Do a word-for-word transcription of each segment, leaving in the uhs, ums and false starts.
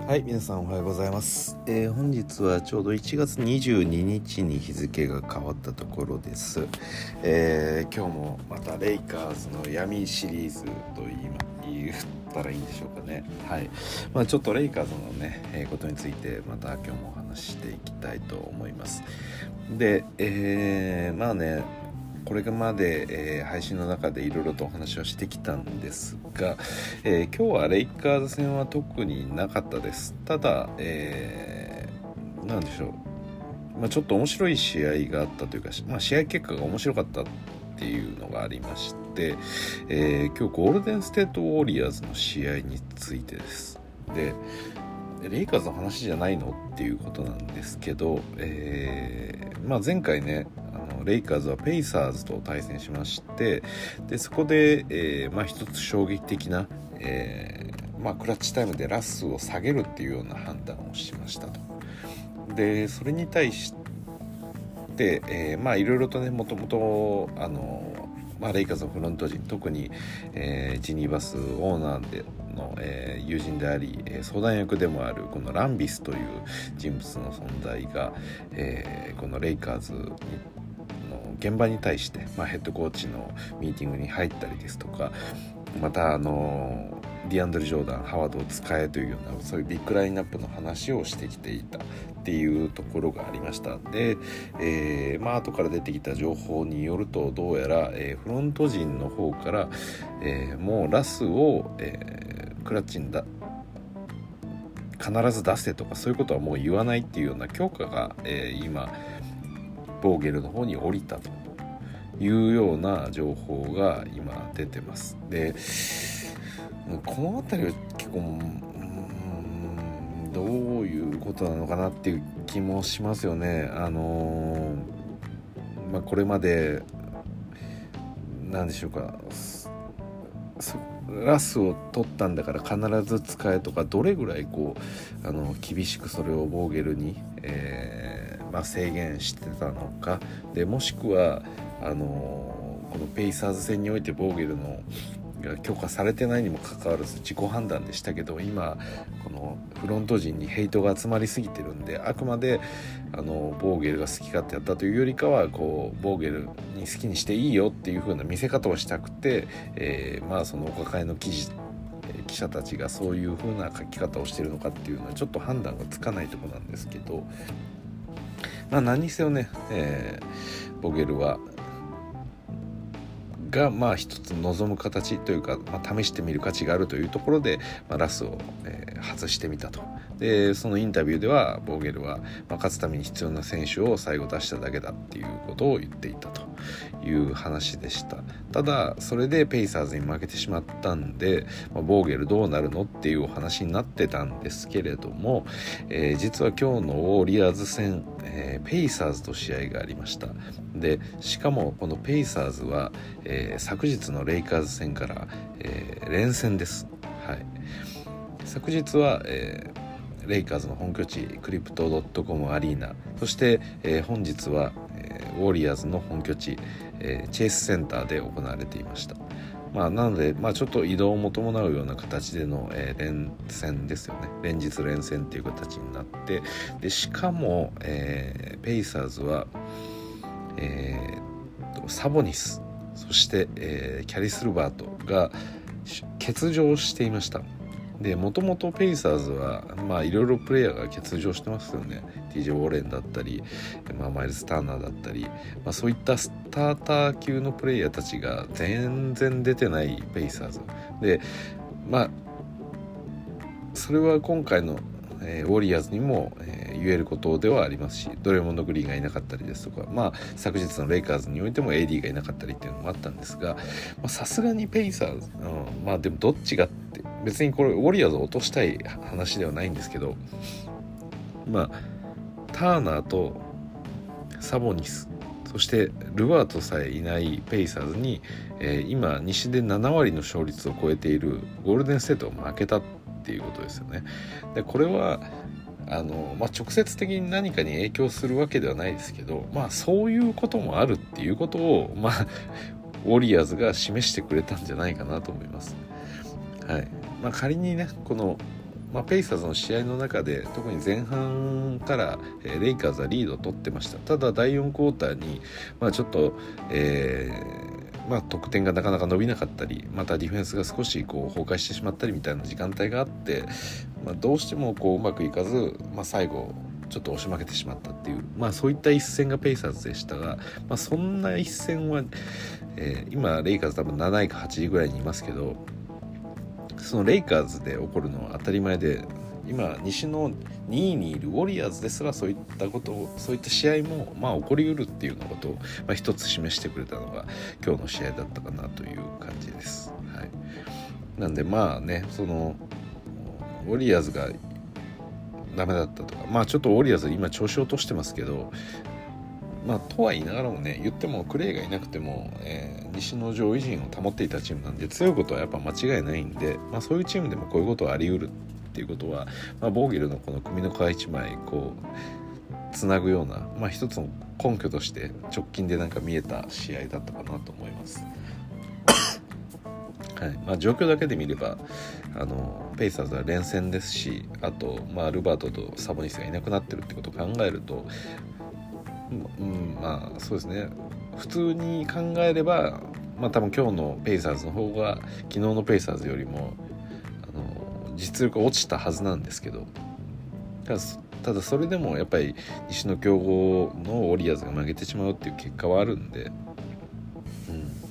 はい、皆さんおはようございます、えー、本日はちょうどいちがつにじゅうににちに日付が変わったところです、えー、今日もまたレイカーズの闇シリーズと言ったらいいんでしょうかね。はい、まあ、ちょっとレイカーズのね、えー、ことについてまた今日もお話ししていきたいと思います。で、えー、まあねこれまで、えー、配信の中でいろいろとお話をしてきたんですが、えー、今日はレイカーズ戦は特になかったです。ただ、えー、なんでしょう、まあ、ちょっと面白い試合があったというか、まあ、試合結果が面白かったっていうのがありまして、えー、今日ゴールデンステートウォリアーズの試合についてです。でレイカーズの話じゃないのっていうことなんですけど、えーまあ、前回ねあのレイカーズはペイサーズと対戦しまして、でそこで、えーまあ、一つ衝撃的な、えーまあ、クラッチタイムでラスを下げるっていうような判断をしましたと。でそれに対して、えー、まあいろいろとねもともとあのまあ、レイカーズのフロント陣特に、えー、ジニーバスオーナーでの、えー、友人であり、えー、相談役でもあるこのランビスという人物の存在が、えー、このレイカーズの現場に対して、まあ、ヘッドコーチのミーティングに入ったりですとか、またあのディアンドレ・ジョーダン、ハワードを使えというようなそういうビッグラインナップの話をしてきていたっていうところがありました。で、えー、まあ後から出てきた情報によるとどうやら、えー、フロント陣の方から、えー、もうラスを、えー、クラッチにだ必ず出せとかそういうことはもう言わないっていうような許可が、えー、今ボーゲルの方に降りたというような情報が今出てます。でこの辺りは結構うーんどういうことなのかなっていう気もしますよね。あのーまあ、これまで何でしょうか、ラスを取ったんだから必ず使えとかどれぐらいこうあの厳しくそれをボーゲルに、えーまあ、制限してたのかで、もしくはあのこのペイサーズ戦においてボーゲルのが許可されてないにもかかわらず自己判断でしたけど、今このフロント陣にヘイトが集まりすぎてるんで、あくまであのボーゲルが好き勝手やったというよりかはこうボーゲルに好きにしていいよっていう風な見せ方をしたくて、えー、まあそのお抱えの記事記者たちがそういう風な書き方をしてるのかっていうのはちょっと判断がつかないところなんですけど、まあ何にせよね、えー、ボーゲルはがまあ一つ望む形というか、まあ、試してみる価値があるというところで、まあ、ラスを、えー、外してみたと。でそのインタビューではボーゲルは、まあ、勝つために必要な選手を最後出しただけだっていうことを言っていたという話でした。ただそれでペイサーズに負けてしまったんで、まあ、ボーゲルどうなるのっていうお話になってたんですけれども、えー、実は今日のウォーリアーズ戦、えー、ペイサーズと試合がありました。でしかもこのペイサーズは、えー、昨日のレイカーズ戦から、えー、連戦です。はい、昨日は、えー、レイカーズの本拠地クリプト ドットコム アリーナ、そして、えー、本日は、えー、ウォリアーズの本拠地、えー、チェイスセンターで行われていました。まあ、なので、まあ、ちょっと移動も伴うような形での、えー、連戦ですよね。連日連戦っていう形になって、でしかも、えー、ペイサーズは、えー、とサボニス、そして、えー、キャリス・ルバートが欠場していました。でもともとペイサーズはまあいろいろプレイヤーが欠場してますよね。 ティージェー ウォーレンだったり、まあ、マイルス・ターナーだったり、まあ、そういったスターター級のプレイヤーたちが全然出てないペイサーズで、まあそれは今回のえー、ウォリアーズにも、えー、言えることではありますし、ドレモンド・グリーンがいなかったりですとか、まあ昨日のレイカーズにおいても エーディー がいなかったりっていうのもあったんですが、さすがにペイサーズ、うん、まあでもどっちがって別にこれウォリアーズを落としたい話ではないんですけど、まあターナーとサボニス、そしてルバートさえいないペイサーズに、えー、今西でななわりの勝率を超えているゴールデンステートを負けたっていうことですよね。でこれはあの、まあ、直接的に何かに影響するわけではないですけど、まあそういうこともあるっていうことを、まあ、ウォリアーズが示してくれたんじゃないかなと思います。はい、まあ、仮にねこのまあ、ペイサーズの試合の中で特に前半から、えー、レイカーズはリードを取ってました。ただだいよんクォーターに、まあ、ちょっと、えーまあ、得点がなかなか伸びなかったり、またディフェンスが少しこう崩壊してしまったりみたいな時間帯があって、まあ、どうしてもこううまくいかず、まあ、最後ちょっと押し負けてしまったっていう、まあ、そういった一戦がペイサーズでしたが、まあ、そんな一戦は、えー、今レイカーズ多分なないかはちいぐらいにいますけど、そのレイカーズで起こるのは当たり前で、今西のにいにいるウォリアーズですらそういったことをそういった試合もまあ起こりうるっていうようなことを、まあ、一つ示してくれたのが今日の試合だったかなという感じです、はい、なんでまあね、そのウォリアーズがダメだったとか、まあちょっとウォリアーズ今調子を落としてますけど、まあとは言いながらもね、言ってもクレイがいなくても、えー、西の上位陣を保っていたチームなんで、強いことはやっぱ間違いないんで、まあ、そういうチームでもこういうことはあり得るっていうことは、まあ、ボーゲルのこの組の皮一枚こうつなぐような、まあ、一つの根拠として直近でなんか見えた試合だったかなと思いますはい、まあ、状況だけで見ればあのペイサーズは連戦ですし、あと、まあ、ルバートとサボニスがいなくなってるってことを考えると、うん、まあそうですね、普通に考えれば、まあ多分今日のペイサーズの方が昨日のペイサーズよりもあの実力が落ちたはずなんですけど、ただ、ただそれでもやっぱり西の強豪のウォリアーズが負けてしまうっていう結果はあるんで、うん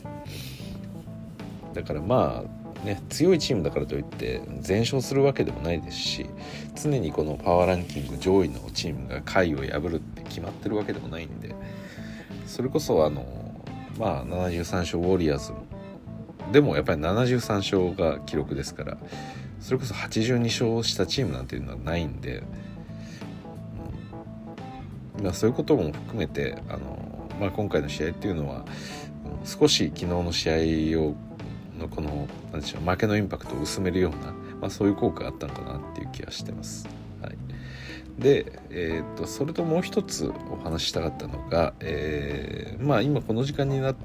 、だからまあね、強いチームだからといって全勝するわけでもないですし、常にこのパワーランキング上位のチームが下位を破るって決まってるわけでもないんで、それこそあのまあななじゅうさん勝ウォリアーズでもやっぱりななじゅうさん勝が記録ですから、それこそはちじゅうに勝したチームなんていうのはないんで、うん、まあ、そういうことも含めてあの、まあ、今回の試合っていうのは少し昨日の試合をのこの何でしょう、負けのインパクトを薄めるような、まあ、そういう効果があったのかなっていう気がしてます。はい、で、えー、とそれともう一つお話ししたかったのが、えーまあ、今この時間になって、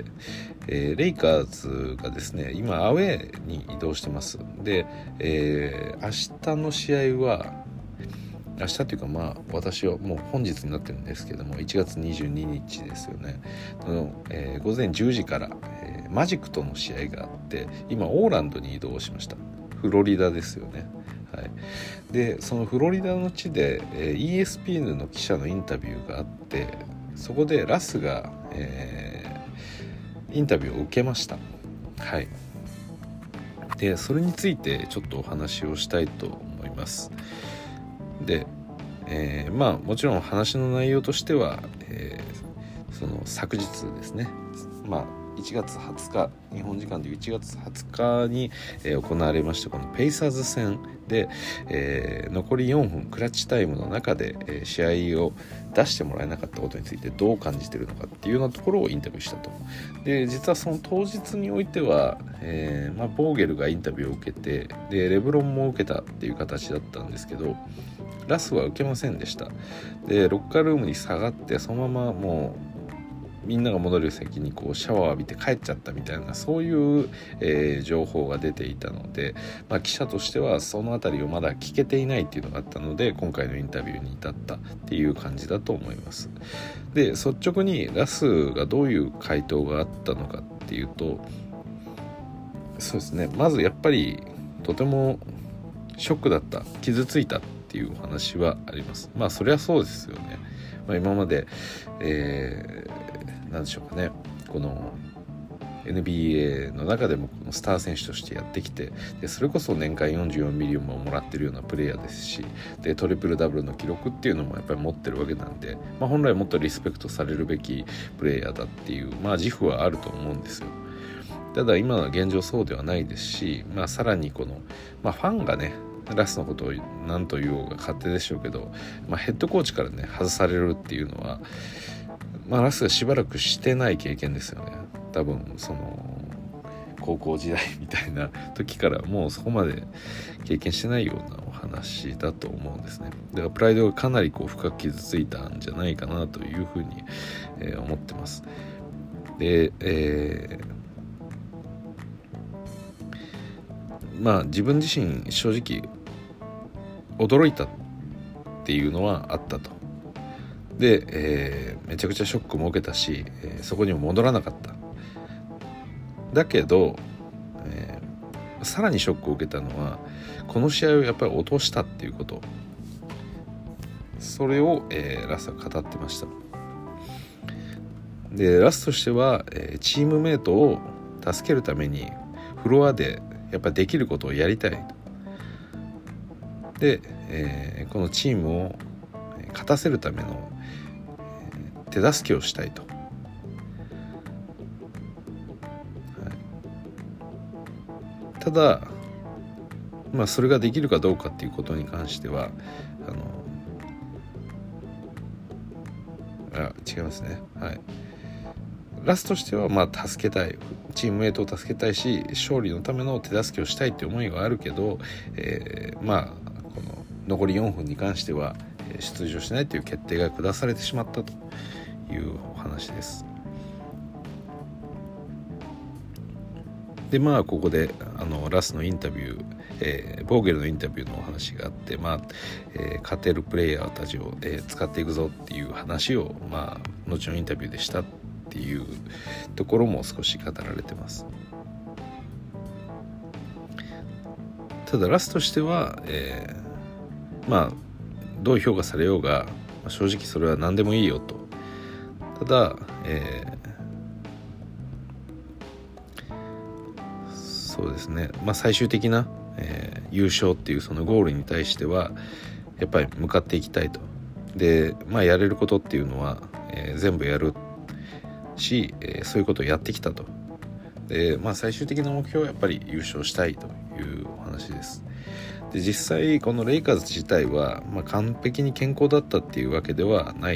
えー、レイカーズがですね今アウェーに移動してます。で、えー、明日の試合は明日というかまあ私はもう本日になってるんですけどもいちがつにじゅうににちですよねの、えー、午前じゅうじから、えー、マジックとの試合があって、今オーランドに移動しました。フロリダですよね。はい、でそのフロリダの地で、えー、イーエスピーエヌ の記者のインタビューがあって、そこでラスが、えー、インタビューを受けました。はい、でそれについてちょっとお話をしたいと思います。で、えー、まあもちろん話の内容としては、えー、その昨日ですね、まあいちがつはつか、日本時間でいちがつはつかに、えー、行われましたこのペイサーズ戦で、えー、残りよんぷんクラッチタイムの中で、えー、試合を出してもらえなかったことについてどう感じているのかっていうようなところをインタビューしたと。で実はその当日においては、えーまあ、ボーゲルがインタビューを受けて、でレブロンも受けたっていう形だったんですけど、ラスは受けませんでした。でロッカールームに下がってそのままもうみんなが戻る席にこうシャワーを浴びて帰っちゃったみたいな、そういう、えー、情報が出ていたので、まあ、記者としてはそのあたりをまだ聞けていないっていうのがあったので、今回のインタビューに至ったっていう感じだと思います。で率直にラスがどういう回答があったのかっていうと、そうですね、まずやっぱりとてもショックだった、傷ついたっていうお話はあります。まあそりゃそうですよね。まあ、今まで、えー、なんでしょうかね、この エヌビーエー の中でもこのスター選手としてやってきて、でそれこそ年間よんじゅうよんミリオンももらってるようなプレイヤーですし、でトリプルダブルの記録っていうのもやっぱり持ってるわけなんで、まあ、本来もっとリスペクトされるべきプレイヤーだっていう、まあ、自負はあると思うんですよ。ただ今は現状そうではないですし、まあ、さらにこの、まあ、ファンがねラスのことを何と言おうが勝手でしょうけど、まあ、ヘッドコーチからね外されるっていうのは、まあ、ラスがしばらくしてない経験ですよね。多分その高校時代みたいな時からもうそこまで経験してないようなお話だと思うんですね。だからプライドがかなりこう深く傷ついたんじゃないかなというふうに、えー、思ってます。で、えーまあ自分自身正直驚いたっていうのはあったと。で、えー、めちゃくちゃショックも受けたし、えー、そこにも戻らなかった。だけど、えー、さらにショックを受けたのはこの試合をやっぱり落としたっていうこと、それを、えー、ラスは語ってました。でラスとしては、えー、チームメイトを助けるためにフロアでやっぱできることをやりたいと。で、えー、このチームを勝たせるための、えー、手助けをしたいと、はい、ただまあそれができるかどうかっていうことに関してはあのあ違いますね、はい、ラスとしてはまあ助けたい、チームメイトを助けたいし勝利のための手助けをしたいっていう思いがあるけど、えー、まあこの残りよんぷんに関しては出場しないという決定が下されてしまったというお話です。でまあここであのラスのインタビュー、えー、ボーゲルのインタビューのお話があって、まあえー、勝てるプレイヤーたちを、えー、使っていくぞっていう話を、まあ、後のインタビューでしたっていうところも少し語られてます。ただラスとしては、えー、まあどう評価されようが正直それは何でもいいよと。ただ、えー、そうですね、まあ、最終的な、えー、優勝っていうそのゴールに対してはやっぱり向かっていきたいと。で、まあ、やれることっていうのは、えー、全部やるし、えー、そういうことをやってきたと。で、まあ、最終的な目標はやっぱり優勝したいというお話です。で実際このレイカーズ自体は、まあ、完璧に健康だったっていうわけではない。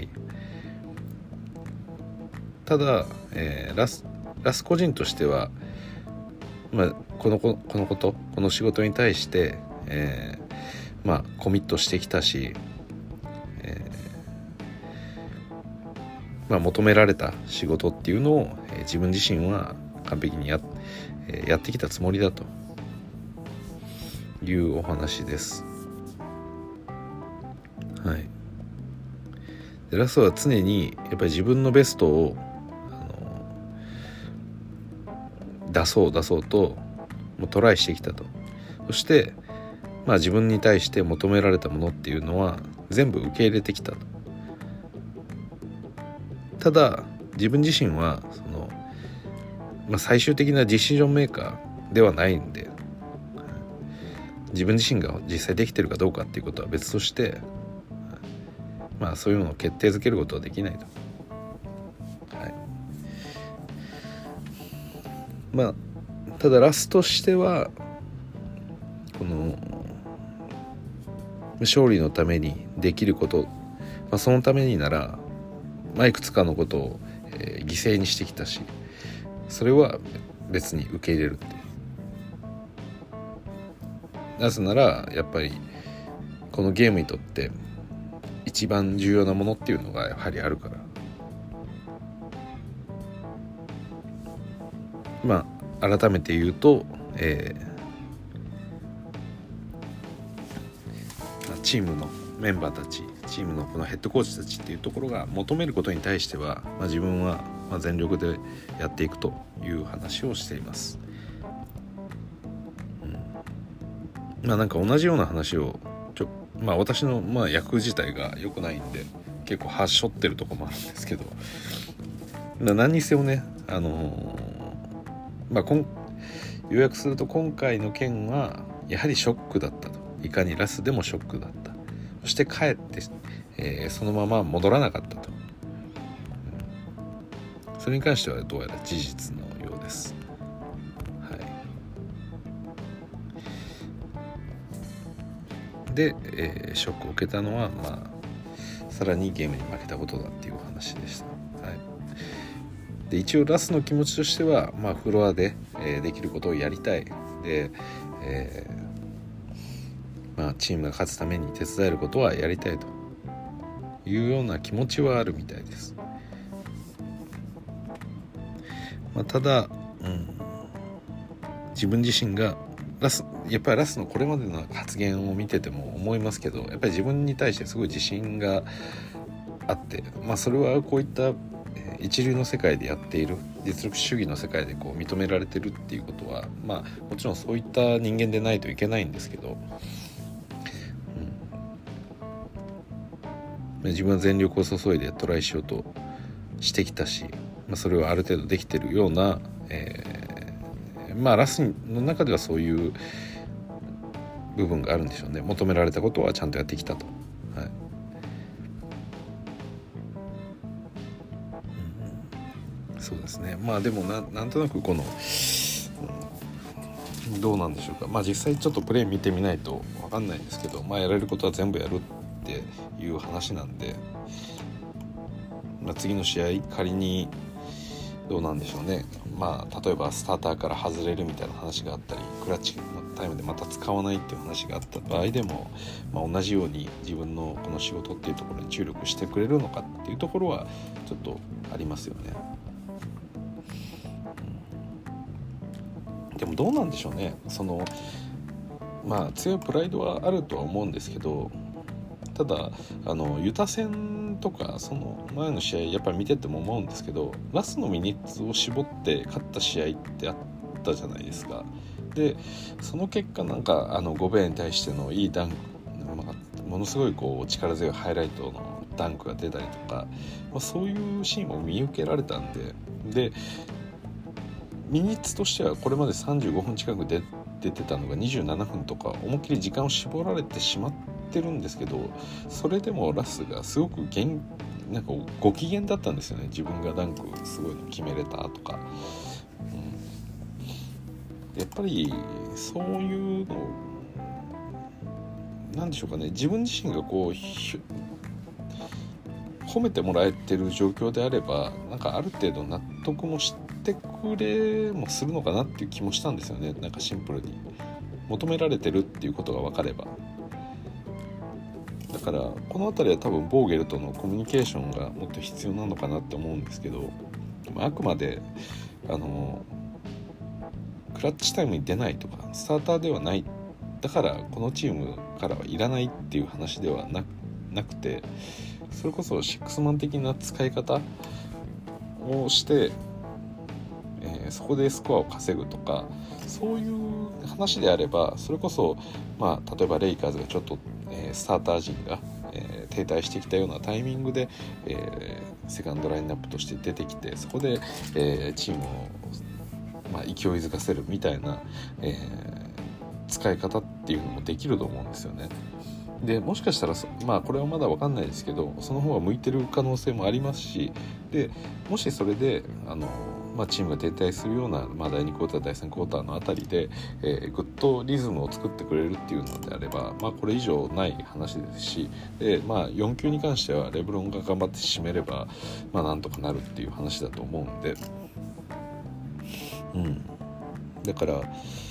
ただ、えー、ラス、ラス個人としては、まあ、このここのことこの仕事に対して、えー、まあコミットしてきたし、えーまあ、求められた仕事っていうのを、えー、自分自身は完璧に や,、えー、やってきたつもりだというお話です。はい。でラスは常にやっぱり自分のベストをあの出そう出そうともうトライしてきたと。そして、まあ、自分に対して求められたものっていうのは全部受け入れてきたと。ただ自分自身はその、まあ、最終的なディシジョンメーカーではないんで、自分自身が実際できてるかどうかっていうことは別として、まあそういうのを決定づけることはできないと。はい。まあただラスとしてはこの勝利のためにできること、まあ、そのためになら、まあ、いくつかのことを、えー、犠牲にしてきたし、それは別に受け入れるっていう。なぜならやっぱりこのゲームにとって一番重要なものっていうのがやはりあるから。まあ改めて言うと、えー、チームのメンバーたち、チームのこのヘッドコーチたちっていうところが求めることに対しては、まあ、自分はまあ全力でやっていくという話をしています。うん、まあなんか同じような話をちょまあ私のまあ役自体が良くないんで結構はしょってるところもあるんですけど、何にせよね、あのー、まあこん要約すると今回の件はやはりショックだったと。いかにラスでもショックだった。そして帰って、えー、そのまま戻らなかったと、うん、それに関してはどうやら事実のようです。はい。で、えー、ショックを受けたのは、まあ、さらにゲームに負けたことだっていうお話でした。はい。で一応ラスの気持ちとしては、まあ、フロアで、えー、できることをやりたい。で、えーまあ、チームが勝つために手伝えることはやりたいというような気持ちはあるみたいです。まあ、ただ、うん、自分自身がラスやっぱりラスのこれまでの発言を見てても思いますけど、やっぱり自分に対してすごい自信があって、まあ、それはこういった一流の世界でやっている実力主義の世界でこう認められてるっていうことは、まあ、もちろんそういった人間でないといけないんですけど、うん、自分は全力を注いでトライしようとしてきたし、まあ、それはある程度できてるような、えー、まあラスの中ではそういう部分があるんでしょうね。求められたことはちゃんとやってきたと、はい、うん、そうですね。まあでも な, なんとなくこの、うん、どうなんでしょうか。まあ実際ちょっとプレー見てみないと分かんないんですけど、まあやられることは全部やるっていう話なんで、まあ、次の試合仮にどうなんでしょうね。まあ例えばスターターから外れるみたいな話があったり、クラッチのタイムでまた使わないっていう話があった場合でも、まあ、同じように自分のこの仕事っていうところに注力してくれるのかっていうところはちょっとありますよね。うん、でもどうなんでしょうね。そのまあ強いプライドはあるとは思うんですけど、ただあのユタ戦とかその前の試合やっぱり見てても思うんですけど、ラスのミニッツを絞って勝った試合ってあったじゃないですか。でその結果なんかあのゴベアに対してのいいダンク、まあ、ものすごいこう力強いハイライトのダンクが出たりとか、まあ、そういうシーンを見受けられたんで、でミニッツとしてはこれまでさんじゅうごふん近くで出てたのがにじゅうななふんとか思いっきり時間を絞られてしまってるんですけど、それでもラスがすごく元なんかご機嫌だったんですよね。自分がダンクすごいの決めれたとか、うん、やっぱりそういうのなんでしょうかね。自分自身がこう褒めてもらえてる状況であれば、なんかある程度納得もしてくれもするのかなっていう気もしたんですよね。なんかシンプルに求められてるっていうことが分かれば。だからこの辺りは多分ボーゲルとのコミュニケーションがもっと必要なのかなって思うんですけど、あくまであのクラッチタイムに出ないとかスターターではないだからこのチームからはいらないっていう話では な, なくて、それこそシックスマン的な使い方をして、えー、そこでスコアを稼ぐとかそういう話であれば、それこそ、まあ、例えばレイカーズがちょっと、えー、スターター陣が、えー、停滞してきたようなタイミングで、えー、セカンドラインナップとして出てきて、そこで、えー、チームを、まあ、勢いづかせるみたいな、えー、使い方っていうのもできると思うんですよね。でもしかしたらまあこれはまだ分かんないですけど、その方が向いてる可能性もありますし、でもしそれであの、まあ、チームが停滞するような、まあ、だいにクォーターだいさんクォーターのあたりで、えー、ぐっとリズムを作ってくれるっていうのであれば、まあ、これ以上ない話ですし、で、まあ、よん級に関してはレブロンが頑張って締めれば、まあ、なんとかなるっていう話だと思うんで、うん、だから、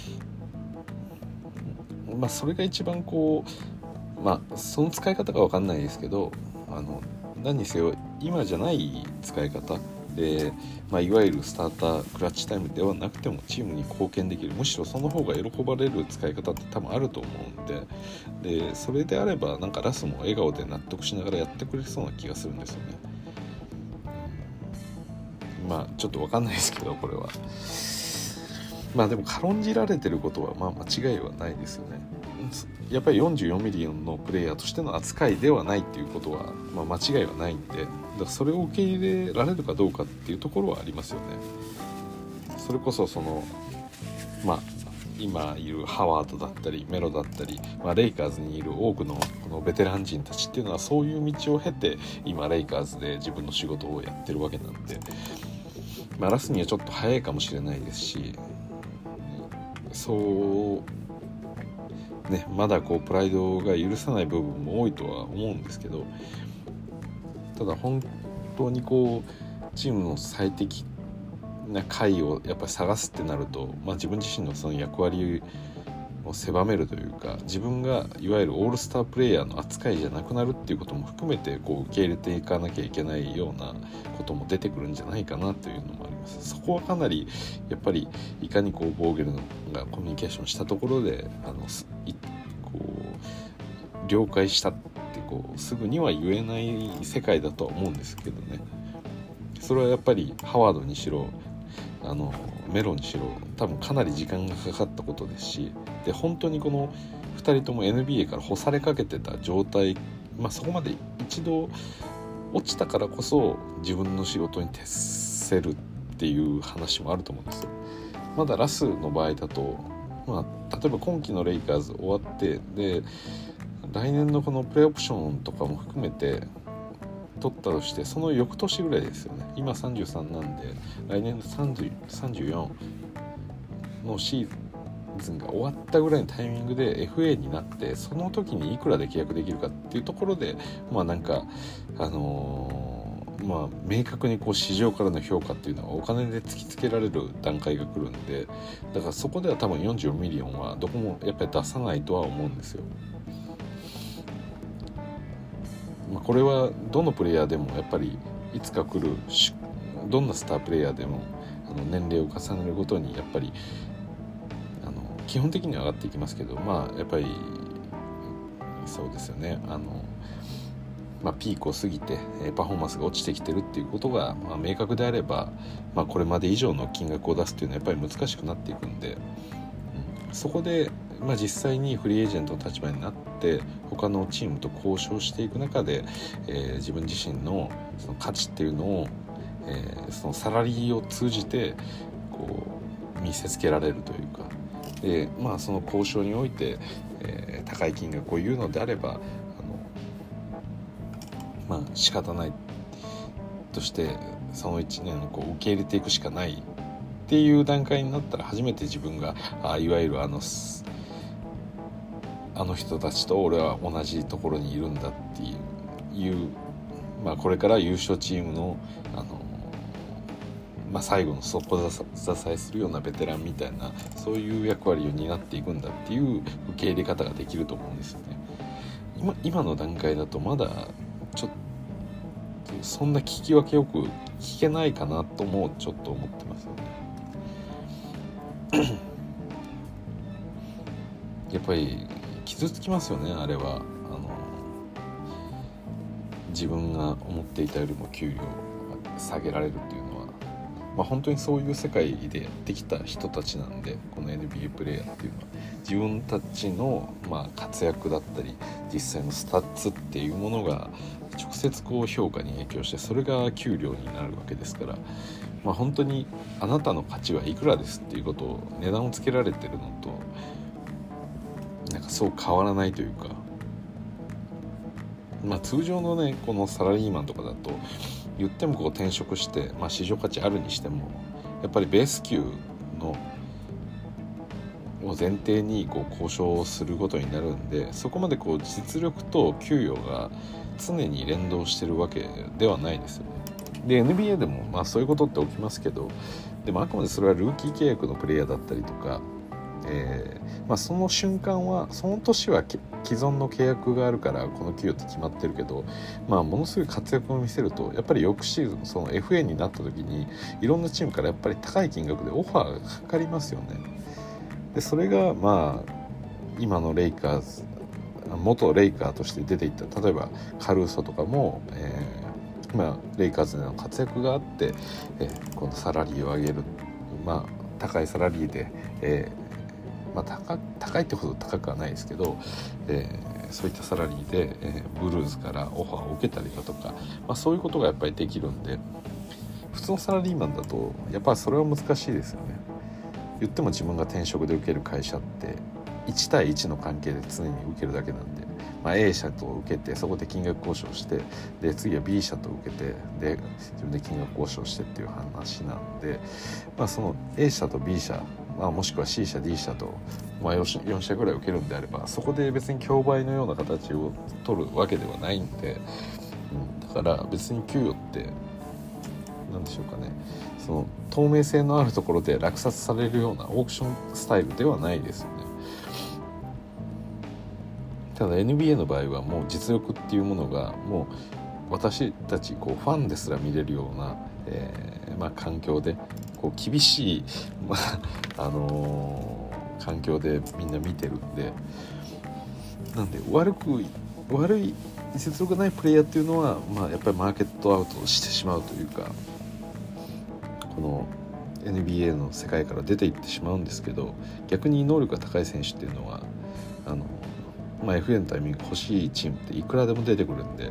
まあ、それが一番こうまあその使い方が分かんないですけど、あの何にせよ今じゃない使い方で、まあ、いわゆるスタータークラッチタイムではなくてもチームに貢献できる、むしろその方が喜ばれる使い方って多分あると思うんで、でそれであればなんかラスも笑顔で納得しながらやってくれそうな気がするんですよね。まあちょっと分かんないですけどこれはまあでも軽んじられてることはまあ間違いはないですよね。やっぱりよんじゅうよんミリオンのプレイヤーとしての扱いではないっていうことは、まあ、間違いはないんで、だからそれを受け入れられるかどうかっていうところはありますよね。それこそそのまあ今いるハワードだったりメロだったり、まあ、レイカーズにいる多くのこのベテラン人たちっていうのはそういう道を経て今レイカーズで自分の仕事をやってるわけなんで、まあ、ラスにはちょっと早いかもしれないですし、そうね、まだこうプライドが許さない部分も多いとは思うんですけど、ただ本当にこうチームの最適な回をやっぱり探すってなると、まあ、自分自身のその役割を狭めるというか、自分がいわゆるオールスタープレイヤーの扱いじゃなくなるっていうことも含めてこう受け入れていかなきゃいけないようなことも出てくるんじゃないかなというのもあります。 そこはかなりやっぱりいかにこうボーゲルがコミュニケーションしたところであのいこう了解したってこうすぐには言えない世界だとは思うんですけどね。それはやっぱりハワードにしろあのメロにしろ多分かなり時間がかかったことですし、で本当にこのふたりとも エヌビーエー から干されかけてた状態、まあ、そこまで一度落ちたからこそ自分の仕事に徹せるっていう話もあると思うんですよ。まだラスの場合だと、まあ、例えば今季のレイカーズ終わってで来年のこのプレーオプションとかも含めて取ったとして、その翌年ぐらいですよね。今さんじゅうさんなんで来年のさんじゅう、さんじゅうよんのシーズンが終わったぐらいのタイミングで エフエー になって、その時にいくらで契約できるかっていうところでまあなんかあのー、まあ明確にこう市場からの評価っていうのはお金で突きつけられる段階が来るんで、だからそこでは多分よんじゅうよんミリオンはどこもやっぱり出さないとは思うんですよ。まあ、これはどのプレイヤーでもやっぱりいつか来る、どんなスタープレイヤーでもあの年齢を重ねるごとにやっぱりあの基本的には上がっていきますけど、まあやっぱりそうですよね、あの、まあ、ピークを過ぎてパフォーマンスが落ちてきてるっていうことが、まあ、明確であれば、まあ、これまで以上の金額を出すっていうのはやっぱり難しくなっていくんで、うん、そこでまあ、実際にフリーエージェントの立場になって他のチームと交渉していく中で、えー、自分自身のその価値っていうのを、えー、そのサラリーを通じてこう見せつけられるというかで、まあ、その交渉において、えー、高い金額を言うのであればあの、まあ仕方ないとしてそのいちねんをこう受け入れていくしかないっていう段階になったら初めて自分があいわゆるあのあの人たちと俺は同じところにいるんだっていう、まあ、これから優勝チームの、あの、まあ、最後の底支えするようなベテランみたいなそういう役割を担っていくんだっていう受け入れ方ができると思うんですよね。今、今の段階だとまだちょっとそんな聞き分けよく聞けないかなともちょっと思ってますよね。やっぱり傷つきますよね、あれは。あの自分が思っていたよりも給料が下げられるっていうのは、まあ、本当にそういう世界でできた人たちなんで、この エヌビーエー プレーヤーっていうのは自分たちのまあ活躍だったり実際のスタッツっていうものが直接こう評価に影響して、それが給料になるわけですから、まあ、本当にあなたの価値はいくらですっていうことを値段をつけられてるのとなんかそう変わらないというか、まあ通常のねこのサラリーマンとかだと言ってもこう転職して、まあ、市場価値あるにしてもやっぱりベース給のを前提にこう交渉をすることになるんで、そこまでこう実力と給与が常に連動してるわけではないですよね。で エヌビーエー でもまあそういうことって起きますけど、でもあくまでそれはルーキー契約のプレイヤーだったりとか、えーまあ、その瞬間はその年は既存の契約があるからこの給与って決まってるけど、まあ、ものすごい活躍を見せるとやっぱり翌シーズンその エフエー になった時にいろんなチームからやっぱり高い金額でオファーがかかりますよね。でそれがまあ今のレイカーズ元レイカーとして出ていった例えばカルーソとかも、えーまあ、レイカーズでの活躍があって、えー、このサラリーを上げる、まあ、高いサラリーで、えーまあ、高, 高いってほど高くはないですけど、えー、そういったサラリーで、えー、ブルーズからオファーを受けたりだとか、まあ、そういうことがやっぱりできるんで、普通のサラリーマンだとやっぱりそれは難しいですよね。言っても自分が転職で受ける会社っていち対いちの関係で常に受けるだけなんで、まあ、A 社と受けてそこで金額交渉してで次は B 社と受けてで自分で金額交渉してっていう話なんで、まあ、その A 社と B 社、まあ、もしくは C 社 D 社と、まあ、よん社ぐらい受けるんであればそこで別に競売のような形を取るわけではないんで、うん、だから別に給与ってなんでしょうかね、その透明性のあるところで落札されるようなオークションスタイルではないですよね。ただ エヌビーエー の場合はもう実力っていうものがもう私たちこうファンですら見れるようなえーまあ、環境でこう厳しい、まああのー、環境でみんな見てるんで、なんで悪く悪い実力がないプレイヤーっていうのは、まあ、やっぱりマーケットアウトしてしまうというか、この エヌビーエー の世界から出ていってしまうんですけど、逆に能力が高い選手っていうのはあの、まあ、エフエー のタイミング欲しいチームっていくらでも出てくるんで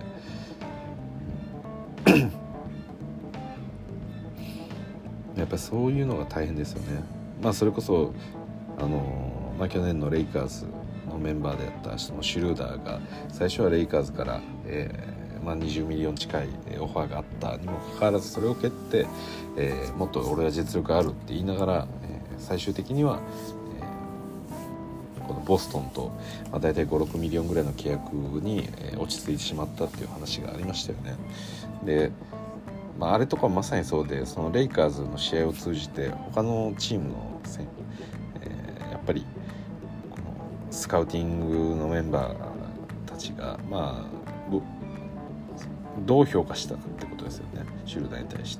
やっぱりそういうのが大変ですよね。まあそれこそあの、まあ、去年のレイカーズのメンバーであったそのシュルーダーが最初はレイカーズから、えーまあ、にじゅうミリオン近いオファーがあったにもかかわらずそれを蹴って、えー、もっと俺は実力あるって言いながら、えー、最終的には、えー、このボストンと、まあ、大体ご、ろくミリオンぐらいの契約に、えー、落ち着いてしまったっていう話がありましたよね。でまあ、あれとかまさにそうで、そのレイカーズの試合を通じて他のチームの、えー、やっぱりこのスカウティングのメンバーたちが、まあ、どう評価したかってことですよね、シュルダーに対して。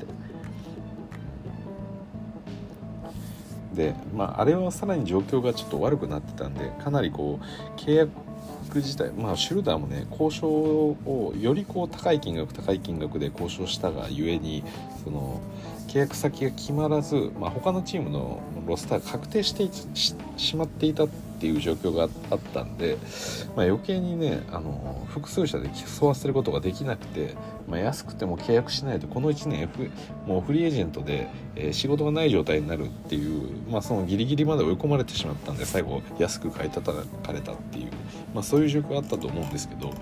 で、まあ、あれはさらに状況がちょっと悪くなってたんで、かなりこう契約自体、まあ、シュルダーもね交渉をよりこう高い金額高い金額で交渉したがゆえに、その契約先が決まらず、まあ、他のチームのロスターが確定してし, しまっていたっていう状況があったんで、まあ、余計にねあの複数社で競わせることができなくて、まあ、安くても契約しないとこのいちねん、F、もうフリーエージェントで、えー、仕事がない状態になるっていう、まあ、そのギリギリまで追い込まれてしまったんで最後安く買い叩かれたっていう、まあ、そういう状況があったと思うんですけど、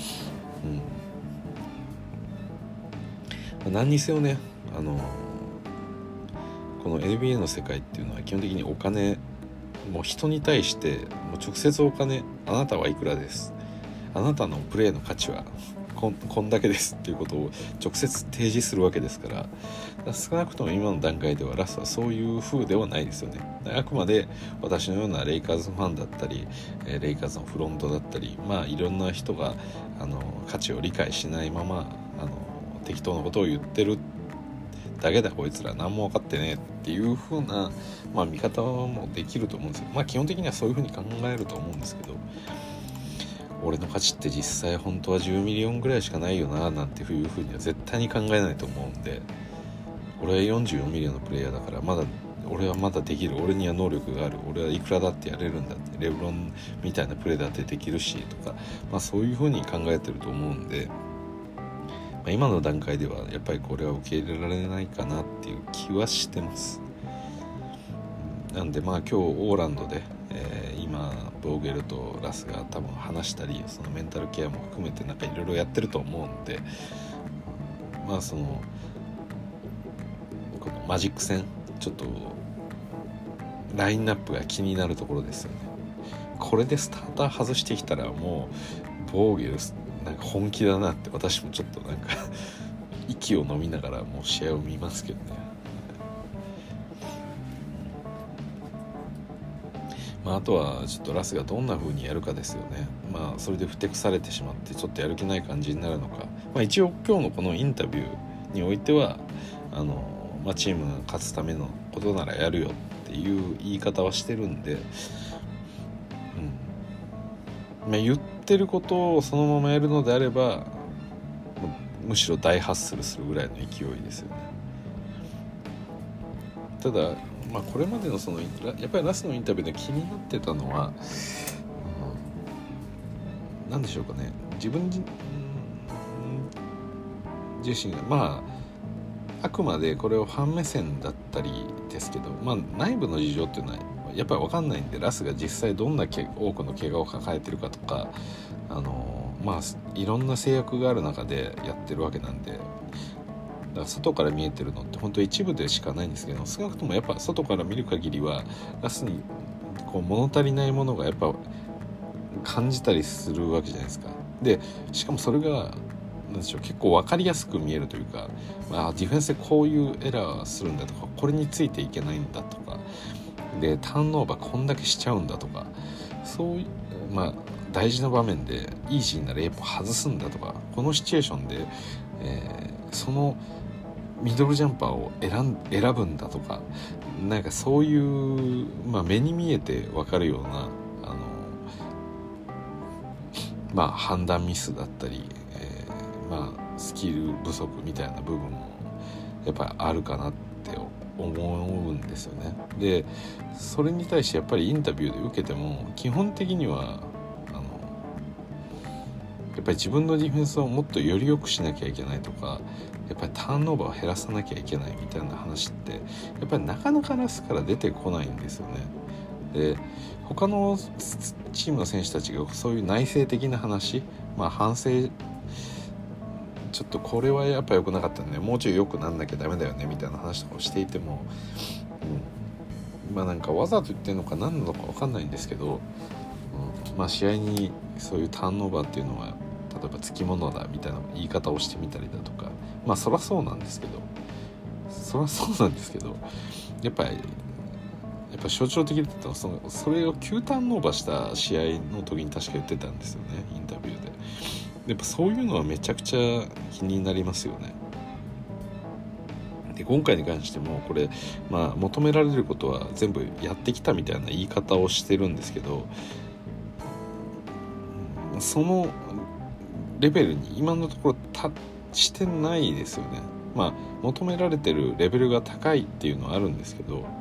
うん、何にせよねあのこの エヌビーエー の世界っていうのは基本的にお金、もう人に対してもう直接お金、あなたはいくらです、あなたのプレーの価値はこん、こんだけですっていうことを直接提示するわけですから、から少なくとも今の段階ではラスはそういう風ではないですよね。あくまで私のようなレイカーズファンだったりレイカーズのフロントだったり、まあいろんな人があの価値を理解しないままあの適当なことを言ってるだけだこいつら何も分かってねっていう風な、まあ、見方もできると思うんですけど、まあ基本的にはそういう風に考えると思うんですけど、俺の価値って実際本当はじゅうミリオンぐらいしかないよななんていう風には絶対に考えないと思うんで、俺はよんじゅうよんミリオンのプレイヤーだからまだ俺はまだできる、俺には能力がある、俺はいくらだってやれるんだって、レブロンみたいなプレーだってできるしとか、まあ、そういう風に考えてると思うんで、まあ、今の段階ではやっぱりこれは受け入れられないかなっていう気はしてます。なんでまあ今日オーランドで、えー、今ボーゲルとラスが多分話したり、そのメンタルケアも含めてなんかいろいろやってると思うんで、まあそのこのマジック戦ちょっとラインナップが気になるところですよね。これでスターター外してきたらもうボーゲルなんか本気だなって私もちょっとなんか息を飲みながらもう試合を見ますけどね。まあ、あとはちょっとラスがどんな風にやるかですよね。まあそれでふてくされてしまってちょっとやる気ない感じになるのか、まあ、一応今日のこのインタビューにおいてはあの、まあ、チームが勝つためのことならやるよっていう言い方はしてるんで、うんまあ、言ってることをそのままやるのであればむしろ大ハッスルするぐらいの勢いですよね。ただまあ、これまでのそのやっぱりラスのインタビューで気になってたのは、うん、何でしょうかね、自分自、自身がまああくまでこれをファン目線だったりですけど、まあ、内部の事情っていうのはやっぱり分かんないんで、ラスが実際どんなけ多くの怪我を抱えてるかとか、あのまあいろんな制約がある中でやってるわけなんで、だから外から見えてるのって本当一部でしかないんですけど、少なくともやっぱ外から見る限りはラスにこう物足りないものがやっぱ感じたりするわけじゃないですか。でしかもそれがなんでしょう、結構分かりやすく見えるというか、まあ、ディフェンスでこういうエラーするんだとか、これについていけないんだとかで、ターンオーバーこんだけしちゃうんだとか、そういうまあ大事な場面でイージーなレイプを外すんだとか、このシチュエーションで、えー、そのミドルジャンパーを選ん選ぶんだとか、なんかそういう、まあ、目に見えて分かるようなあの、まあ、判断ミスだったり、えーまあ、スキル不足みたいな部分もやっぱりあるかなって思うんですよね。でそれに対してやっぱりインタビューで受けても基本的にはあのやっぱり自分のディフェンスをもっとより良くしなきゃいけないとか、やっぱりターンオーバーを減らさなきゃいけないみたいな話ってやっぱりなかなかラスから出てこないんですよね。で他のチームの選手たちがそういう内省的な話、まあ反省、ちょっとこれはやっぱ良くなかったんでもうちょい良くなんなきゃダメだよねみたいな話とかをしていても、うん、まあなんかわざと言ってるのか何なのか分かんないんですけど、うん、まあ試合にそういうターンオーバーっていうのは例えばつきものだみたいな言い方をしてみたりだとか、まあそりゃそうなんですけどそりゃそうなんですけどやっぱりやっぱ象徴的だったのはそのそれをきゅうターンオーバーした試合の時に確か言ってたんですよね、インタビューで。やっぱそういうのはめちゃくちゃ気になりますよね。で今回に関してもこれ、まあ、求められることは全部やってきたみたいな言い方をしてるんですけど、そのレベルに今のところ達してないですよね。まあ求められてるレベルが高いっていうのはあるんですけど、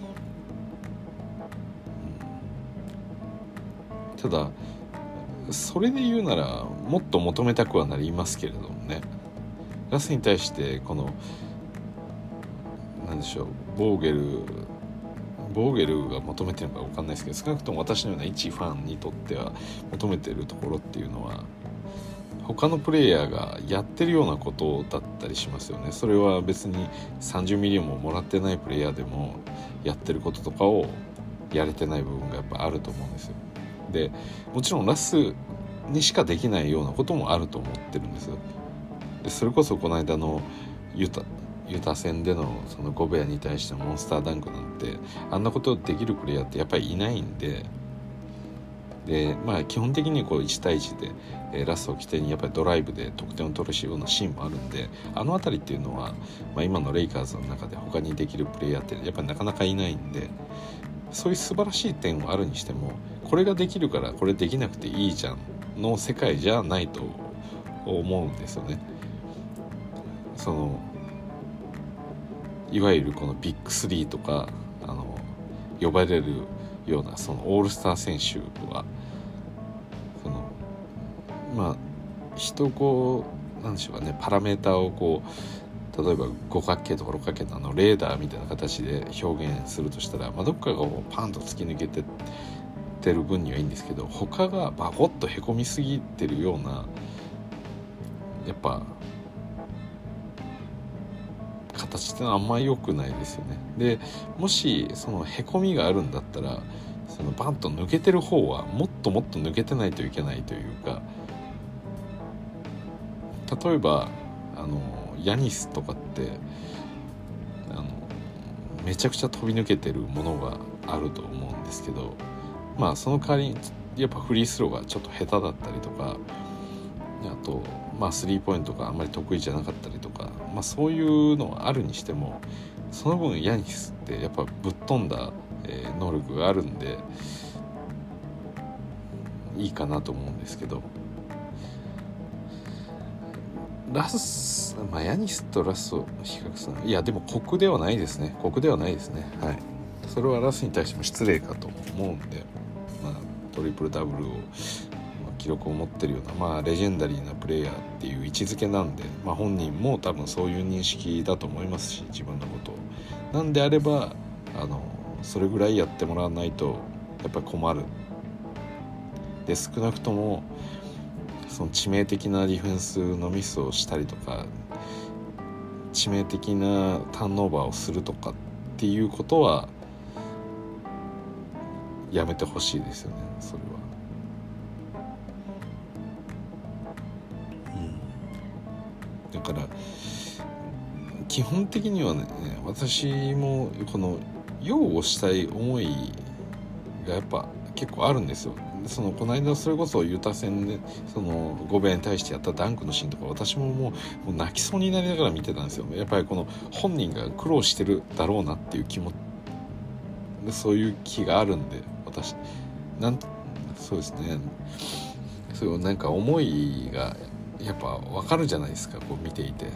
ただそれで言うならもっと求めたくはなりますけれどもね。ラスに対してこのなんでしょう、ボーゲルボーゲルが求めてるのか分かんないですけど、少なくとも私のような一ファンにとっては求めてるところっていうのは他のプレイヤーがやってるようなことだったりしますよね。それは別にさんじゅうミリオンももらってないプレイヤーでもやってることとかをやれてない部分がやっぱあると思うんですよ。でもちろんラスにしかできないようなこともあると思ってるんですよ。でそれこそこの間のユタユタ戦でのそのゴベアに対してのモンスターダンクなんてあんなことできるプレイヤーってやっぱりいないんで、でまあ基本的にこういち対いちで、えー、ラスを起点にやっぱりドライブで得点を取るようなシーンもあるんで、あの辺りっていうのは、まあ、今のレイカーズの中で他にできるプレイヤーってやっぱりなかなかいないんで、そういう素晴らしい点はあるにしてもこれができるからこれできなくていいじゃんの世界じゃないと思うんですよね。そのいわゆるこのビッグスリーとかあの呼ばれるようなそのオールスター選手はそのまあ人こうなんでしょうかね、パラメーターをこう例えば五角形とか六角形のあのレーダーみたいな形で表現するとしたら、まあ、どっかがこうパンと突き抜けてってる分にはいいんですけど、他がバコッとへこみすぎてるようなやっぱ形ってのはあんまり良くないですよね。でもしそのへこみがあるんだったらそのバンと抜けてる方はもっともっと抜けてないといけないというか、例えばあのヤニスとかってあのめちゃくちゃ飛び抜けてるものがあると思うんですけど、まあその代わりにやっぱフリースローがちょっと下手だったりとか、あとまあスリーポイントがあんまり得意じゃなかったりとか、まあそういうのはあるにしても、その分ヤニスってやっぱぶっ飛んだ、えー、能力があるんでいいかなと思うんですけど、ラス、まあ、ヤニスとラスを比較する、いやでも酷ではないですね酷ではないですね。はい、それはラスに対しても失礼かと思うんで、まあ、トリプルダブルを、まあ、記録を持ってるような、まあ、レジェンダリーなプレイヤーっていう位置づけなんで、まあ、本人も多分そういう認識だと思いますし、自分のことをなんであればあのそれぐらいやってもらわないとやっぱり困る。で少なくともその致命的なディフェンスのミスをしたりとか致命的なターンオーバーをするとかっていうことはやめてほしいですよね、それは。うん、だから基本的にはね、私もこの擁護したい思いがやっぱ結構あるんですよ。そのこの間それこそユタ戦でそのゴベアに対してやったダンクのシーンとか、私ももう、もう泣きそうになりながら見てたんですよ。やっぱりこの本人が苦労してるだろうなっていう気も、そういう気があるんで、私なんそうですね、そういうなんか思いがやっぱ分かるじゃないですか、こう見ていて。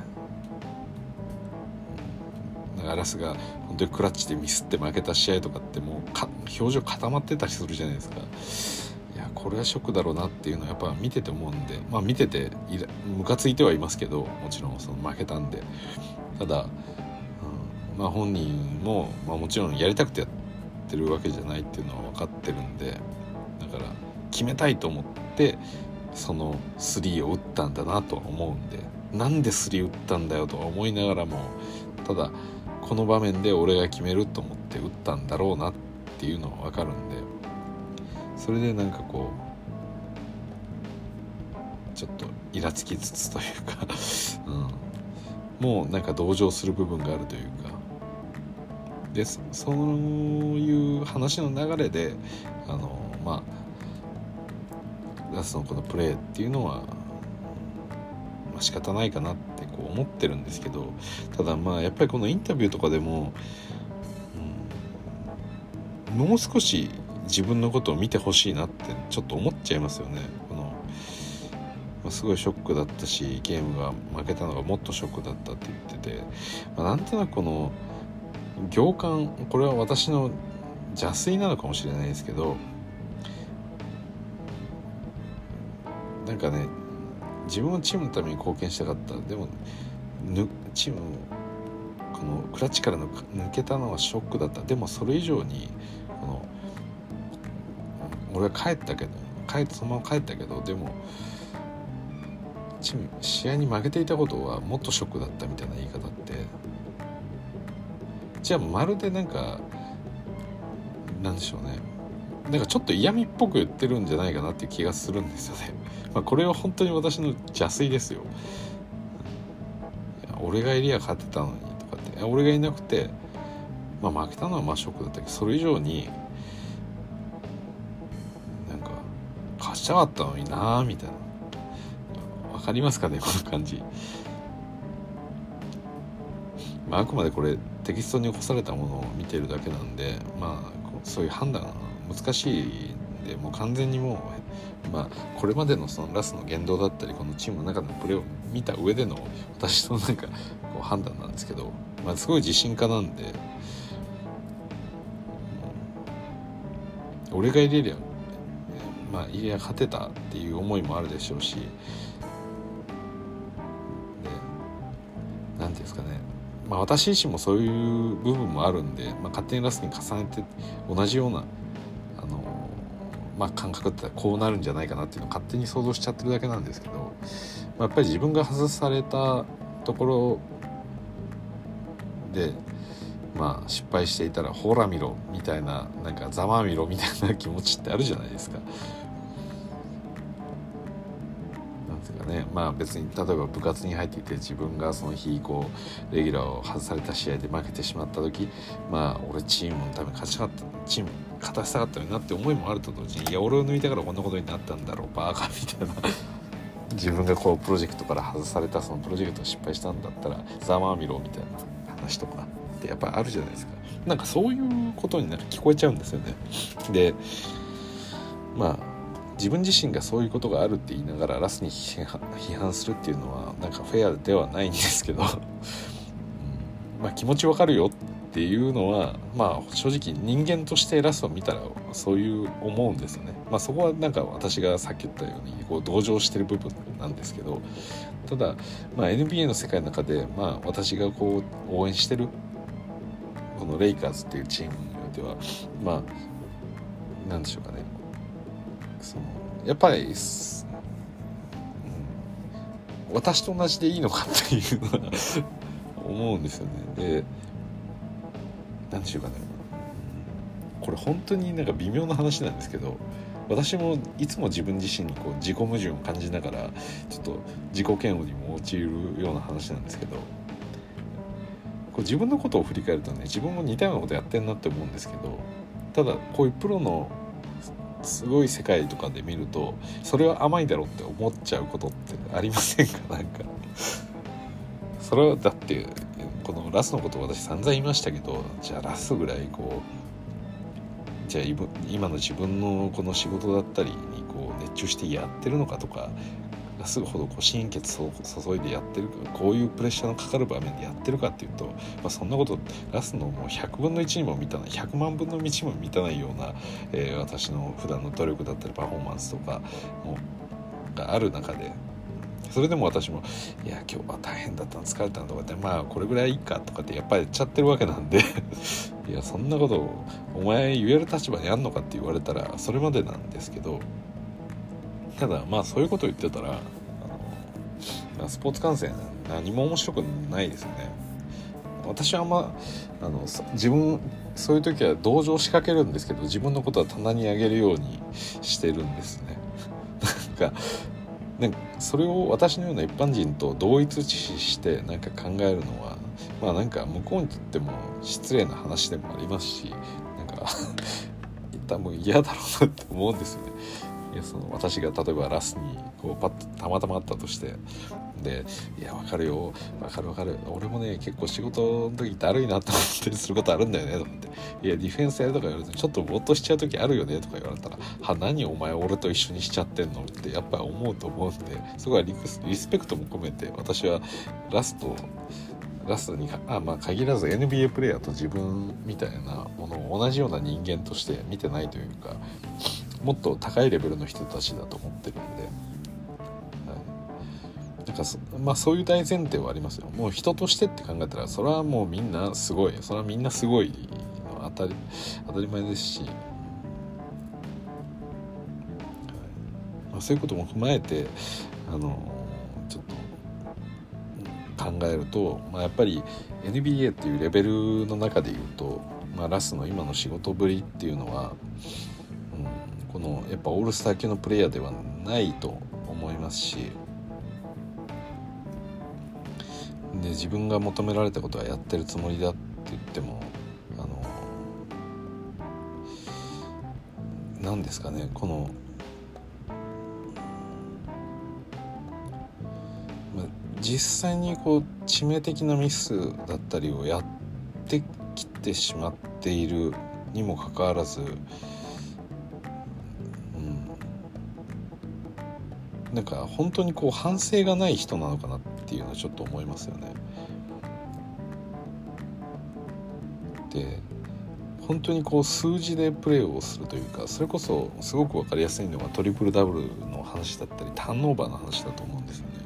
アラスが本当にクラッチでミスって負けた試合とかってもうか表情固まってたりするじゃないですか。いやこれはショックだろうなっていうのはやっぱ見てて思うんで、まあ見ててムカついてはいますけど、もちろんその負けたんで、ただ、うん、まあ本人も、まあ、もちろんやりたくてやってるわけじゃないっていうのは分かってるんで、だから決めたいと思ってそのスリーを打ったんだなとは思うんで、なんでスリー打ったんだよとは思いながらも、ただこの場面で俺が決めると思って打ったんだろうなっていうのは分かるんで、それでなんかこうちょっとイラつきつつというか、うん、もうなんか同情する部分があるというかで、そういう話の流れであのまあラストのこのプレーっていうのは、まあ、仕方ないかなってこう思ってるんですけど、ただまあやっぱりこのインタビューとかでも、うん、もう少し自分のことを見てほしいなってちょっと思っちゃいますよね。この、まあ、すごいショックだったし、ゲームが負けたのがもっとショックだったって言ってて、まあ、なんとなくこの行間、これは私の邪推なのかもしれないですけど、なんかね、自分はチームのために貢献したかった、でもチームこのクラッチからの抜けたのはショックだった、でもそれ以上にこの俺は帰ったけど帰ってそのまま帰ったけど、でもチーム試合に負けていたことはもっとショックだったみたいな言い方って、じゃあまるでなんかなんでしょうね、なんかちょっと嫌味っぽく言ってるんじゃないかなっていう気がするんですよね。まあこれは本当に私の邪推ですよ。いや俺がいりゃ勝てたのにとかって、俺がいなくて、まあ負けたのはまあショックだったけど、それ以上になんか勝ちたかったのになみたいな、わかりますかねこの感じ。まああくまでこれテキストに起こされたものを見てるだけなんで、まあそういう判断が難しいんで、もう完全にもう、まあ、これまでのそのラスの言動だったりこのチームの中のプレーを見た上での私のなんかこう判断なんですけど、まあ、すごい自信家なんで、俺が入れりゃまあ入れりゃ勝てたっていう思いもあるでしょうし、でなんていうんですかね、まあ、私自身もそういう部分もあるんで、まあ、勝手にラスに重ねて同じようなあの、まあ、感覚ってこうなるんじゃないかなっていうのを勝手に想像しちゃってるだけなんですけど、まあ、やっぱり自分が外されたところで、まあ、失敗していたらほら見ろみたいな、なんかざまあ見ろみたいな気持ちってあるじゃないですか。ね、まあ別に例えば部活に入っていて自分がその日こうレギュラーを外された試合で負けてしまった時、まあ俺チームのために勝ちたかったチーム勝たせたかったのになって思いもあると同時に、いや俺を抜いたからこんなことになったんだろうバーカみたいな自分がこうプロジェクトから外されたそのプロジェクトを失敗したんだったらざまあみろみたいな話とかってやっぱりあるじゃないですか。なんかそういうことになんか聞こえちゃうんですよね。でまあ自分自身がそういうことがあるって言いながらラスに批判するっていうのはなんかフェアではないんですけど、うん、まあ気持ちわかるよっていうのはまあ正直人間としてラスを見たらそういう思うんですよね。まあそこはなんか私がさっき言ったようにこう同情してる部分なんですけど、ただまあ エヌビーエー の世界の中でまあ私がこう応援してるこのレイカーズっていうチームにおいてはまあなんでしょうかね、そのやっぱり、うん、私と同じでいいのかっていうのは思うんですよね。で、なんでしょうかね、これ本当になんか微妙な話なんですけど、私もいつも自分自身にこう自己矛盾を感じながらちょっと自己嫌悪にも陥るような話なんですけど、こう自分のことを振り返るとね、自分も似たようなことやってんなって思うんですけど、ただこういうプロのすごい世界とかで見るとそれは甘いだろうって思っちゃうことってありませんか？なんかそれはだってこのラスのことを私散々言いましたけど、じゃあラスぐらいこうじゃあ今の自分のこの仕事だったりにこう熱中してやってるのかとか、ラスほどこう心血を注いでやってるか、こういうプレッシャーのかかる場面でやってるかっていうと、まあ、そんなことラスのもうひゃくぶんのいちにも満たない、ひゃくまんぶんのいちにも満たないような、えー、私の普段の努力だったりパフォーマンスとかもがある中で、それでも私もいや今日は大変だったの疲れたのとかって、まあこれぐらいいいかとかってやっぱり言っちゃってるわけなんでいやそんなことお前言える立場にあんのかって言われたらそれまでなんですけど、ただまあそういうことを言ってたらあのスポーツ観戦何も面白くないですよね。私はあんまあの自分そういう時は同情しかけるんですけど、自分のことは棚に上げるようにしてるんですねなんかなんかそれを私のような一般人と同一視してなんか考えるのはまあなんか向こうにとっても失礼な話でもありますし、なんか多分嫌だろうなって思うんですよね。いやその私が例えばラスにこうパッとたまたま会ったとして、でいや分かるよ分かる分かる俺もね結構仕事の時だるいなと思ったりすることあるんだよねとかって、いやディフェンスやるとか言われてちょっとぼーっとしちゃう時あるよねとか言われたら、は何お前俺と一緒にしちゃってんのってやっぱり思うと思うんで、そこはリスリスペクトも込めて私はラストラストにあ、まあ、限らず エヌビーエー プレイヤーと自分みたいなものを同じような人間として見てないというか、もっと高いレベルの人たちだと思ってるんで、はい、なんかそ、まあ、そういう大前提はありますよ。もう人としてって考えたらそれはもうみんなすごい、それはみんなすごいの当たり、当たり前ですし、はい、まあ、そういうことも踏まえてあのちょっと考えると、まあ、やっぱり エヌビーエー っていうレベルの中でいうと、まあ、ラスの今の仕事ぶりっていうのは、うん、このやっぱオールスター級のプレイヤーではないと思いますし、で自分が求められたことはやってるつもりだって言っても、あの何ですかね、この実際にこう致命的なミスだったりをやってきてしまっているにもかかわらず、うん、なんか本当にこう反省がない人なのかなっていうのはちょっと思いますよね。で本当にこう数字でプレーをするというか、それこそすごく分かりやすいのがトリプルダブルの話だったりターンオーバーの話だと思うんですよね。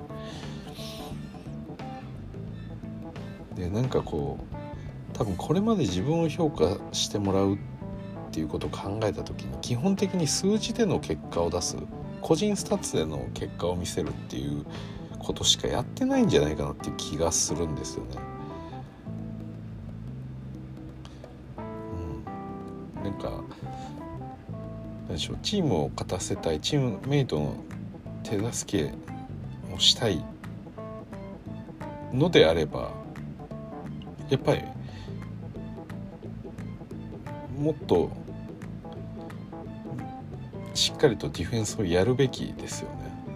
でなんかこう多分これまで自分を評価してもらうっていうことを考えた時に基本的に数字での結果を出す、個人スタッツでの結果を見せるっていうことしかやってないんじゃないかなっていう気がするんですよね。うん、なんか何でしょう、チームを勝たせたい、チームメイトの手助けをしたいのであればやっぱりもっとしっかりとディフェンスをやるべきですよね。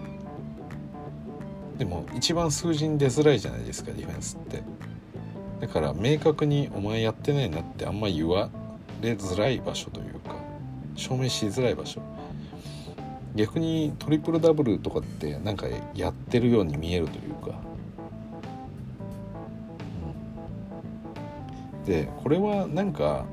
でも一番数字に出づらいじゃないですか、ディフェンスって。だから明確にお前やってないなってあんま言われづらい場所というか、証明しづらい場所。逆にトリプルダブルとかってなんかやってるように見えるというか、うん、でこれはなんか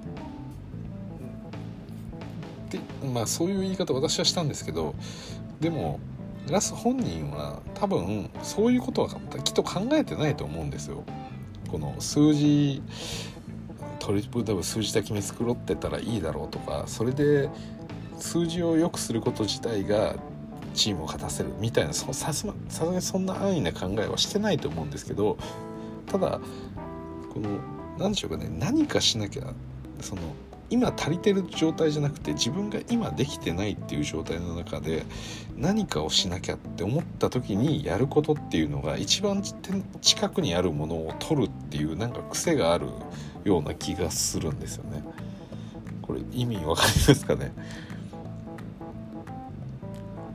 でまあそういう言い方私はしたんですけど、でもラス本人は多分そういうことはきっと考えてないと思うんですよ。この数字トリプルダブル数字だけ見繕ってたらいいだろうとか、それで数字を良くすること自体がチームを勝たせるみたいな、さすがにそんな安易な考えはしてないと思うんですけど、ただこの何でしょうかね、何かしなきゃ、その今足りてる状態じゃなくて自分が今できてないっていう状態の中で何かをしなきゃって思った時にやることっていうのが一番近くにあるものを取るっていうなんか癖があるような気がするんですよね。これ意味わかりますかね。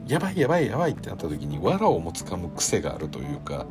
やばいやばいやばいってなった時に藁をもつかむ癖があるというか、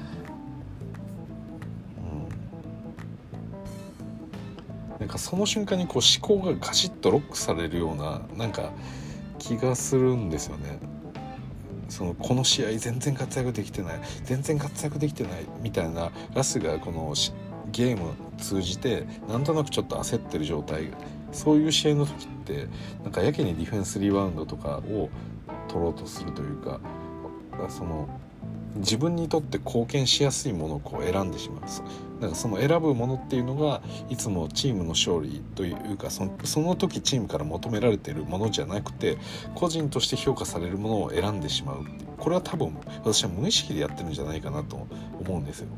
うん、なんかその瞬間にこう思考がガシッとロックされるようななんか気がするんですよね。そのこの試合全然活躍できてない全然活躍できてないみたいな、ラスがこのゲーム通じてなんとなくちょっと焦ってる状態、そういう試合の時ってなんかやけにディフェンスリバウンドとかを取ろうとするというか、その自分にとって貢献しやすいものをこう選んでしまう。なんかその選ぶものっていうのがいつもチームの勝利というか、その、その時チームから求められているものじゃなくて個人として評価されるものを選んでしまうっていう、これは多分私は無意識でやってるんじゃないかなと思うんですよ。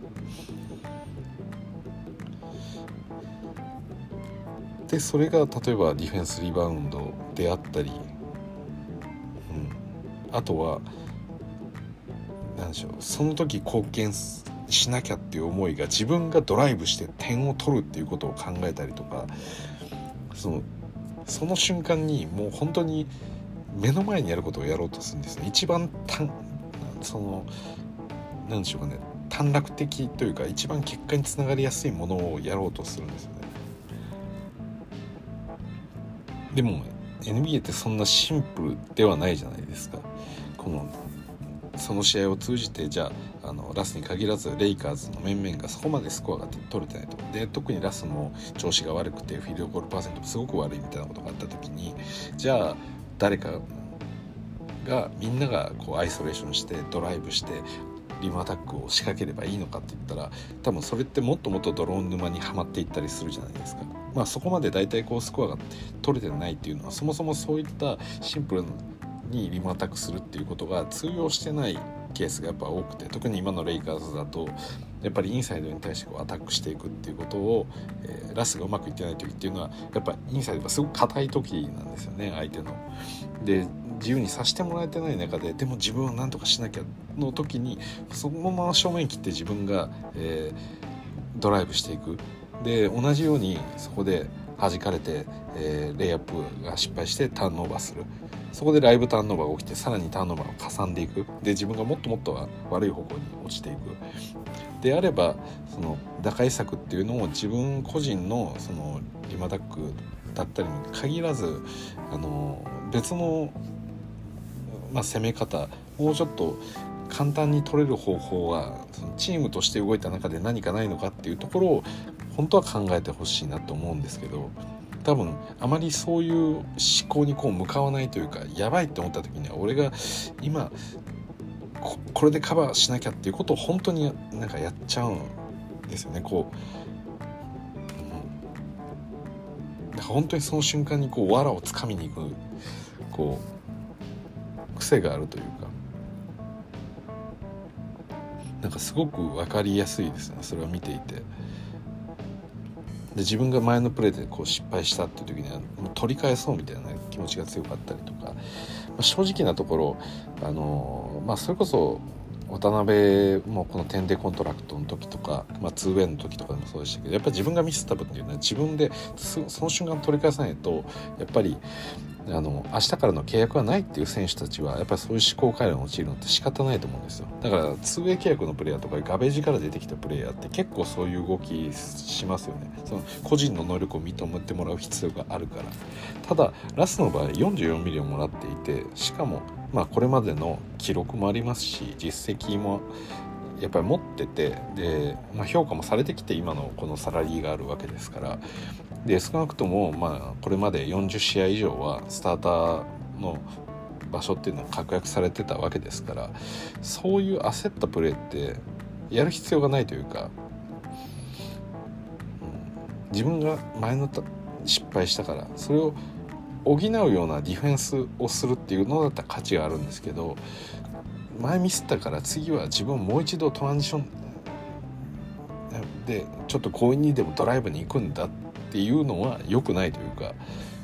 でそれが例えばディフェンスリバウンドであったり、うん、あとは何でしょう、その時貢献しなきゃっていう思いが自分がドライブして点を取るっていうことを考えたりとか、そのその瞬間にもう本当に目の前にやることをやろうとするんですね。一番短その何でしょうかね、短絡的というか一番結果につながりやすいものをやろうとするんですよね。でも エヌビーエー ってそんなシンプルではないじゃないですか。このその試合を通じてじゃあ、あのラスに限らずレイカーズの面々がそこまでスコアが取れてないと、で特にラスの調子が悪くてフィールドゴールパーセントもすごく悪いみたいなことがあった時に、じゃあ誰かがみんながこうアイソレーションしてドライブしてリムアタックを仕掛ければいいのかって言ったら、多分それってもっともっとドローン沼にはまっていったりするじゃないですか。まあそこまでだいたいこうスコアが取れてないっていうのはそもそもそういったシンプルにリムアタックするっていうことが通用してないケースがやっぱ多くて、特に今のレイカーズだとやっぱりインサイドに対してこうアタックしていくっていうことを、えー、ラスがうまくいってない時っていうのはやっぱインサイドがすごく硬い時なんですよね、相手の。で自由にさせてもらえてない中で、でも自分は何とかしなきゃの時にそのまま正面切って自分が、えー、ドライブしていく。で同じようにそこで弾かれて、えー、レイアップが失敗してターンオーバーする。そこでライブターンオーバーが起きてさらにターンオーバーをかさんでいく。で自分がもっともっと悪い方向に落ちていくであれば、その打開策っていうのを自分個人のそのリムアタックだったりに限らず、あの別の、まあ、攻め方もうちょっと簡単に取れる方法はそのチームとして動いた中で何かないのかっていうところを本当は考えてほしいなと思うんですけど、多分あまりそういう思考にこう向かわないというか、やばいって思った時には俺が今 こ, これでカバーしなきゃっていうことを本当になんかやっちゃうんですよね。こう、うん、だから本当にその瞬間にこう藁をつかみに行くこう癖があるというか、なんかすごく分かりやすいですね、それを見ていて。で自分が前のプレーでこう失敗したっていう時にはもう取り返そうみたいな気持ちが強かったりとか、まあ、正直なところ、あのーまあ、それこそ渡辺もこのテンデーコントラクトの時とか、まあ、ツーウェイの時とかでもそうでしたけど、やっぱり自分がミスった分っていうのは自分でその瞬間取り返さないと、やっぱりあの明日からの契約はないっていう選手たちはやっぱりそういう思考回路に陥るのって仕方ないと思うんですよ。だからツーウェイ契約のプレイヤーとかガベージから出てきたプレイヤーって結構そういう動きしますよね。その個人の能力を認めてもらう必要があるから。ただラスの場合よんじゅうよんミリをもらっていて、しかもまあこれまでの記録もありますし実績もやっぱり持ってて、で、まあ、評価もされてきて今のこのサラリーがあるわけですから、で少なくともまあこれまでよんじゅっしあい以上はスターターの場所っていうのは確約されてたわけですから、そういう焦ったプレーってやる必要がないというか、うん、自分が前の失敗したからそれを補うようなディフェンスをするっていうのだったら価値があるんですけど、前ミスったから次は自分をもう一度トランジションでちょっと強引にでもドライブに行くんだっていうのは良くないというか、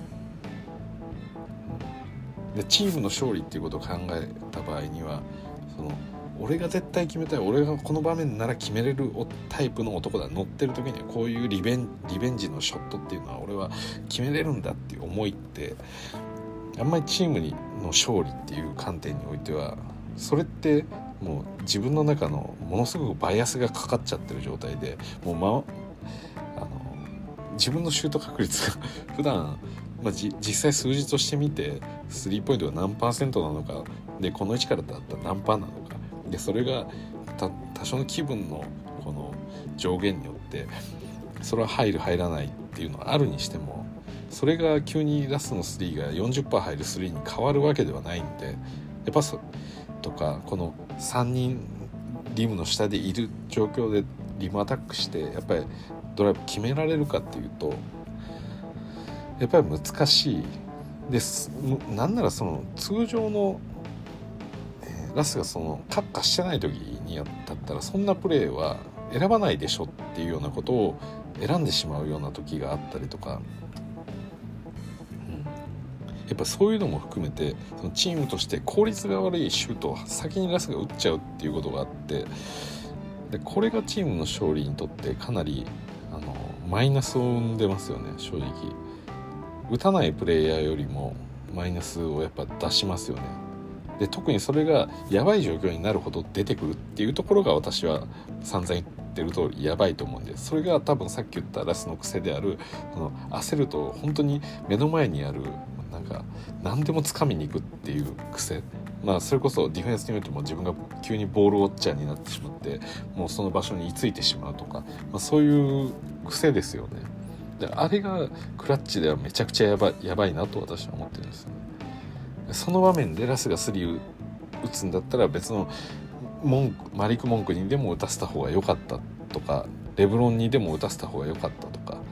でチームの勝利っていうことを考えた場合には、その俺が絶対決めたい、俺がこの場面なら決めれるタイプの男だ、乗ってる時にはこういうリベンリベンジのショットっていうのは俺は決めれるんだっていう思いってあんまりチームにの勝利っていう観点においてはそれってもう自分の中のものすごくバイアスがかかっちゃってる状態でもう、ま、あの自分のシュート確率が普段、まあ、じ実際数字としてみてスリーポイントが何パーセントなのかでこの位置からだったら何パーなのかでそれがた多少の気分のこの上限によってそれは入る入らないっていうのはあるにしてもそれが急にラストのスリーが よんじゅっパーセント 入るスリーに変わるわけではないんでやっぱそとかこのさんにんリムの下でいる状況でリムアタックしてやっぱりドライブ決められるかっていうとやっぱり難しいです。なんならその通常の、えー、ラスがそのカッカしてない時にやったらそんなプレーは選ばないでしょっていうようなことを選んでしまうような時があったりとか、うん、やっぱそういうのも含めてそのチームとして効率が悪いシュートを先にラスが打っちゃうっていうことがあってでこれがチームの勝利にとってかなりあのマイナスを生んでますよね。正直打たないプレイヤーよりもマイナスをやっぱ出しますよね。で特にそれがやばい状況になるほど出てくるっていうところが私は散々言ってる通りやばいと思うんでそれが多分さっき言ったラスの癖であるその焦ると本当に目の前にあるなんか何でも掴みに行くっていう癖まあそれこそディフェンスにおいても自分が急にボールウォッチャーになってしまってもうその場所に居ついてしまうとか、まあ、そういう癖ですよね。であれがクラッチではめちゃくちゃやばい、やばいなと私は思ってるんですよね。その場面でラスがスリー打つんだったら別の文句マリク・モンクにでも打たせた方が良かったとかレブロンにでも打たせた方が良かったとか、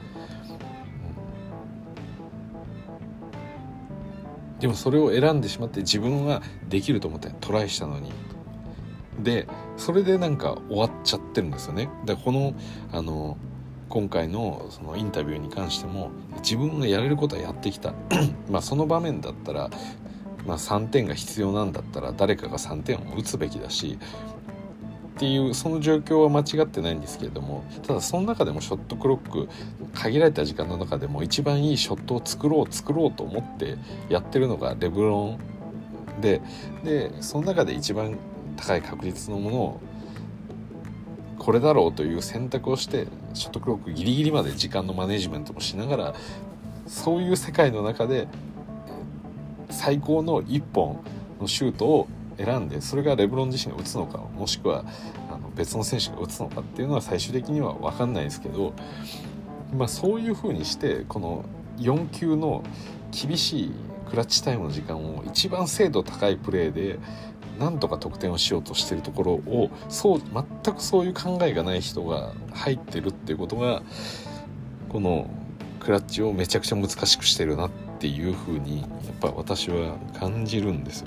うん、でもそれを選んでしまって自分はできると思ってトライしたのにでそれでなんか終わっちゃってるんですよね。でこのあの今回 の, そのインタビューに関しても自分がやれることはやってきたまあその場面だったら、まあ、さんてんが必要なんだったら誰かがさんてんを打つべきだしっていうその状況は間違ってないんですけれどもただその中でもショットクロック限られた時間の中でも一番いいショットを作ろう作ろうと思ってやってるのがレブロンででその中で一番高い確率のものをこれだろうという選択をしてショットクロックギリギリまで時間のマネジメントもしながらそういう世界の中で最高のいっぽんのシュートを選んでそれがレブロン自身が打つのかもしくはあの別の選手が打つのかっていうのは最終的には分かんないですけど、まあ、そういう風にしてこのよん球の厳しいクラッチタイムの時間を一番精度高いプレーでなんとか得点をしようとしているところをそう全くそういう考えがない人が入ってるっていうことがこのクラッチをめちゃくちゃ難しくしてるなっていう風にやっぱ私は感じるんですよね。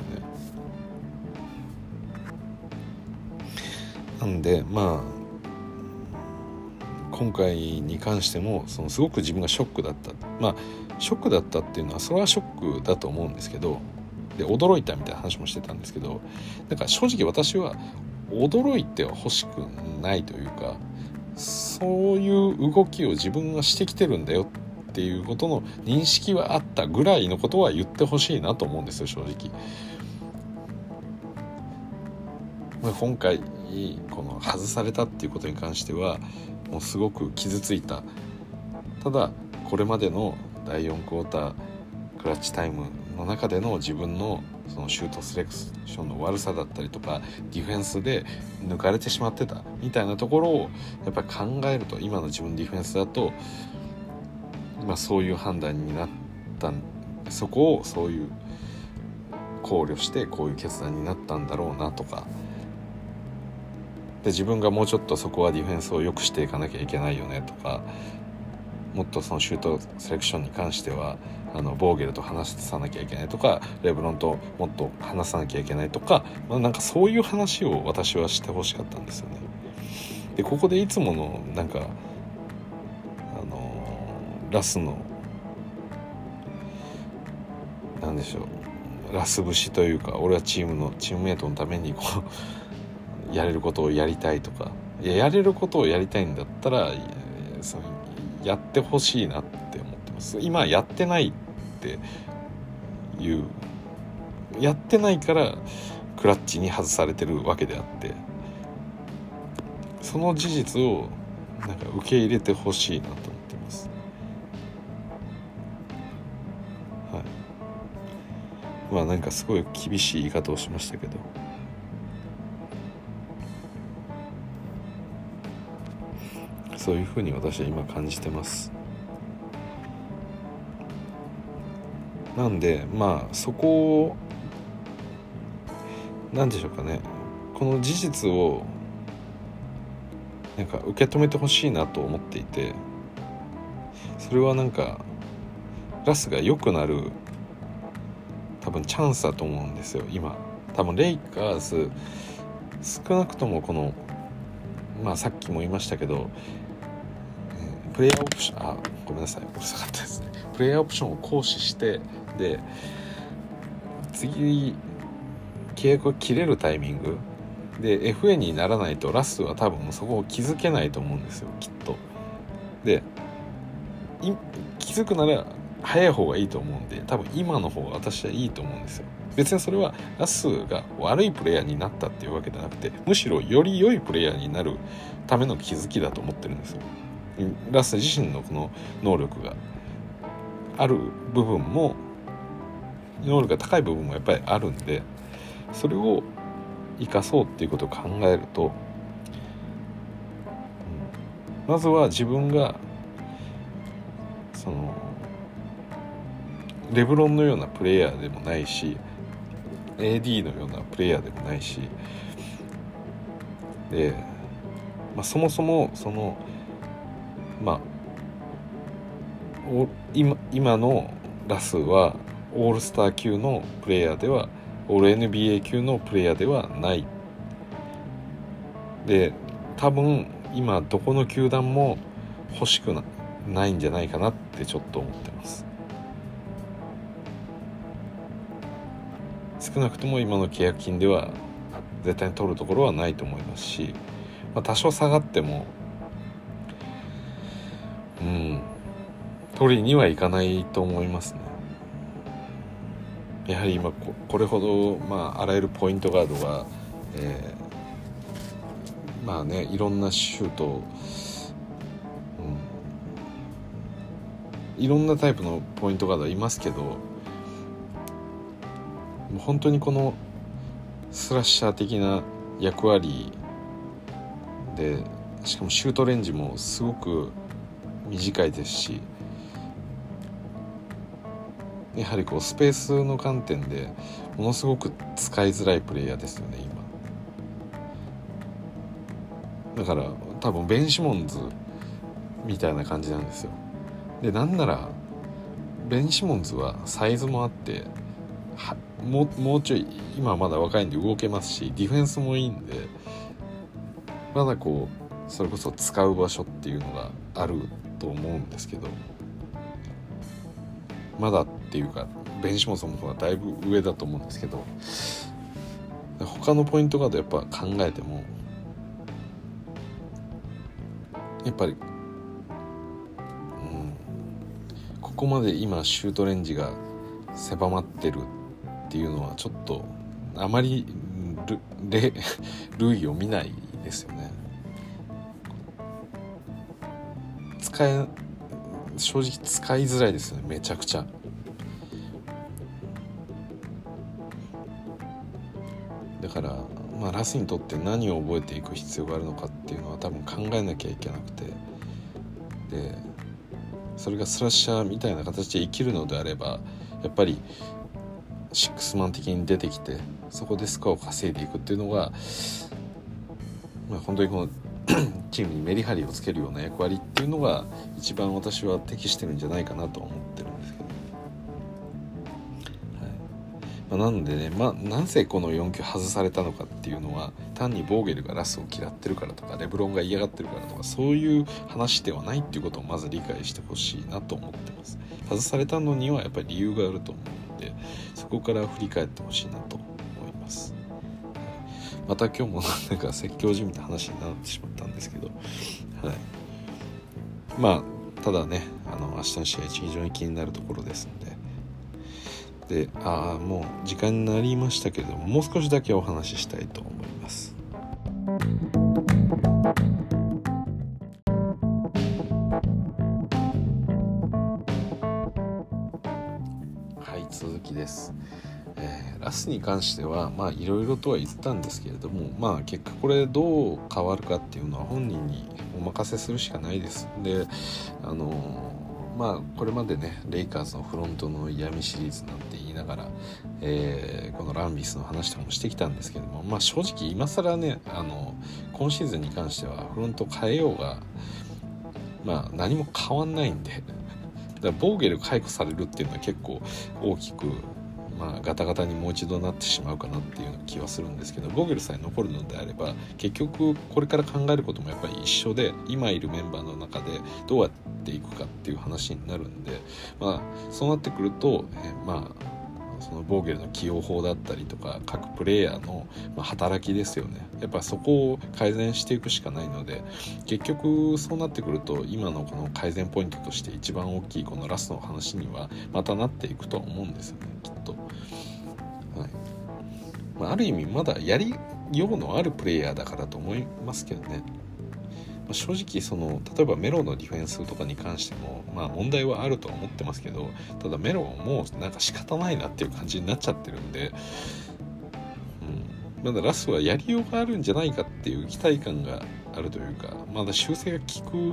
なんでまあ今回に関してもそのすごく自分がショックだったまあショックだったっていうのはそれはショックだと思うんですけどで驚いたみたいな話もしてたんですけどだから正直私は驚いては欲しくないというかそういう動きを自分がしてきてるんだよっていうことの認識はあったぐらいのことは言ってほしいなと思うんですよ正直。まあ、今回この外されたっていうことに関してはもうすごく傷ついた。ただこれまでのだいよんクォータークラッチタイムの中での自分のそのシュートセレクションの悪さだったりとかディフェンスで抜かれてしまってたみたいなところをやっぱり考えると今の自分ディフェンスだと、まあ、そういう判断になったそこをそういう考慮してこういう決断になったんだろうなとかで自分がもうちょっとそこはディフェンスを良くしていかなきゃいけないよねとかもっとそのシュートセレクションに関してはあのボーゲルと話さなきゃいけないとかレブロンともっと話さなきゃいけないとか、まあ、なんかそういう話を私はしてほしかったんですよね。でここでいつものなんかあのラスのなんでしょうラス節というか俺はチームのチームメイトのためにこうやれることをやりたいとかいややれることをやりたいんだったらそのやってほしいなって思ってます。今やってないっていうやってないからクラッチに外されてるわけであって、その事実をなんか受け入れてほしいなと思ってます。はい。まあなんかすごい厳しい言い方をしましたけど、そういうふうに私は今感じてます。なんでまあそこを何でしょうかね、この事実をなんか受け止めてほしいなと思っていて、それはなんかラスが良くなる多分チャンスだと思うんですよ今。多分レイカーズ少なくともこのまあさっきも言いましたけど、えー、プレイヤーオプションあごめんなさいうるさかったですね。プレイヤーオプションを行使してで次契約が切れるタイミングで エフエー にならないとラスは多分そこを気づけないと思うんですよきっと。で気づくなら早い方がいいと思うんで、多分今の方が私はいいと思うんですよ。別にそれはラスが悪いプレイヤーになったっていうわけじゃなくて、むしろより良いプレイヤーになるための気づきだと思ってるんですよ。ラス自身のこの能力がある部分も能力が高い部分もやっぱりあるんで、それを生かそうっていうことを考えると、うん、まずは自分がそのレブロンのようなプレイヤーでもないし エーディー のようなプレイヤーでもないしで、まあ、そもそもそのまあ今, 今のラスはオールスター級のプレイヤーではオール エヌビーエー 級のプレイヤーではないで、多分今どこの球団も欲しく な, ないんじゃないかなってちょっと思ってます。少なくとも今の契約金では絶対に取るところはないと思いますし、まあ、多少下がってもうん取りにはいかないと思いますね。やはり今 こ, これほど、まあ、あらゆるポイントガードが、えー、まあねいろんなシュート、うん、いろんなタイプのポイントガードはいますけど、もう本当にこのスラッシャー的な役割で、しかもシュートレンジもすごく短いですし、やはりこうスペースの観点でものすごく使いづらいプレイヤーですよね今。だから多分ベン・シモンズみたいな感じなんですよ。でなんならベン・シモンズはサイズもあってはもう、もうちょい今はまだ若いんで動けますし、ディフェンスもいいんで、まだこうそれこそ使う場所っていうのがあると思うんですけど、まだっていうかベン・シモンズの方がだいぶ上だと思うんですけど、他のポイントガードやっぱ考えてもやっぱり、うん、ここまで今シュートレンジが狭まってるっていうのはちょっとあまり類を見ないですよね。使え正直使いづらいですよね、めちゃくちゃ。だから、まあ、ラスにとって何を覚えていく必要があるのかっていうのは多分考えなきゃいけなくて、でそれがスラッシャーみたいな形で生きるのであればやっぱりシックスマン的に出てきてそこでスコアを稼いでいくっていうのが、まあ、本当にこのチームにメリハリをつけるような役割っていうのが一番私は適してるんじゃないかなと思ってるんですけど、はいまあ、なのでね、まあ、なぜこのよん球外されたのかっていうのは単にボーゲルがラスを嫌ってるからとかレブロンが嫌がってるからとかそういう話ではないっていうことをまず理解してほしいなと思ってます。外されたのにはやっぱり理由があると思うのでそこから振り返ってほしいなと思います。また今日もなんか説教じみた話になってしまったんですけど、はい、まあただねあの明日の試合非常に気になるところですので、 で、あもう時間になりましたけれども、もう少しだけお話ししたいと思います。はい、続きです。えー、ラスに関してはまあいろいろとは言ったんですけれども、まあ結果これどう変わるかっていうのは本人にお任せするしかないです。で、あのー、まあこれまでねレイカーズのフロントの闇シリーズなんて言いながら、えー、このランビスの話とかもしてきたんですけども、まあ正直今更ね、あの今シーズンに関してはフロント変えようがまあ何も変わんないんで、だからボーゲル解雇されるっていうのは結構大きくまあ、ガタガタにもう一度なってしまうかなっていう気はするんですけど、ボーゲルさえ残るのであれば結局これから考えることもやっぱり一緒で、今いるメンバーの中でどうやっていくかっていう話になるんで、まあ、そうなってくると、えまあ、そのボーゲルの起用法だったりとか各プレイヤーの働きですよね。やっぱそこを改善していくしかないので、結局そうなってくると今のこの改善ポイントとして一番大きいこのラストの話にはまたなっていくとは思うんですよね、きっと。はいまあ、ある意味まだやりようのあるプレイヤーだからと思いますけどね。まあ、正直その例えばメロのディフェンスとかに関してもまあ問題はあるとは思ってますけど、ただメロもうなんか仕方ないなっていう感じになっちゃってるんで、うん、まだラスはやりようがあるんじゃないかっていう期待感があるというか、まだ修正が効く、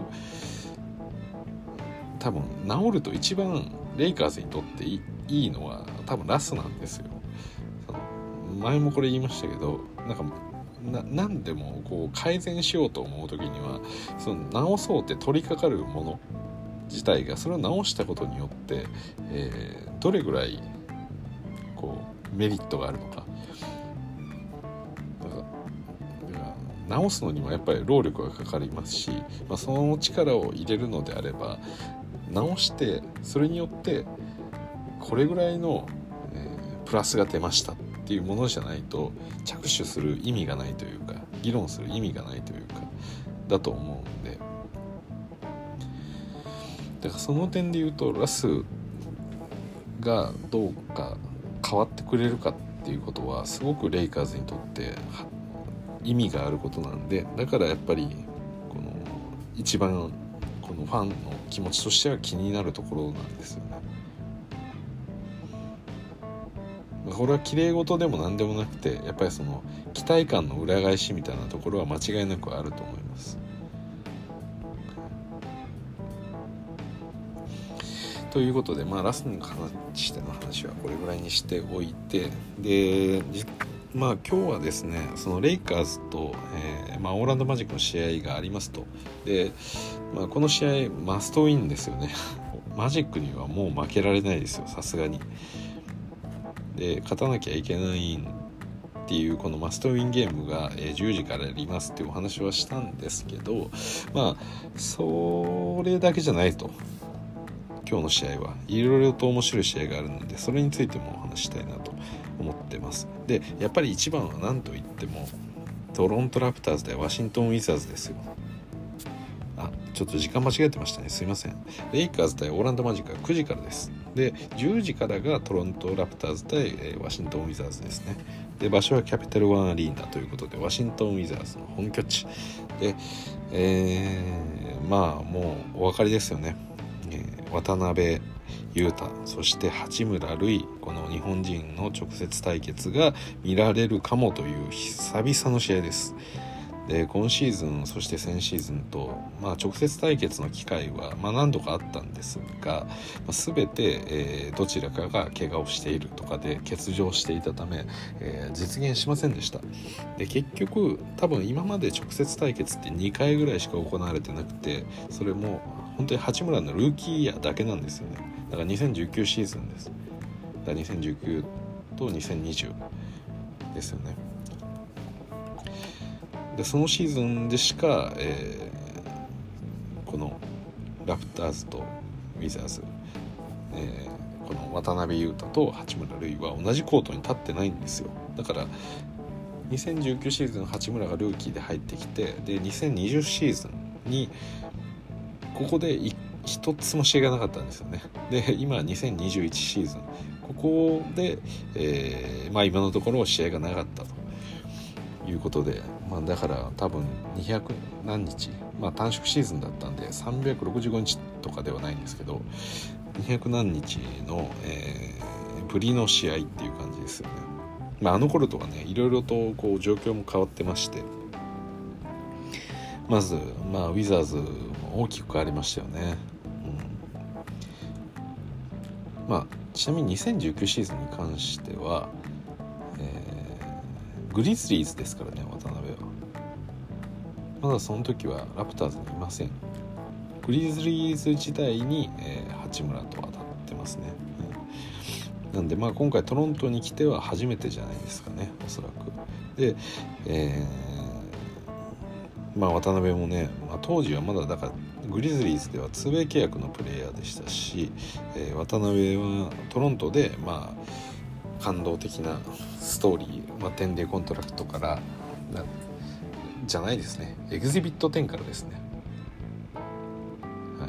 多分治ると一番レイカーズにとってい い, いいのは多分ラスなんですよ。前もこれ言いましたけど、なんかな何でもこう改善しようと思う時にはその直そうって取り掛かるもの自体がそれを直したことによって、えー、どれぐらいこうメリットがあるのか、だから直すのにもやっぱり労力がかかりますし、まあ、その力を入れるのであれば直してそれによってこれぐらいの、えー、プラスが出ましたっていうものじゃないと着手する意味がないというか、議論する意味がないというかだと思うんで、だからその点で言うとラスがどうか変わってくれるかっていうことはすごくレイカーズにとって意味があることなんで、だからやっぱりこの一番このファンの気持ちとしては気になるところなんですよね。これは綺麗事でも何でもなくて、やっぱりその期待感の裏返しみたいなところは間違いなくあると思います。ということで、まあ、ラスに関しての話はこれぐらいにしておいて、で、まあ、今日はですねそのレイカーズと、えーまあ、オーランドマジックの試合がありますと。で、まあ、この試合マストウィンですよねマジックにはもう負けられないですよ、さすがに。で勝たなきゃいけないっていうこのマストウィンゲームがじゅうじからやりますっていうお話はしたんですけど、まあそれだけじゃないと。今日の試合はいろいろと面白い試合があるので、それについてもお話したいなと思ってます。でやっぱり一番は何と言ってもトロントラプターズでワシントンウィザーズですよ。あ、ちょっと時間間違えてましたね、すいません。レイカーズ対オーランドマジックはくじからです。でじゅうじからがトロントラプターズ対、えー、ワシントンウィザーズですね。で場所はキャピタルワンアリーナということでワシントンウィザーズの本拠地で、えー、まあもうお分かりですよね、えー、渡辺裕太そして八村塁、この日本人の直接対決が見られるかもという久々の試合です。で今シーズンそして先シーズンと、まあ、直接対決の機会は、まあ、何度かあったんですが、まあ、全て、えー、どちらかが怪我をしているとかで欠場していたため、えー、実現しませんでした。で結局多分今まで直接対決ってにかいぐらいしか行われてなくて、それも本当に八村のルーキーイヤーだけなんですよね。だからにせんじゅうきゅうシーズンです。だからにせんじゅうきゅうとにせんにじゅうですよね。でそのシーズンでしか、えー、このラプターズとウィザーズ、えー、この渡辺裕太と八村塁は同じコートに立ってないんですよ。だからにせんじゅうきゅうシーズン八村がルーキーで入ってきて、でにせんにじゅうシーズンにここで一つも試合がなかったんですよね。で今にせんにじゅういちシーズンここで、えーまあ、今のところ試合がなかったということで、まあ、だから多分にひゃく何日、まあ、短縮シーズンだったんでさんびゃくろくじゅうごにちとかではないんですけど、にひゃく何日の、えー、ぶりの試合っていう感じですよね。まあ、あの頃とはねいろいろとこう状況も変わってまして、まず、まあ、ウィザーズも大きく変わりましたよね、うん、まあちなみににせんじゅうきゅうシーズンに関しては、えー、グリズリーズですからね渡辺は。まだその時はラプターズにいません。グリズリーズ時代に、えー、八村と当たってますね、うん、なんでまあ今回トロントに来ては初めてじゃないですかねおそらく。で、えー、まあ渡辺もね、まあ、当時はまだだからグリズリーズではツーウェイ契約のプレイヤーでしたし、えー、渡辺はトロントでまあ感動的なストーリー、まあ、テンデーコントラクトからなじゃないですねエグゼビットじゅうからですね、はい、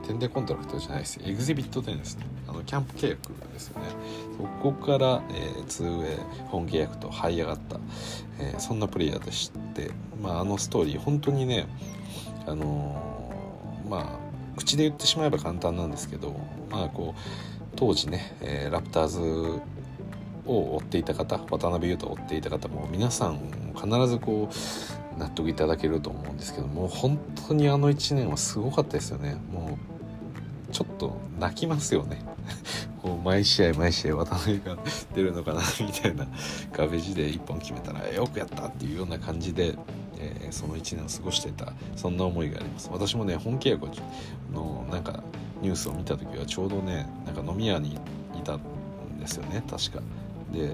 テンデーコントラクトじゃないですエグゼビットじゅうですね。あのキャンプ契約ですよね。そこから、えー、ツーウェイ本契約と這い上がった、えー、そんなプレイヤーでして、まあ、あのストーリー本当にねあのー、まあ口で言ってしまえば簡単なんですけど、まあこう当時ね、えー、ラプターズを追っていた方、渡辺裕太を追っていた方も皆さん必ずこう納得いただけると思うんですけども、本当にあのいちねんはすごかったですよね。もうちょっと泣きますよねこう毎試合毎試合渡辺が出るのかなみたいな、ガベージでいっぽん決めたらよくやったっていうような感じで、えー、そのいちねんを過ごしていた、そんな思いがあります。私もね本契約のなんかニュースを見た時はちょうどねなんか飲み屋にいたんですよね確かで、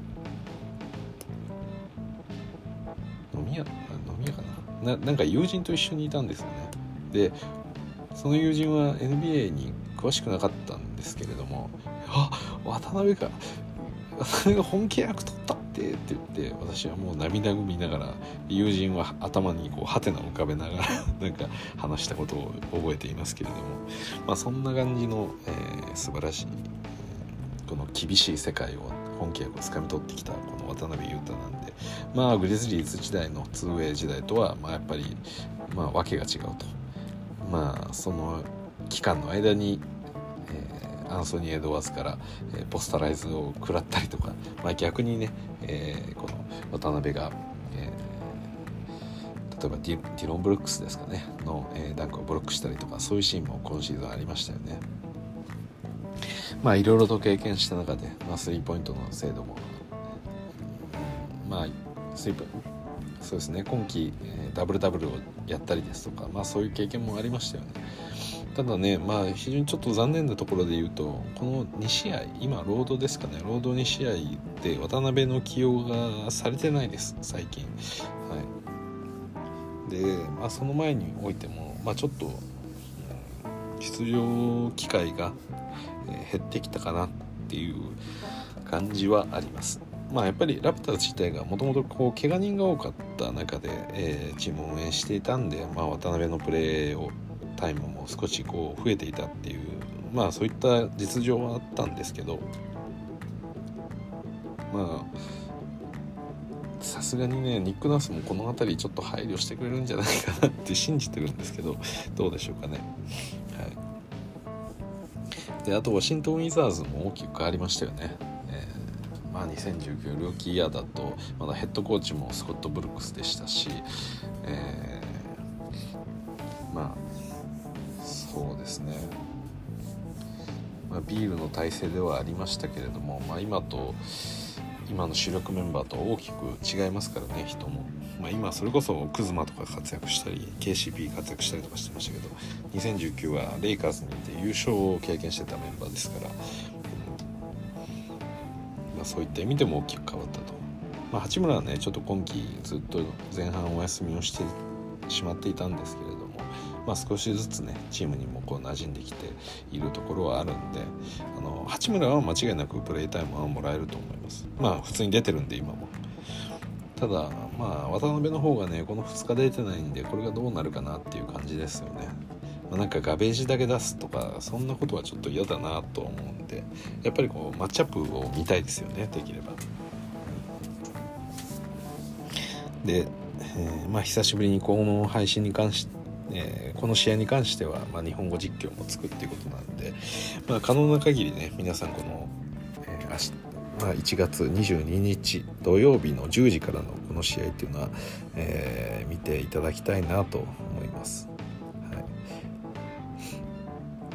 飲み屋飲み屋かな な, なんか友人と一緒にいたんですよね。でその友人は エヌビーエー に詳しくなかったんですけれども、あ渡辺が渡辺が本契約取ったってって言って、私はもう涙ぐみながら、友人は頭にこうハテナを浮かべながらなんか話したことを覚えていますけれども、まあそんな感じの、えー、素晴らしいこの厳しい世界を本契約をつかみ取ってきたこの渡辺裕太なんで、まあグリズリーズ時代のツーウェイ時代とはまあやっぱりまあ訳が違うと。まあその期間の間に、えー、アンソニー・エドワーズから、えー、ポスタライズを食らったりとか、まあ、逆にね、えー、この渡辺が、えー、例えばディ、ディロン・ブルックスですかねの、えー、ダンクをブロックしたりとか、そういうシーンも今シーズンありましたよね。まあいろいろと経験した中で、まあ、スリーポイントの精度も、うん、まあスリーポイントそうですね今季、えー、ダブルダブルをやったりですとか、まあそういう経験もありましたよね。ただね、まあ非常にちょっと残念なところで言うと、このに試合今ロードですかね、ロードに試合で渡辺の起用がされてないです最近。はい。で、まあその前においても、まあちょっと、うん、出場機会が、えー、減ってきたかなっていう感じはあります。まあやっぱりラプターズ自体がもともとこう怪我人が多かった中で、えー、チームを運営していたんで、まあ、渡辺のプレーをタイムも少しこう増えていたっていう、まあそういった実情はあったんですけど、まあさすがにねニック・ナースもこの辺りちょっと配慮してくれるんじゃないかなって信じてるんですけど、どうでしょうかね。はい。であとワシントン・ウィザーズも大きく変わりましたよね。まあ、にせんじゅうきゅうルーキーイヤーだとまだヘッドコーチもスコット・ブルックスでしたし、えー、まあそうですね、まあ、ビールの体制ではありましたけれども、まあ、今と今の主力メンバーと大きく違いますからね人も、まあ、今それこそクズマとか活躍したり ケーシーピー 活躍したりとかしてましたけど、にせんじゅうきゅうはレイカーズにいて優勝を経験してたメンバーですから、まあ、そういった意味でも大きく変わったと。まあ、八村はねちょっと今季ずっと前半お休みをしてしまっていたんですけれども、まあ、少しずつねチームにもこう馴染んできているところはあるんで、あの八村は間違いなくプレータイムはもらえると思います。まあ普通に出てるんで今も。ただまあ渡辺の方がねこのふつか出てないんで、これがどうなるかなっていう感じですよね。 まあ、なんかガベージだけ出すとかそんなことはちょっと嫌だなと思うんで、やっぱりこうマッチアップを見たいですよね、できれば。で、えー、まあ久しぶりにこの配信に関して、えー、この試合に関しては、まあ、日本語実況もつくっていうことなんで、まあ、可能な限りね皆さんこの、えー明日まあ、いちがつにじゅうににち土曜日のじゅうじからのこの試合っていうのは、えー、見ていただきたいなと思います。はい、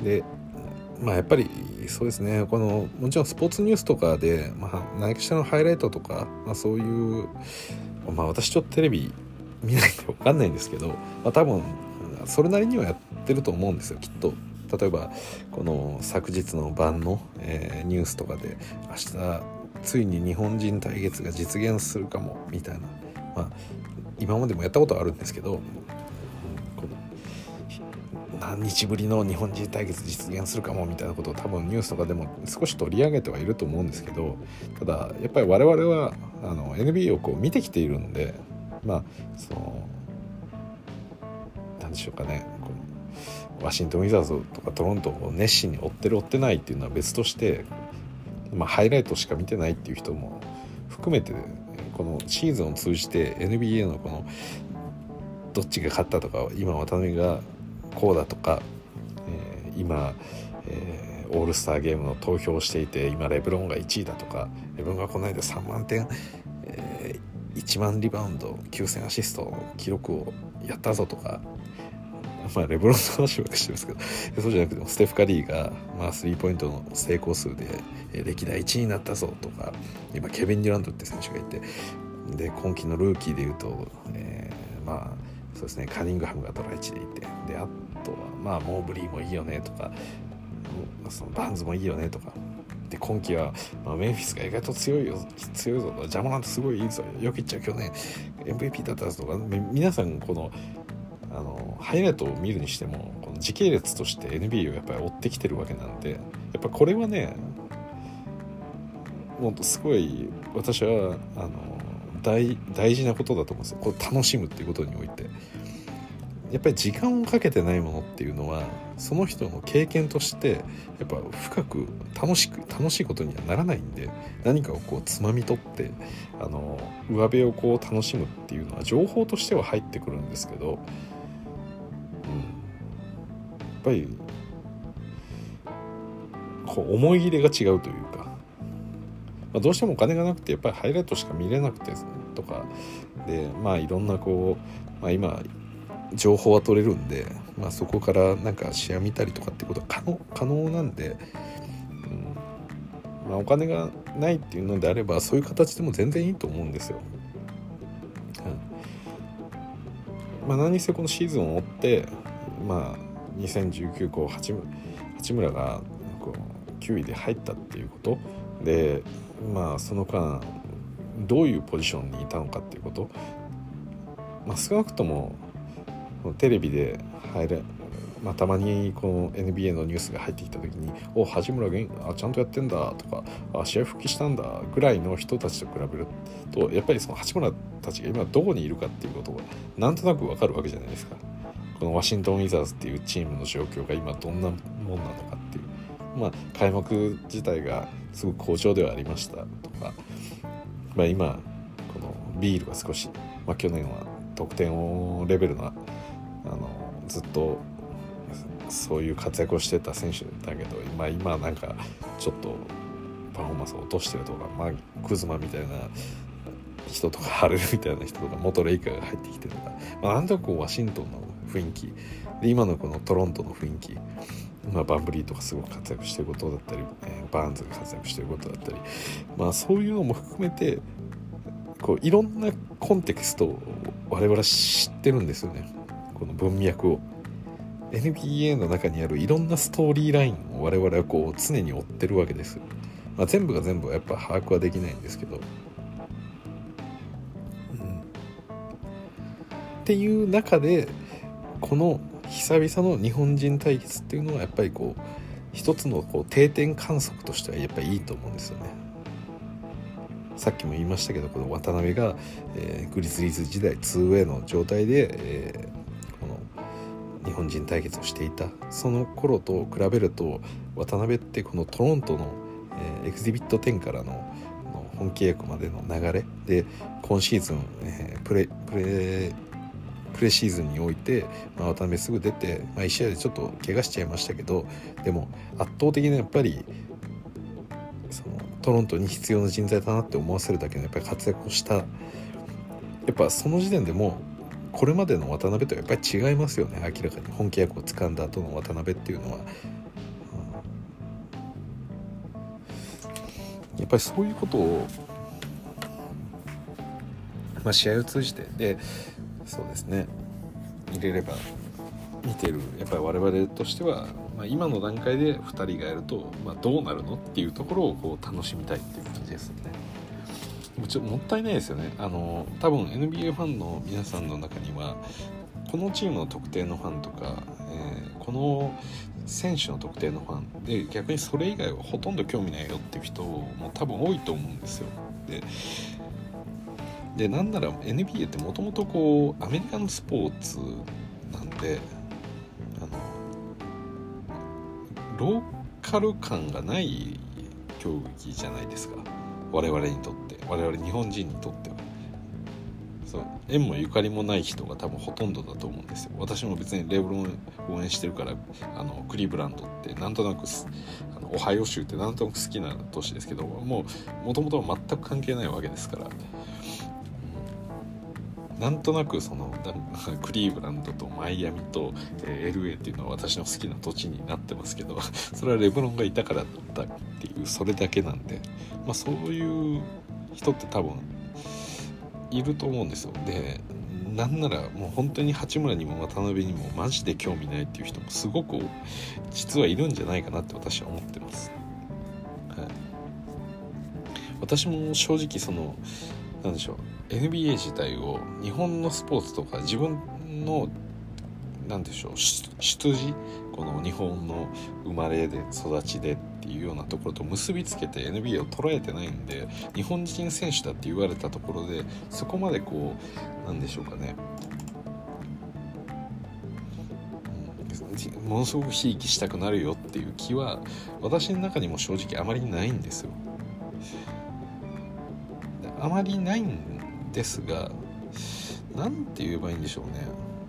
で、まあ、やっぱりそうですね、このもちろんスポーツニュースとかで、まあ、何かしらのハイライトとか、まあ、そういう、まあ、私ちょっとテレビ見ないんで分かんないんですけど、まあ、多分それなりにはやってると思うんですよ、きっと。例えばこの昨日の晩の、えー、ニュースとかで明日ついに日本人対決が実現するかもみたいな、まあ、今までもやったことはあるんですけど、この何日ぶりの日本人対決実現するかもみたいなことを多分ニュースとかでも少し取り上げてはいると思うんですけど、ただやっぱり我々はあの エヌビーエー をこう見てきているんで、まあそのなんでしょうかね、このワシントンウィザーズとかトロントを熱心に追ってる追ってないっていうのは別として、まあ、ハイライトしか見てないっていう人も含めて、このシーズンを通じて エヌビーエー のこのどっちが勝ったとか、今渡辺がこうだとか、えー、今、えー、オールスターゲームの投票をしていて今レブロンがいちいだとか、レブロンがこの間さんまんてん、えー、いちまんリバウンドきゅうせんアシストの記録をやったぞとか、まあ、レブロンの話ばっかりしてるんですけど、そうじゃなくてもステフ・カリーが、まあ、スリーポイントの成功数で歴代いちいになったぞとか、今ケビン・デュラントって選手がいて、で今季のルーキーでいうと、えー、まあそうですね、カニングハムがドラいちでいて、であとはまあモーブリーもいいよねとか、そのバンズもいいよねとか、で今季は、まあ、メンフィスが意外と強いよ強いぞ、ジャモラントすごいいいぞ、よく言っちゃう去年 エムブイピー だったぞとか、皆さんこのあのハイライトを見るにしてもこの時系列として エヌビーエー をやっぱり追ってきてるわけなんで、やっぱこれはねもうすごい私はあの 大, 大事なことだと思うんですよ、これ楽しむっていうことにおいて。やっぱり時間をかけてないものっていうのはその人の経験としてやっぱ深く楽しく楽しいことにはならないんで、何かをこうつまみ取ってあの上辺をこう楽しむっていうのは情報としては入ってくるんですけど、うん、やっぱりこう思い入れが違うというか、まあ、どうしてもお金がなくてやっぱりハイライトしか見れなくてとかで、まあいろんなこう、まあ、今情報は取れるんで、まあ、そこからなんか試合見たりとかってことは可能、可能なんで、うんまあ、お金がないっていうのであればそういう形でも全然いいと思うんですよ。うんまあ、何せこのシーズンを追って、まあ、にせんじゅうきゅうこう八村がこうきゅういで入ったっていうことで、まあ、その間どういうポジションにいたのかっていうこと、まあ、少なくともテレビで入れ、まあ、たまにこの エヌビーエー のニュースが入ってきた時に「お八村があちゃんとやってんだ」とかあ「試合復帰したんだ」ぐらいの人たちと比べると、やっぱりその八村たちが今どこにいるかっていうことがなんとなく分かるわけじゃないですか。このワシントン・ウィザーズっていうチームの状況が今どんなもんなのかっていう、まあ開幕自体がすごく好調ではありましたとか、まあ、今このビールが少し、まあ、去年は得点をレベルのあのずっとそういう活躍をしてた選手だけど、今今なんかちょっとパフォーマンスを落としてるとか、まあ、クズマみたいな人とかハレルみたいな人とか元レイカーが入ってきてるとか、まあ、なんとなくこうワシントンの雰囲気で今のこのトロントの雰囲気、まあ、バンブリーとかすごく活躍してることだったり、えー、バーンズが活躍してることだったり、まあ、そういうのも含めてこういろんなコンテクストを我々は知ってるんですよね、この文脈を。 エヌビーエー の中にあるいろんなストーリーラインを我々はこう常に追ってるわけです、まあ、全部が全部はやっぱ把握はできないんですけど、うん、っていう中でこの久々の日本人対決っていうのはやっぱりこう一つのこう定点観測としてはやっぱりいいと思うんですよね。さっきも言いましたけど、この渡辺が、えー、グリズリーズ時代 ツーウェイ の状態で、えー、この日日本人対決をしていたその頃と比べると、渡辺ってこのトロントの、えー、エクゼビットテンからの本契約までの流れで、今シーズン、えー、プレプレプレシーズンにおいて、まあ、渡辺すぐ出て、まあ、いち試合でちょっと怪我しちゃいましたけど、でも圧倒的なやっぱりそのトロントに必要な人材だなって思わせるだけのやっぱり活躍をした。やっぱその時点でもうこれまでの渡辺とやっぱり違いますよね。明らかに本契約を掴んだ後の渡辺っていうのは、うん、やっぱりそういうことを、まあ、試合を通じてでそうですね入れれば見てるやっぱり我々としては、まあ、今の段階でふたりがやると、まあ、どうなるのっていうところをこう楽しみたいっていう感じですよね。もちろんもったいないですよね。あの多分 エヌビーエー ファンの皆さんの中にはこのチームの特定のファンとか、えー、この選手の特定のファンで逆にそれ以外はほとんど興味ないよっていう人も多分多いと思うんですよ。ででなんなら エヌビーエー ってもともとこうアメリカのスポーツなんで、あのローカル感がない競技じゃないですか、我々にとって。我々日本人にとってはそう縁もゆかりもない人が多分ほとんどだと思うんですよ。私も別にレブロン応援してるから、あのクリーブランドってなんとなくあのオハイオ州ってなんとなく好きな都市ですけど、もう元々は全く関係ないわけですから、なんとなくそのクリーブランドとマイアミと、えー、エルエー っていうのは私の好きな土地になってますけど、それはレブロンがいたからだっていうそれだけなんで、まあ、そういう人って多分いると思うんですよ。でなんならもう本当に八村にも渡辺にもマジで興味ないっていう人もすごく実はいるんじゃないかなって私は思ってます、はい、私も正直そのなんでしょう エヌビーエー 自体を日本のスポーツとか自分のなんでしょう出自この日本の生まれで育ちでっていうようなところと結びつけて エヌビーエー を捉えてないんで、日本人選手だって言われたところでそこまでこうなんでしょうかね、うん、ものすごくひいきしたくなるよっていう気は私の中にも正直あまりないんですよ。あまりないんですが、なんて言えばいいんでしょうね。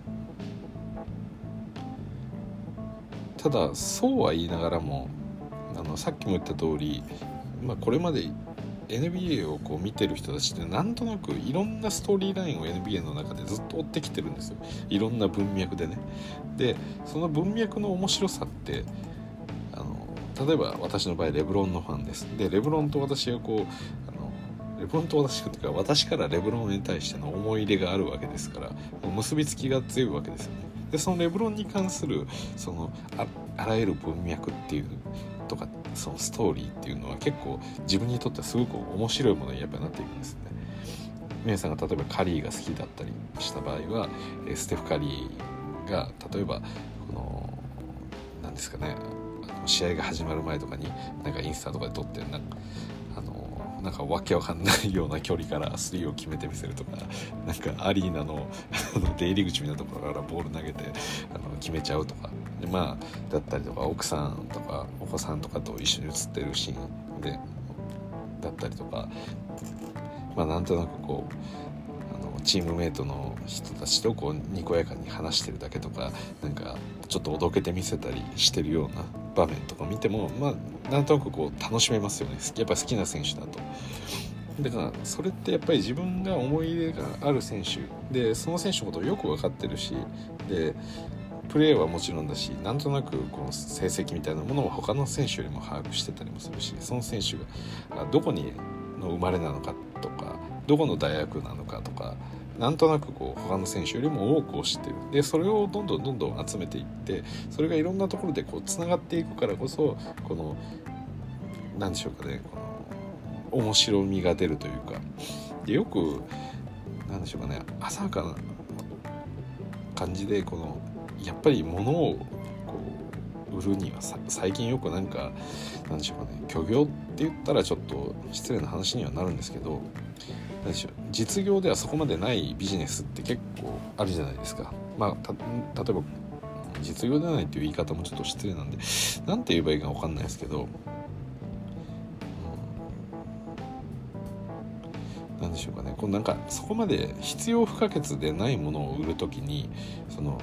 ただそうは言いながらもあのさっきも言った通り、まあ、これまで エヌビーエー をこう見てる人たちってなんとなくいろんなストーリーラインを エヌビーエー の中でずっと追ってきてるんですよ。いろんな文脈でね。でその文脈の面白さってあの例えば私の場合レブロンのファンです。でレブロンと私がこうあのレブロンと私がというか私からレブロンに対しての思い入れがあるわけですから、結びつきが強いわけですよね。でそのレブロンに関するその あ, あらゆる文脈っていうとかそのストーリーっていうのは結構自分にとってはすごく面白いものにやっぱりなっていくんですね。皆さんが例えばカリーが好きだったりした場合はステフ・カリーが例えばこの何ですかね、試合が始まる前とかになんかインスタとかで撮ってなんかあのなんかわけわかんないような距離からスリーを決めてみせるとか、なんかアリーナの出入り口みたいなところからボール投げてあの決めちゃうとかで、まあだったりとか奥さんとかお子さんとかと一緒に写ってるシーンでだったりとか、まあなんとなくこうあのチームメイトの人たちとこうにこやかに話してるだけとか、なんかちょっとおどけてみせたりしてるような場面とか見ても、まあなんとなくこう楽しめますよね。やっぱり好きな選手だと。だからそれってやっぱり自分が思い入れがある選手で、その選手のことをよく分かってるし、でプレーはもちろんだし、なんとなくこの成績みたいなものを他の選手よりも把握してたりもするし、その選手がどこにの生まれなのかとか、どこの大学なのかとか、なんとなくこう他の選手よりも多くを知ってる。でそれをどんどんどんどん集めていって、それがいろんなところでこうつながっていくからこそ、このなんでしょうかね、この面白みが出るというか、でよくなんでしょうかね、浅はかな感じでこのやっぱり物をこう売るにはさ最近よくなんかなんでしょうかね、虚業って言ったらちょっと失礼な話にはなるんですけど、なんでしょう、実業ではそこまでないビジネスって結構あるじゃないですか。まあた例えば実業ではないっていう言い方もちょっと失礼なんでなんて言えばいいか分かんないですけど、うん、なんでしょうかね、こうなんかそこまで必要不可欠でないものを売るときにその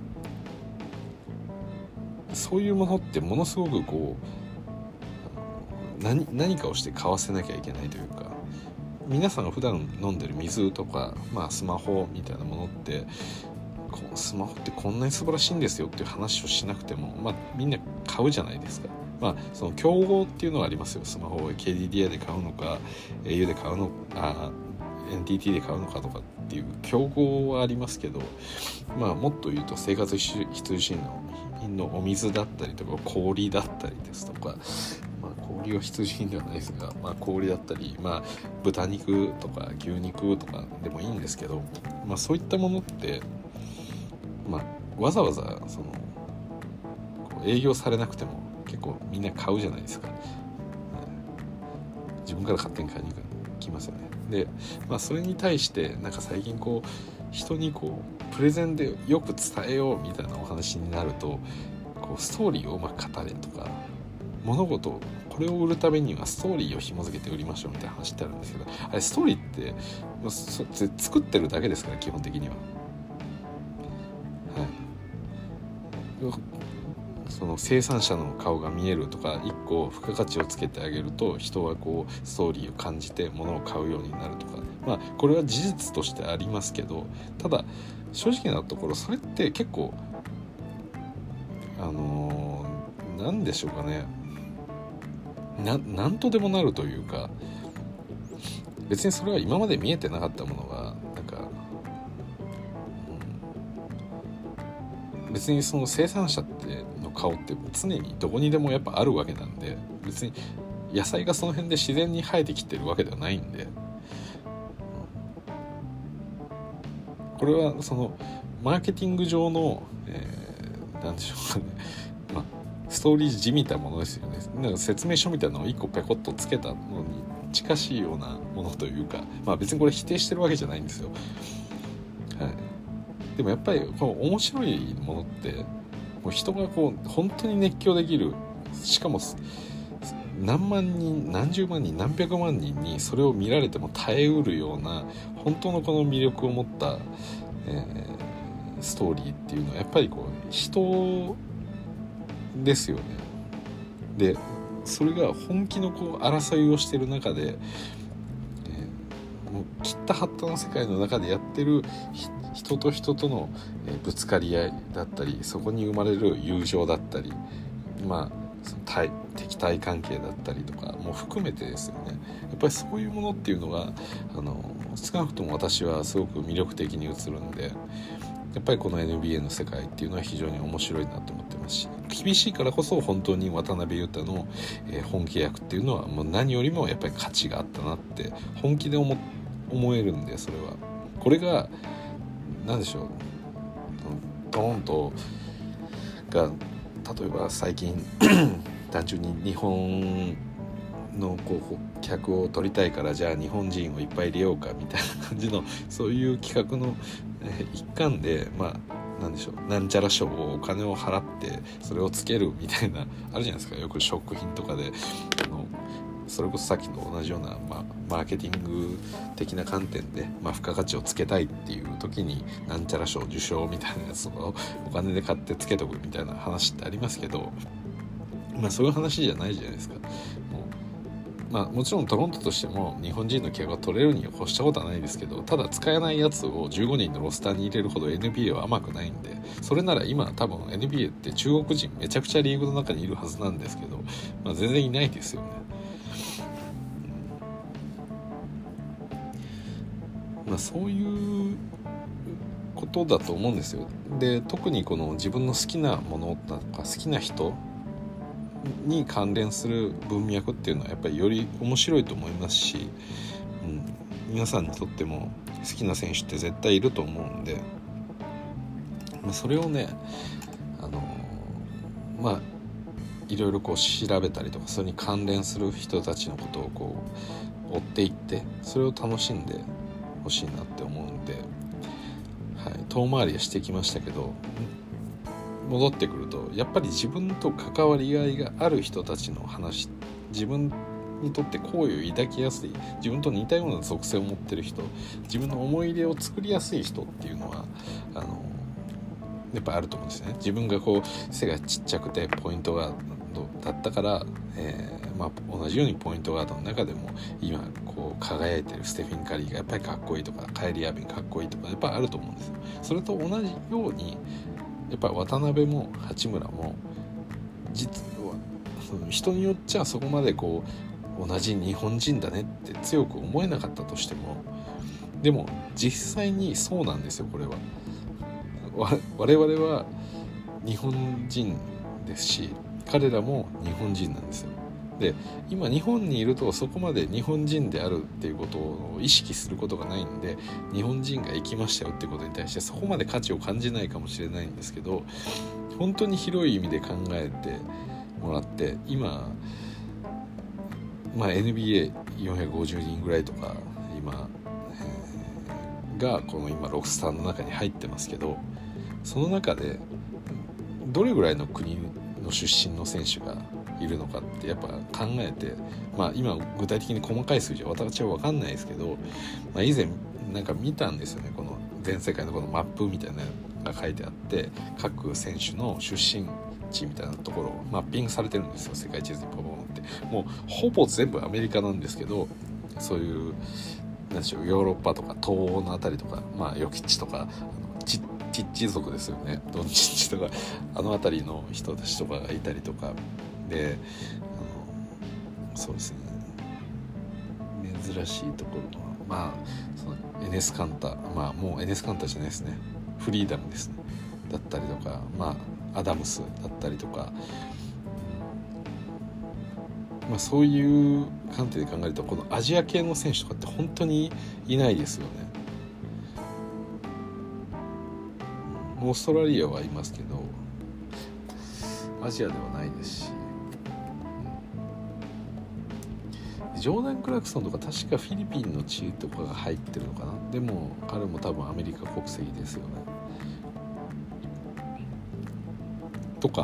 そういうものってものすごくこう 何, 何かをして買わせなきゃいけないというか、皆さんが普段飲んでる水とか、まあ、スマホみたいなものってこうスマホってこんなに素晴らしいんですよっていう話をしなくても、まあ、みんな買うじゃないですか。まあ、その競合っていうのはありますよ。スマホを ケーディーディーアイ で買うのか エーユー で買うのか エヌティーティー で買うのかとかっていう競合はありますけど、まあ、もっと言うと生活必需品のお水だったりとか氷だったりですとか、まあ、氷は必需品ではないですが、まあ、氷だったり、まあ、豚肉とか牛肉とかでもいいんですけど、まあ、そういったものって、まあ、わざわざそのこう営業されなくても結構みんな買うじゃないですか。自分から勝手に買いに来ますよね。で、まあ、それに対してなんか最近こう人にこうプレゼンでよく伝えようみたいなお話になると、こうストーリーをうまく語れとか、物事をこれを売るためにはストーリーを紐付けて売りましょうみたいな話ってあるんですけど、あれストーリーって作ってるだけですから基本的には、はい、その生産者の顔が見えるとか一個付加価値をつけてあげると人はこうストーリーを感じて物を買うようになるとか、まあこれは事実としてありますけど、ただ正直なところそれって結構あのー、なんでしょうかね、ななんとでもなるというか、別にそれは今まで見えてなかったものがなんか、うん、別にその生産者っての顔って常にどこにでもやっぱあるわけなんで、別に野菜がその辺で自然に生えてきてるわけではないんで、これはそのマーケティング上の、えー、なんでしょうかね、まあ、ストーリーじみたものですよね。なんか説明書みたいなのを一個ペコッとつけたのに近しいようなものというか、まあ別にこれ否定してるわけじゃないんですよ。はい。でもやっぱりこの面白いものってもう人がこう本当に熱狂できる、しかも何万人何十万人何百万人にそれを見られても耐えうるような本当のこの魅力を持った、えー、ストーリーっていうのはやっぱりこう人ですよね。でそれが本気のこう争いをしてる中で、えー、もう切った張ったの世界の中でやってる人と人とのぶつかり合いだったり、そこに生まれる友情だったり、まあその対敵対関係だったりとかも含めてですよね。やっぱりそういうものっていうのがあの少なくとも私はすごく魅力的に映るんで、やっぱりこの エヌビーエー の世界っていうのは非常に面白いなと思ってますし、厳しいからこそ本当に渡辺裕太の、えー、本契約っていうのはもう何よりもやっぱり価値があったなって本気で 思, 思えるんで、それはこれが何でしょう、ドーンとが例えば最近単純に日本のこう客を取りたいからじゃあ日本人をいっぱい入れようかみたいな感じのそういう企画の、えー、一環で、まあなんでしょう、なんちゃら賞をお金を払ってそれをつけるみたいなあるじゃないですか。よく食品とかであのそれこそさっきと同じような、まあ、マーケティング的な観点で、まあ、付加価値をつけたいっていう時になんちゃら賞受賞みたいなやつをお金で買ってつけとくみたいな話ってありますけど、まあそういう話じゃないじゃないですか。もう、まあ、もちろんトロントとしても日本人の契約が取れるには越したことはないですけど、ただ使えないやつをじゅうごにんのロスターに入れるほど エヌビーエー は甘くないんで、それなら今多分 エヌビーエー って中国人めちゃくちゃリーグの中にいるはずなんですけど、まあ、全然いないですよね。まあ、そういうことだと思うんですよ。で特にこの自分の好きなものとか好きな人に関連する文脈っていうのはやっぱりより面白いと思いますし、うん、皆さんにとっても好きな選手って絶対いると思うんで、まあ、それをねあのまあいろいろこう調べたりとかそれに関連する人たちのことをこう追っていってそれを楽しんでほしいなって思うんで、はい、遠回りはしてきましたけど、 戻ってくるとやっぱり自分と関わりがいがある人たちの話、自分にとって好意を抱きやすい、自分と似たような属性を持ってる人、自分の思い入れを作りやすい人っていうのはあのやっぱあると思うんですよね。自分がこう背がちっちゃくてポイントガードだったから、えーまあ、同じようにポイントガードの中でも今こう輝いてるステフィン・カリーがやっぱりかっこいいとか、カイリー・アービンかっこいいとかやっぱりあると思うんですよ。それと同じようにやっぱり渡辺も八村も実はその人によっちゃそこまでこう同じ日本人だねって強く思えなかったとしても、でも実際にそうなんですよ。これは我々は日本人ですし、彼らも日本人なんですよ。で今日本にいるとそこまで日本人であるっていうことを意識することがないんで、日本人が行きましたよっていうことに対してそこまで価値を感じないかもしれないんですけど、本当に広い意味で考えてもらって今、まあ、エヌビーエーよんひゃくごじゅうにんぐらいとか今、えー、がこの今ロクスターの中に入ってますけど、その中でどれぐらいの国の出身の選手がいるのかってやっぱ考えて、まあ今具体的に細かい数字は私は分かんないですけど、まあ、以前なんか見たんですよね。この全世界のこのマップみたいなのが書いてあって、各選手の出身地みたいなところをマッピングされてるんですよ、世界地図にポポンって。もうほぼ全部アメリカなんですけど、そういうなんでしょう、ヨーロッパとか東欧のあたりとか、まあヨキッチとかチッチッチ族ですよね、ドンチッチとかあのあたりの人たちとかがいたりとかで、あのそうですね、珍しいところはまあそのエネスカンタ、まあもうエネスカンタじゃないですね、フリーダムですねだったりとか、まあアダムスだったりとか、まあ、そういう観点で考えるとこのアジア系の選手とかって本当にいないですよね。オーストラリアはいますけどアジアではないですし、ジョーダン・クラクソンとか確かフィリピンの地とかが入ってるのかな。でも彼も多分アメリカ国籍ですよねとか、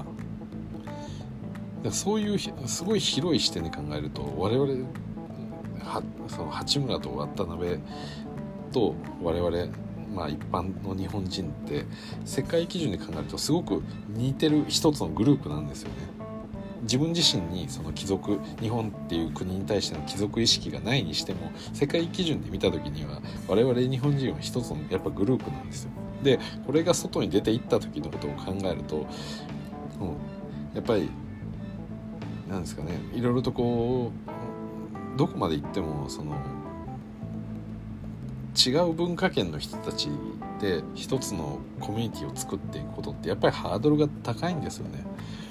そういうすごい広い視点で考えると、我々はその八村と渡辺と我々、まあ、一般の日本人って世界基準で考えるとすごく似てる一つのグループなんですよね。自分自身にその貴族、日本っていう国に対しての貴族意識がないにしても、世界基準で見た時には我々日本人は一つのやっぱグループなんですよ。でこれが外に出ていった時のことを考えると、うん、やっぱりなんですかね、いろいろとこうどこまで行ってもその違う文化圏の人たちで一つのコミュニティを作っていくことってやっぱりハードルが高いんですよね。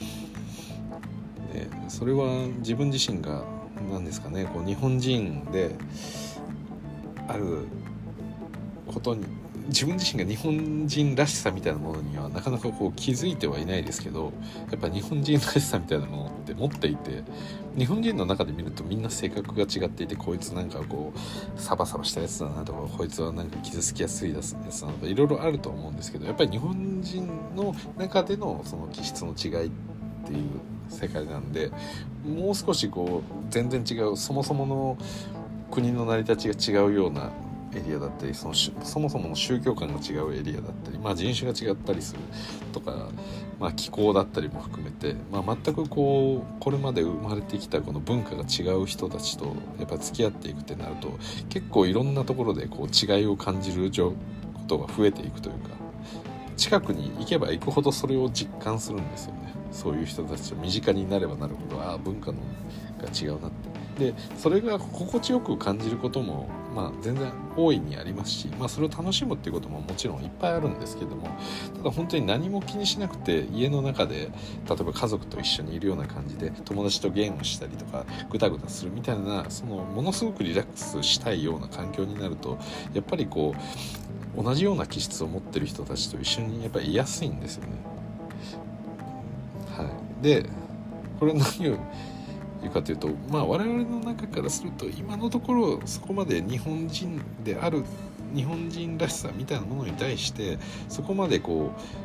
でそれは自分自身が何ですかね、こう日本人であることに、自分自身が日本人らしさみたいなものにはなかなかこう気づいてはいないですけど、やっぱ日本人らしさみたいなものって持っていて、日本人の中で見るとみんな性格が違っていて、こいつなんかこうサバサバしたやつだなとか、こいつはなんか傷つきやすいやつだなとかいろいろあると思うんですけど、やっぱり日本人の中でのその気質の違いっていう世界なんで、もう少しこう全然違う、そもそもの国の成り立ちが違うようなエリアだったり、そのそもそもの宗教観が違うエリアだったり、まあ、人種が違ったりするとか、まあ、気候だったりも含めて、まあ、全くこうこれまで生まれてきたこの文化が違う人たちとやっぱ付き合っていくってなると、結構いろんなところでこう違いを感じることが増えていくというか、近くに行けば行くほどそれを実感するんですよね。そういう人たちと身近になればなるほど、ああ文化のが違うなって、でそれが心地よく感じることもまあ全然大いにありますし、まあ、それを楽しむっていうことももちろんいっぱいあるんですけども、ただ本当に何も気にしなくて家の中で例えば家族と一緒にいるような感じで友達とゲームしたりとかグタグタするみたいな、そのものすごくリラックスしたいような環境になると、やっぱりこう同じような気質を持ってる人たちと一緒にやっぱり居やすいんですよね。はい、でこれ何を言うかというと、まあ我々の中からすると今のところそこまで日本人である日本人らしさみたいなものに対してそこまでこう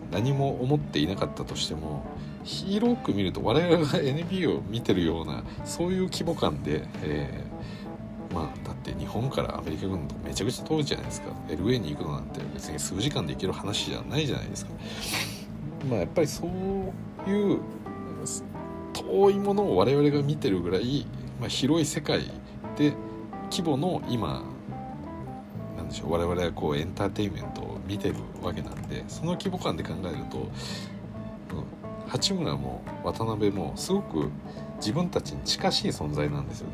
何も思っていなかったとしても、広く見ると我々が エヌビーエー を見てるようなそういう規模感で、えー、まあだって日本からアメリカ軍とめちゃくちゃ遠いじゃないですか。 エルエー に行くのなんて別に数時間で行ける話じゃないじゃないですか。まあやっぱりそういう遠いものを我々が見てるぐらい、まあ、広い世界で規模の今なんでしょう、我々はこうエンターテインメントを見てるわけなんで、その規模感で考えると八村も渡辺もすごく自分たちに近しい存在なんですよね。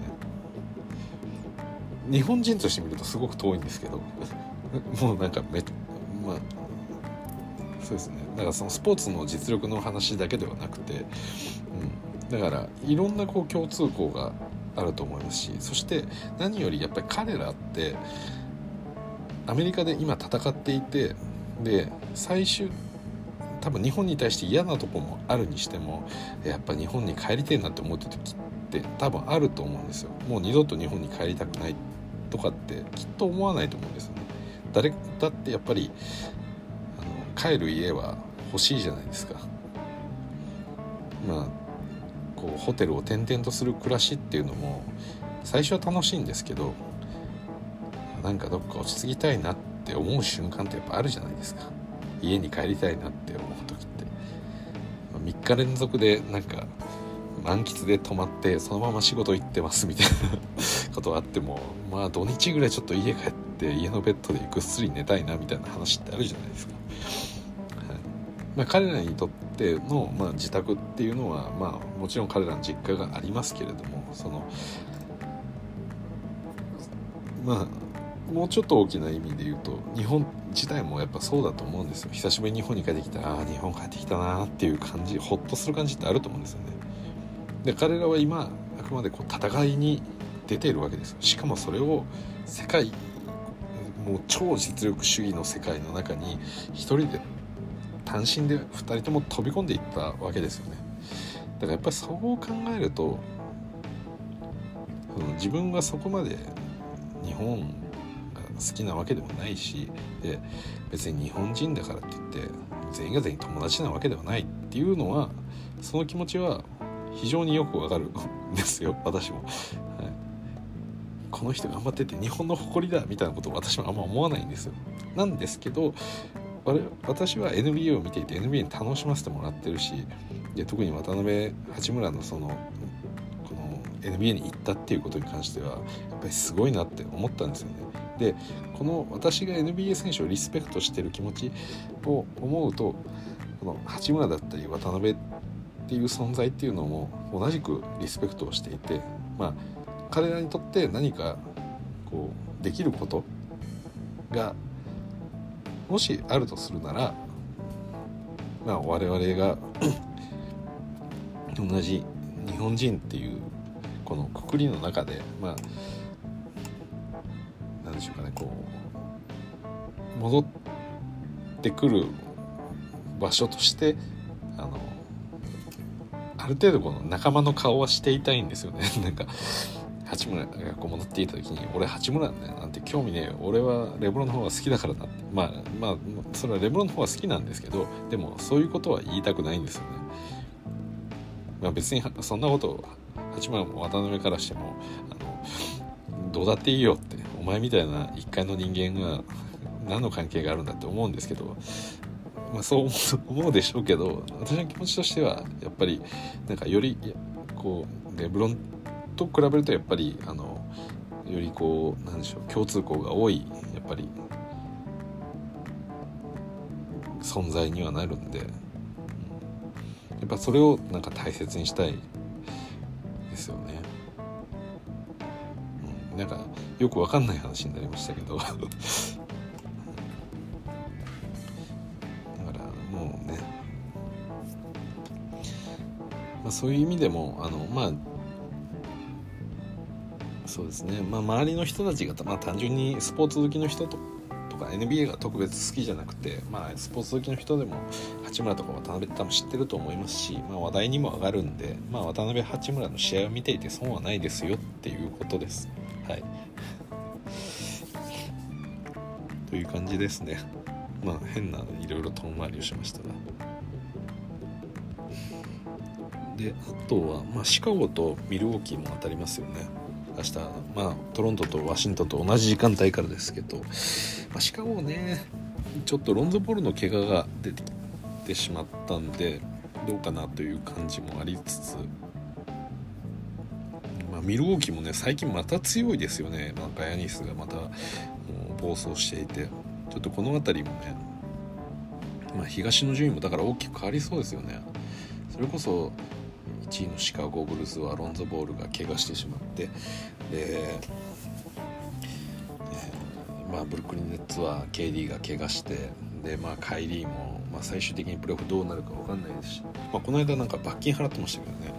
日本人として見るとすごく遠いんですけどもうなんかめまあそうですね、だからそのスポーツの実力の話だけではなくて、うん、だからいろんなこう共通項があると思いますし、そして何よりやっぱり彼らってアメリカで今戦っていて、で最終多分日本に対して嫌なところもあるにしても、やっぱ日本に帰りたいなって思った時って多分あると思うんですよ。もう二度と日本に帰りたくないとかってきっと思わないと思うんですよね。誰だってやっぱりあの帰る家は欲しいじゃないですか。まあこうホテルを転々とする暮らしっていうのも最初は楽しいんですけど、なんかどっか落ち着きたいなって思う瞬間ってやっぱあるじゃないですか。家に帰りたいなって思う時ってみっか連続でなんか満喫で泊まってそのまま仕事行ってますみたいなことがあっても、まあ土日ぐらいちょっと家帰って家のベッドでぐっすり寝たいなみたいな話ってあるじゃないですか。はい、まあ、彼らにとっての、まあ、自宅っていうのは、まあ、もちろん彼らの実家がありますけれども、そのまあもうちょっと大きな意味で言うと日本自体もやっぱそうだと思うんですよ。久しぶりに日本に帰ってきたら、ああ日本帰ってきたなっていう感じ、ホッとする感じってあると思うんですよね。で彼らは今あくまでこう戦いに出ているわけですよ。しかもそれを世界もう超実力主義の世界の中に一人で単身で二人とも飛び込んでいったわけですよね。だからやっぱりそう考えると、うん、自分がそこまで日本が好きなわけでもないし、で別に日本人だからって言って全員が全員友達なわけではないっていうのは、その気持ちは非常によくわかるんですよ、私も、はい、この人頑張ってて日本の誇りだみたいなことを私もあんま思わないんですよ。なんですけど私は エヌビーエー を見ていて エヌビーエー に楽しませてもらってるし、で特に渡辺八村のそのこの エヌビーエー に行ったっていうことに関してはやっぱりすごいなって思ったんですよね。でこの私が エヌビーエー 選手をリスペクトしてる気持ちを思うと、この八村だったり渡辺っていう存在っていうのも同じくリスペクトをしていて、まあ彼らにとって何かこうできることがもしあるとするなら、まあ我々が同じ日本人っていうこのくくりの中で、まあなんでしょうかね、こう戻ってくる場所としてあのある程度この仲間の顔はしていたいんですよね。なんか八村がこう戻っていた時に俺八村なんだよなんて興味ねえよ、俺はレブロンの方が好きだからなって、まあまあそれはレブロンの方が好きなんですけど、でもそういうことは言いたくないんですよね。まあ別にそんなことを八村も渡辺からしてもあのどうだっていいよって、お前みたいな一回の人間が何の関係があるんだって思うんですけど、まあそう思うでしょうけど、私の気持ちとしてはやっぱりなんかよりこうレブロンと比べるとやっぱりあのよりこうなんでしょう、共通項が多いやっぱり存在にはなるんで、うん、やっぱそれをなんか大切にしたいですよね。うん、なんかよくわかんない話になりましたけどだからもうね、まあ、そういう意味でもあのまあそうですね、まあ、周りの人たちが、まあ、単純にスポーツ好きの人ととか エヌビーエー が特別好きじゃなくて、まあ、スポーツ好きの人でも八村とか渡辺って多分知ってると思いますし、まあ、話題にも上がるんで、まあ、渡辺八村の試合を見ていて損はないですよっていうことです。はいという感じですね。 まあ変ないろいろ遠回りをしましたが、であとは、まあ、シカゴとミルウォーキーも当たりますよね明日。まあトロントとワシントンと同じ時間帯からですけど、まあ、シカゴねちょっとロンゾボールの怪我が出てきてしまったんでどうかなという感じもありつつ、まあ、ミルウォーキーもね最近また強いですよね。なんかヤニスがまたもう暴走していて、ちょっとこの辺りもね、まあ、東の順位もだから大きく変わりそうですよね。それこそいちいのシカゴブルースはロンゾボールが怪我してしまって、で、えーまあ、ブルックリンネッツは ケーディー が怪我して、で、まあ、カイリーも、まあ、最終的にプレーオフどうなるか分かんないですし、まあ、この間なんか罰金払ってましたけどね。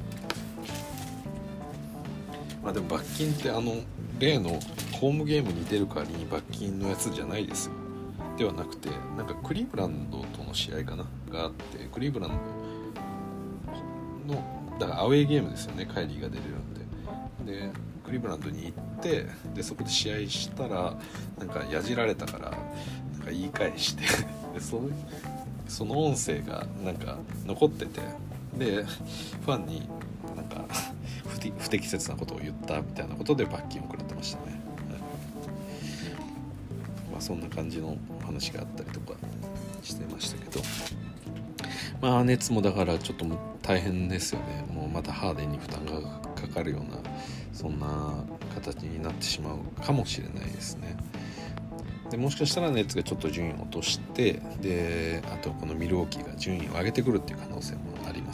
まあ、でも罰金ってあの例のホームゲームに出る代わりに罰金のやつじゃないですよ。ではなくて、なんかクリーブランドとの試合かながあって、クリーブランドのだからアウェーゲームですよね、カイリーが出れるんで。でクリーブランドに行って、でそこで試合したらなんかやじられたからなんか言い返してで そ, のその音声がなんか残ってて、でファンになんか不適切なことを言ったみたいなことで罰金をくれてましたね。はい、まあ、そんな感じの話があったりとかしてましたけど、まあ熱もだからちょっと大変ですよね。もうまたハーデンに負担がかかるようなそんな形になってしまうかもしれないですね。でもしかしたらネッツがちょっと順位を落として、であとこのミルウォーキーが順位を上げてくるっていう可能性もあります。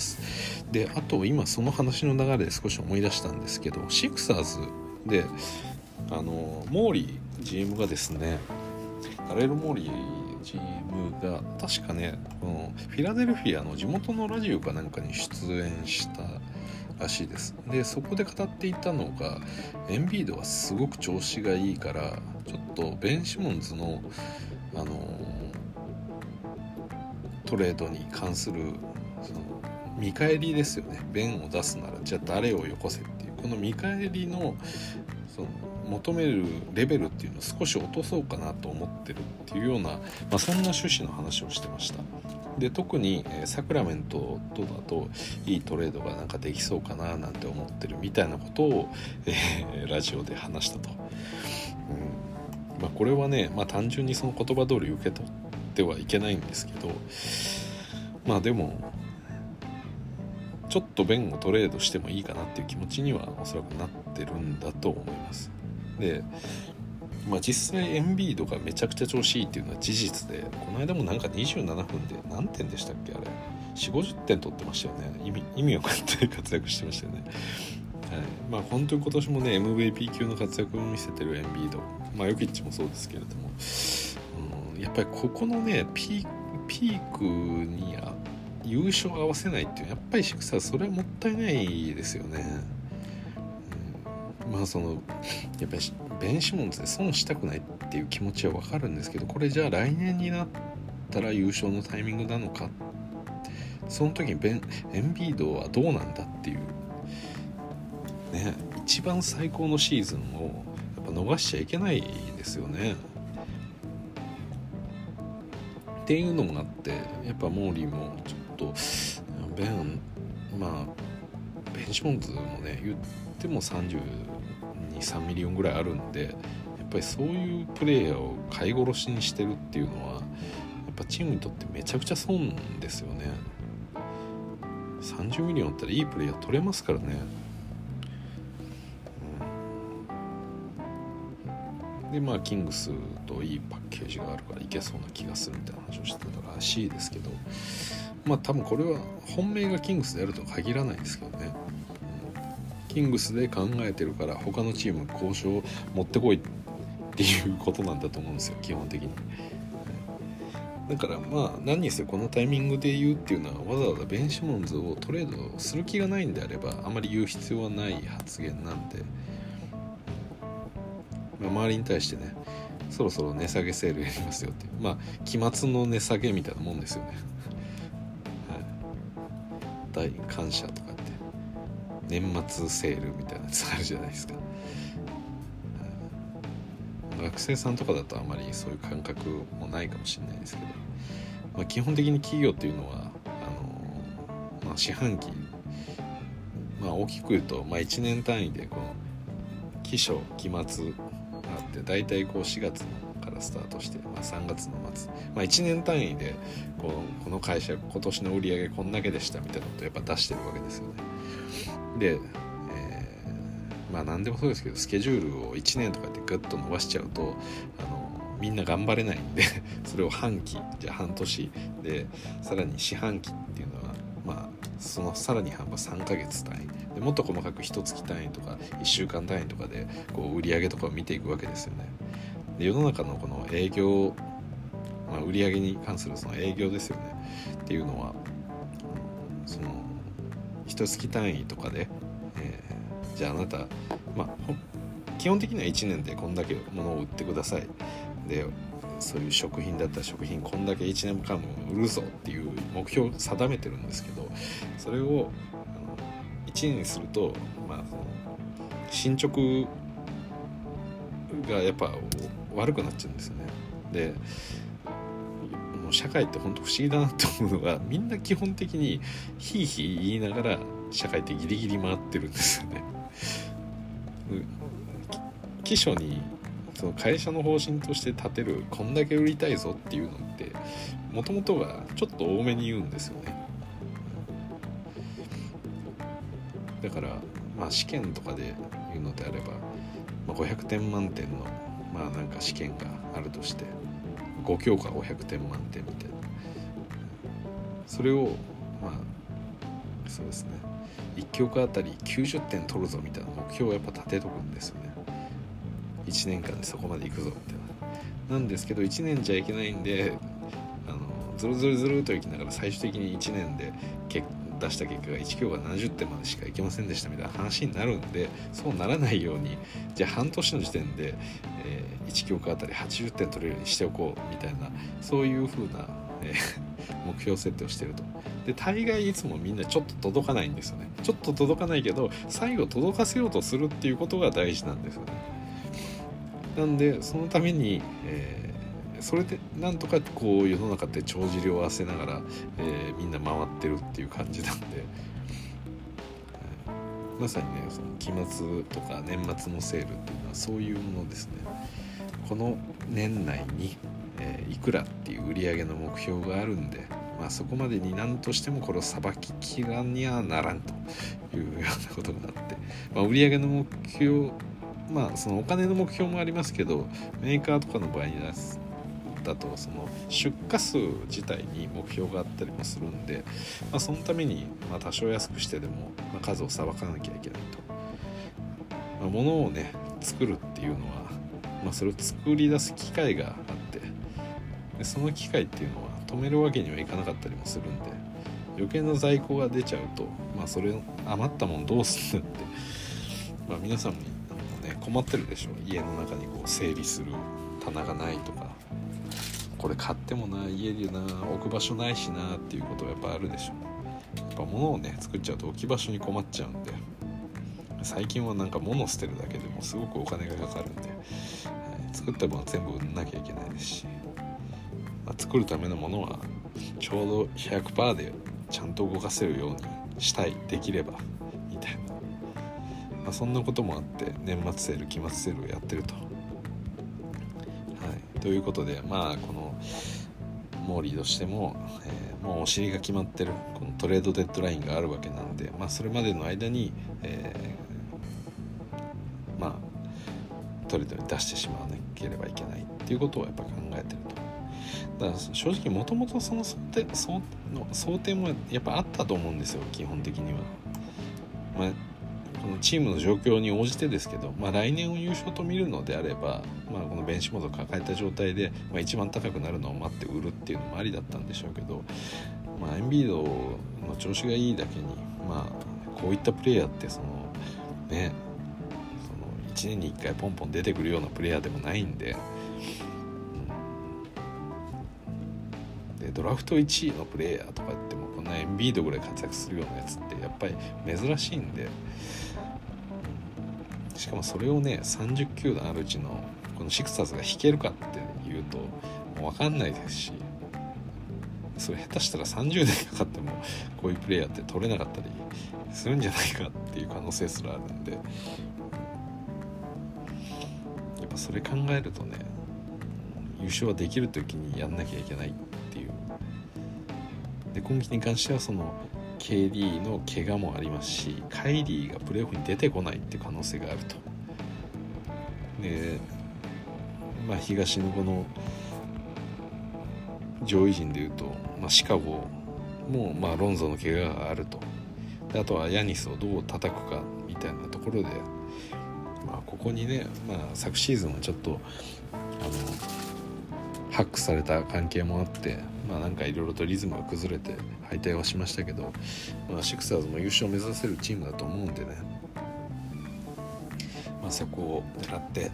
であと今その話の流れで少し思い出したんですけど、シクサーズであのモーリー ジーエム がですね、ダレル・モーリー ジーエム が確かね、このフィラデルフィアの地元のラジオかなんかに出演したらしいです。でそこで語っていたのが、エンビードはすごく調子がいいからちょっとベン・シモンズの、あのー、トレードに関するその見返りですよね。ベンを出すならじゃあ誰をよこせっていう、この見返りのその求めるレベルっていうのを少し落とそうかなと思ってるっていうような、まあ、そんな趣旨の話をしてました。で特に、えー、サクラメントとだといいトレードがなんかできそうかななんて思ってるみたいなことを、えー、ラジオで話したと、うんまあ、これはね、まあ、単純にその言葉通り受け取ってはいけないんですけど、まあでもちょっとベンをトレードしてもいいかなっていう気持ちにはおそらくなってるんだと思います。で、まあ、実際エンビードがめちゃくちゃ調子いいっていうのは事実で、この間もなんかにじゅうななふんで何点でしたっけ、あれ よんじゅうごじゅってん取ってましたよね。意味意味わかんない活躍してましたよね。はい、まあ本当に今年もね エムブイピー 級の活躍を見せてるエンビード、まあヨキッチもそうですけれども、うん、やっぱりここのねピー、ピークにあ優勝を合わせないっていう、やっぱりシクサーそれはもったいないですよね。うん、まあそのやっぱりベン・シモンズで損したくないっていう気持ちは分かるんですけど、これじゃあ来年になったら優勝のタイミングなのか、その時にベンエンビードはどうなんだっていうね、一番最高のシーズンをやっぱ逃しちゃいけないですよねっていうのもあって、やっぱモーリーもちょっとベンまあベン・シモンズもね言ってもさんじゅうに、さんミリオンぐらいあるんで、やっぱりそういうプレイヤーを買い殺しにしてるっていうのはやっぱチームにとってめちゃくちゃ損ですよね。さんじゅうミリオンあったらいいプレイヤー取れますからね。でまあキングスといいパッケージがあるからいけそうな気がするみたいな話をしてたらしいですけど、まあ多分これは本命がキングスであるとは限らないですけどね、うん、キングスで考えてるから他のチーム交渉持ってこいっていうことなんだと思うんですよ基本的に。だからまあ何にせよこのタイミングで言うっていうのは、わざわざベン・シモンズをトレードする気がないんであればあまり言う必要はない発言なんで、周りに対してねそろそろ値下げセールやりますよっていう、まあ期末の値下げみたいなもんですよね、はい、大感謝とかって年末セールみたいなやつあるじゃないですか、はい、 学生さんとかだとあまりそういう感覚もないかもしれないですけど、まあ、基本的に企業っていうのはあの、まあ、四半期、まあ、大きく言うと、まあ、いちねん単位でこの期初期末があってだいたいこうしがつからスタートして、まあ、さんがつの末、まあ、いちねん単位でこの、この会社今年の売り上げこんだけでしたみたいなことをやっぱ出してるわけですよね。で、えー、まあ何でもそうですけどスケジュールをいちねんとかってグッと伸ばしちゃうとあのみんな頑張れないんでそれを半期じゃあ半年でさらに四半期っていうのはまあそのさらに半分さんかげつ単位でもっと細かくいっかげつ単位とかいっしゅうかん単位とかでこう売り上げとかを見ていくわけですよね。で世の中のこの営業、まあ、売り上げに関するその営業ですよねっていうのはそのいっかげつ単位とかで、えー、じゃああなた、まあ、基本的にはいちねんでこんだけ物を売ってくださいでそういう食品だったら食品こんだけいちねんかんも売るぞっていう目標を定めてるんですけどそれをあのいちねんにすると、まあ、その進捗がやっぱ悪くなっちゃうんですよね。でもう社会って本当不思議だなと思うのがみんな基本的にひいひい言いながら社会ってギリギリ回ってるんですよね。期初にその会社の方針として立てるこんだけ売りたいぞっていうのってもともとがちょっと多めに言うんですよね。だからまあ試験とかで言うのであれば、まあ、ごひゃくてん満点のまあなんか試験があるとしてご教科ごひゃくてん満点みたいなそれをまあそうですねいち教科あたりきゅうじゅってん取るぞみたいな目標をやっぱ立てとくんですよね。いちねんかんでそこまで行くぞみたいななんですけどいちねんじゃいけないんであのずるずるずるといきながら最終的にいちねんで結出した結果がいち教科ななじゅってんまでしかいけませんでしたみたいな話になるんでそうならないようにじゃあ半年の時点で、えー、いち教科あたりはちじゅってん取れるようにしておこうみたいなそういう風な、えー、目標設定をしてると。で大概いつもみんなちょっと届かないんですよね。ちょっと届かないけど最後届かせようとするっていうことが大事なんですよね。なんでそのために、えー、それでなんとかこう世の中って帳尻を合わせながら、えー、みんな回ってるっていう感じなんで、えー、まさにねその期末とか年末のセールっていうのはそういうものですね。この年内に、えー、いくらっていう売り上げの目標があるんで、まあ、そこまでに何としてもこれをさばききらにはならんというようなことがあって、まあ、売り上げの目標まあそのお金の目標もありますけどメーカーとかの場合にだとその出荷数自体に目標があったりもするんで、まあ、そのためにまあ多少安くしてでもまあ数をさばかなきゃいけないと、まあ、物をね作るっていうのは、まあ、それを作り出す機械があってでその機械っていうのは止めるわけにはいかなかったりもするんで余計な在庫が出ちゃうと、まあ、それ余ったもんどうすんだって、まあ、皆さんも困ってるでしょ。家の中にこう整理する棚がないとかこれ買ってもな家でな置く場所ないしなっていうことがやっぱあるでしょ。やっぱ物をね作っちゃうと置き場所に困っちゃうんで最近はなんか物を捨てるだけでもすごくお金がかかるんで、はい、作ったもの全部売んなきゃいけないですし、まあ、作るためのものはちょうど ひゃくパーセント でちゃんと動かせるようにしたいできればみたいな、まあ、そんなこともあって年末セール期末セールをやってると、はい、ということでまあこのモーリーとしても、えー、もうお尻が決まってるこのトレードデッドラインがあるわけなんで、まあ、それまでの間に、えー、まあトレードに出してしまわなければいけないっていうことをやっぱ考えてると。だから正直もともとその想定、その想定もやっぱあったと思うんですよ基本的には。まあこのチームの状況に応じてですけど、まあ、来年を優勝と見るのであれば、まあ、このベンチモードを抱えた状態で、まあ、一番高くなるのを待って売るっていうのもありだったんでしょうけど、まあ、エンビードの調子がいいだけに、まあ、こういったプレイヤーってそのねそのいちねんにいっかいポンポン出てくるようなプレイヤーでもないんで、うん、でドラフトいちいのプレイヤーとかってもこんなエンビードぐらい活躍するようなやつってやっぱり珍しいんで、しかもそれをねさんじゅっきゅうだんあるうちのこのシクサーズが引けるかっていうともう分かんないですし、それ下手したらさんじゅうねんかかってもこういうプレイヤーって取れなかったりするんじゃないかっていう可能性すらあるんで、やっぱそれ考えるとね、優勝はできる時にやんなきゃいけないっていう。で今季に関してはその ケーディー の怪我もありますし、カイリーがプレーオフに出てこないっていう可能性があると。でまあ東のこの上位陣でいうと、まあ、シカゴもまあロンゾの怪我があると。であとはヤニスをどう叩くかみたいなところで、まあ、ここにね、まあ、昨シーズンはちょっとあのハックされた関係もあって、まあなんかいろいろとリズムが崩れて敗退はしましたけど、まあ、シクサーズも優勝を目指せるチームだと思うんでね、まあ、そこを狙って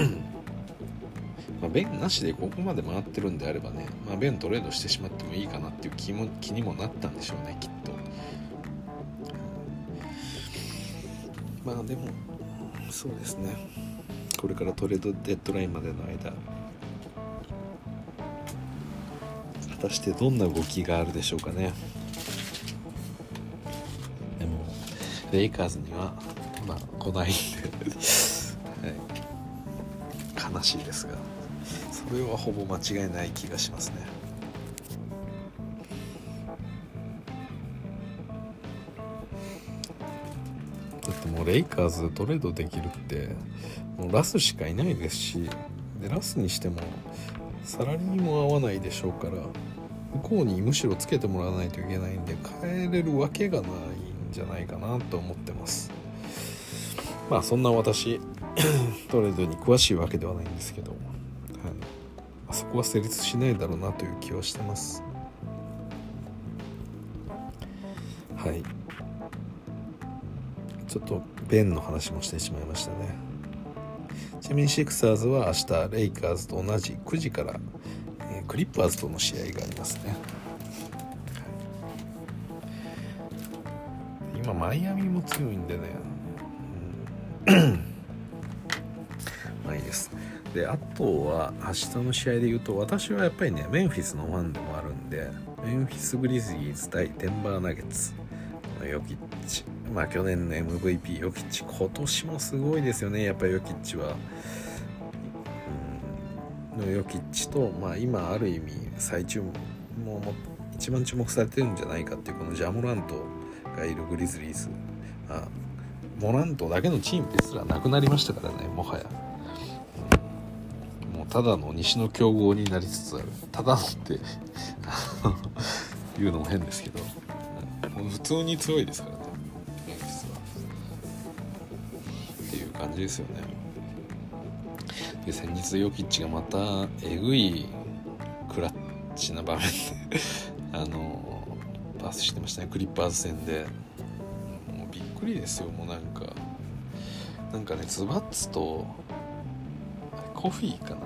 まあベンなしでここまで回ってるんであればね、まあ、ベントレードしてしまってもいいかなっていう気も気にもなったんでしょうね、きっと。まあでもそうですね、これからトレードデッドラインまでの間果たしてどんな動きがあるでしょうかね。でもレイカーズにはまあ来ないんで、はい、悲しいですがそれはほぼ間違いない気がしますね。だってもうレイカーズトレードできるってもうラスしかいないですし、でラスにしてもサラリーも合わないでしょうから、向こうにむしろつけてもらわないといけないんで変えれるわけがないんじゃないかなと思ってます。まあそんな私トレードに詳しいわけではないんですけど、はい、そこは成立しないだろうなという気はしてます。はい、ちょっとベンの話もしてしまいましたね。ちなみにシクサーズは明日レイカーズと同じくじから、えー、クリッパーズとの試合がありますね。今マイアミも強いんでね、うん、まあいいです。であとは明日の試合で言うと、私はやっぱりねメンフィスのファンでもあるんで、メンフィスグリズリーズ対デンバーナゲッツのヨキッチ、まあ去年の エムブイピー ヨキッチ、今年もすごいですよね。やっぱりヨキッチは、うん、のヨキッチと、まあ今ある意味最注目もう一番注目されてるんじゃないかっていうこのジャモラントがいるグリズリーズ、あモラントだけのチームですらなくなりましたからね、もはや、うん、もうただの西の強豪になりつつある。ただのって言うのも変ですけど、もう普通に強いですからね、メンフィスはっていう感じですよね。で先日ヨキッチがまたえぐいクラッチな場面であのパスしてましたね、クリッパーズ戦で。もうびっくりですよ。もうなんかなんかねズバッツとコフィーか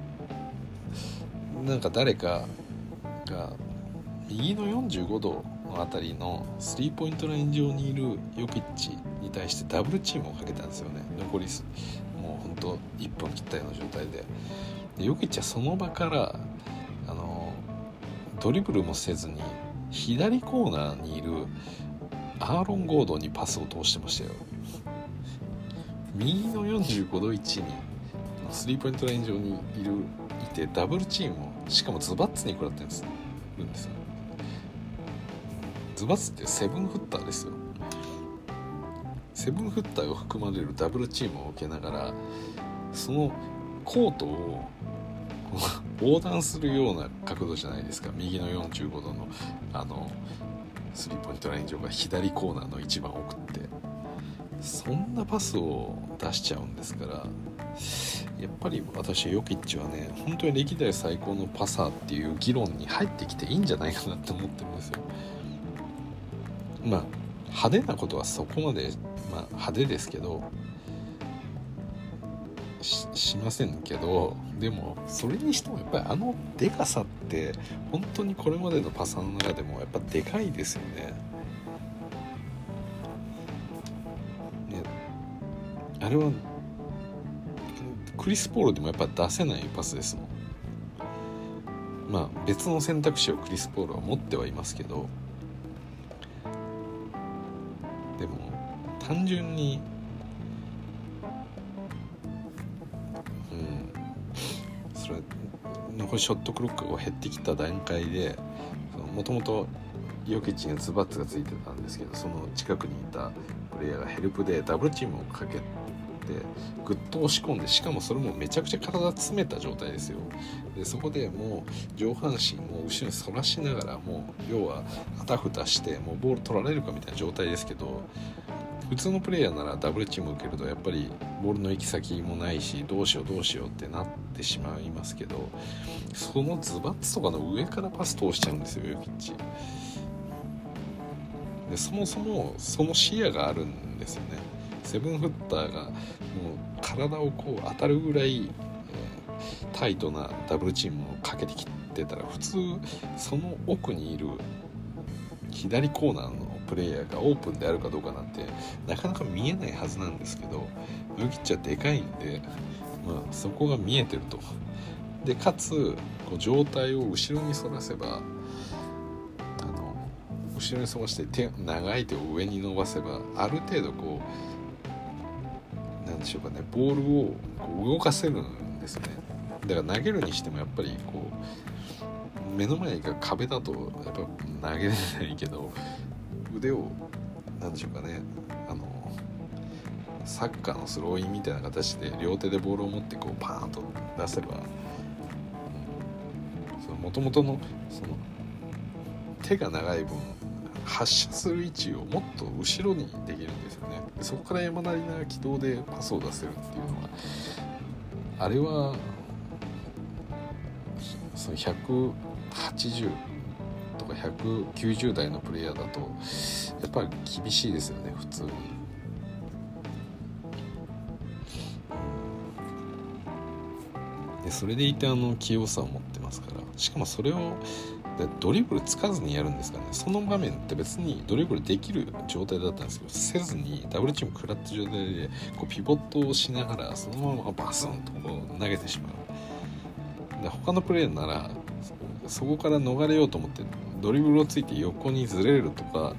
な、なんか誰かが右のよんじゅうごどのあたりのスリーポイントライン上にいるヨキッチに対してダブルチームをかけたんですよね。残りもうほんといっぷん切ったような状態で、でヨキッチはその場からあのドリブルもせずに左コーナーにいるアーロン・ゴードンにパスを通してましたよ。右のよんじゅうごど位置にスリーポイントライン上にいるいてダブルチームをしかもズバッツに食らってるんでするんですよ。ズバッツってセブンフッターですよ。セブンフッターが含まれるダブルチームを受けながらそのコートを横断するような角度じゃないですか。右のよんじゅうごどのあのスリーポイントライン上が左コーナーの一番奥って、そんなパスを出しちゃうんですから、やっぱり私ヨキッチはね本当に歴代最高のパサーっていう議論に入ってきていいんじゃないかなって思ってるんですよ。まあ派手なことはそこまで、まあ、派手ですけど し, しませんけど、でもそれにしてもやっぱりあのでかさって本当にこれまでのパサーの中でもやっぱでかいですよね。ねあれはクリス・ポールでもやっぱ出せないパスですもん。まあ別の選択肢をクリス・ポールは持ってはいますけど、でも単純にうんそれ残りショットクロックが減ってきた段階で、もともとヨキッチにズバッツがついてたんですけど、その近くにいたプレイヤーがヘルプでダブルチームをかけてぐっと押し込んで、しかもそれもめちゃくちゃ体詰めた状態ですよ。でそこでもう上半身を後ろに反らしながら、もう要はあたふたしてもうボール取られるかみたいな状態ですけど、普通のプレイヤーならダブルチーム受けるとやっぱりボールの行き先もないし、どうしようどうしようってなってしまいますけど、そのズバッツとかの上からパス通しちゃうんですよヨキッチで。そもそもその視野があるんですよね。セブンフッターがもう体をこう当たるぐらい、えー、タイトなダブルチームをかけてきてたら、普通その奥にいる左コーナーのプレイヤーがオープンであるかどうかなんてなかなか見えないはずなんですけど、ヨキッチはでかいんで、まあ、そこが見えてると。でかつこう上体を後ろに反らせば、あの後ろに反らして手長い手を上に伸ばせば、ある程度こうなんでしょうかね、ボールをこう動かせるんですよね。だから投げるにしてもやっぱりこう目の前が壁だとやっぱ投げれないけど、腕をなんでしょうかね、あのサッカーのスローインみたいな形で両手でボールを持ってこうパーンと出せば、もともとのその手が長い分発射する位置をもっと後ろにできるんですよね。そこから山なりな軌道でパスを出せるっていうのは、あれはそのひゃくはちじゅうとかひゃくきゅうじゅう代のプレイヤーだとやっぱり厳しいですよね普通に。でそれでいてあの器用さを持ってますから、しかもそれをドリブルつかずにやるんですかね。その場面って別にドリブルできる状態だったんですけど、せずにダブルチーム食らった状態でこうピボットをしながらそのままバスンとこう投げてしまう。で他のプレーならそこから逃れようと思ってドリブルをついて横にずれるとか、あの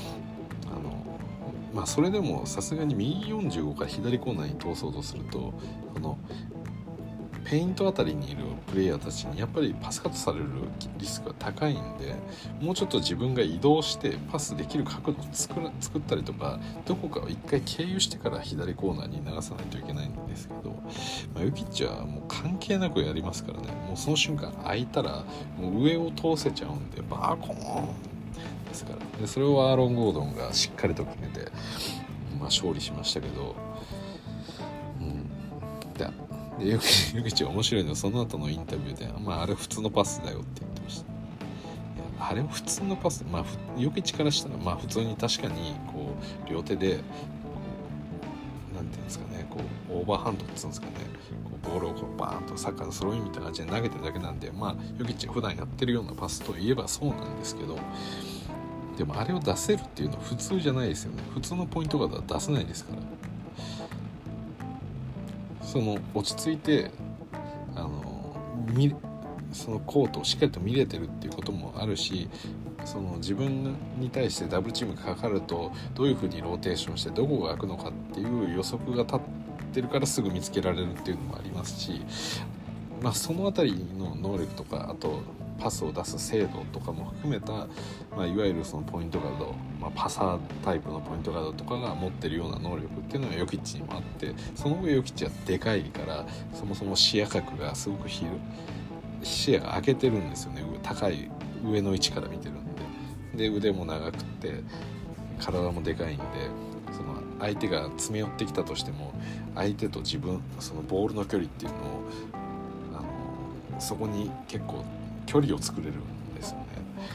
まあそれでもさすがに右よんじゅうごから左コーナーに通そうとすると、このペイントあたりにいるプレイヤーたちにやっぱりパスカットされるリスクが高いんで、もうちょっと自分が移動してパスできる角度を作ら作ったりとか、どこかを一回経由してから左コーナーに流さないといけないんですけど、まあ、ヨキッチはもう関係なくやりますからね。もうその瞬間空いたらもう上を通せちゃうんで、バーコーンですから。でそれをアーロン・ゴードンがしっかりと決めて、まあ、勝利しましたけど、うんででヨキッチが面白いのはその後のインタビューで、まあ、あれ普通のパスだよって言ってました。いやあれ普通のパス、まあ、ヨキッチからしたらまあ普通に確かにこう両手でこうなんていうんですかね、こうオーバーハンドって言うんですかね、こうボールをこうバーンとサッカーのスローインみたいな感じで投げてるだけなんで、まあヨキッチが普段やってるようなパスといえばそうなんですけど、でもあれを出せるっていうのは普通じゃないですよね。普通のポイントガードは出せないですから。その落ち着いてあの見そのコートをしっかりと見れてるっていうこともあるし、その自分に対してダブルチームがかかるとどういうふうにローテーションしてどこが開くのかっていう予測が立ってるからすぐ見つけられるっていうのもありますし、まあ、そのあたりの能力とか、あとパスを出す精度とかも含めた、まあ、いわゆるそのポイントガード、まあ、パサータイプのポイントガードとかが持ってるような能力っていうのがヨキッチにもあって、その上ヨキッチはでかいからそもそも視野角がすごく広い、視野が開けてるんですよね。高い上の位置から見てるんで、で腕も長くて体もでかいんで、その相手が詰め寄ってきたとしても相手と自分そのボールの距離っていうのをあのそこに結構距離を作れるんですよね。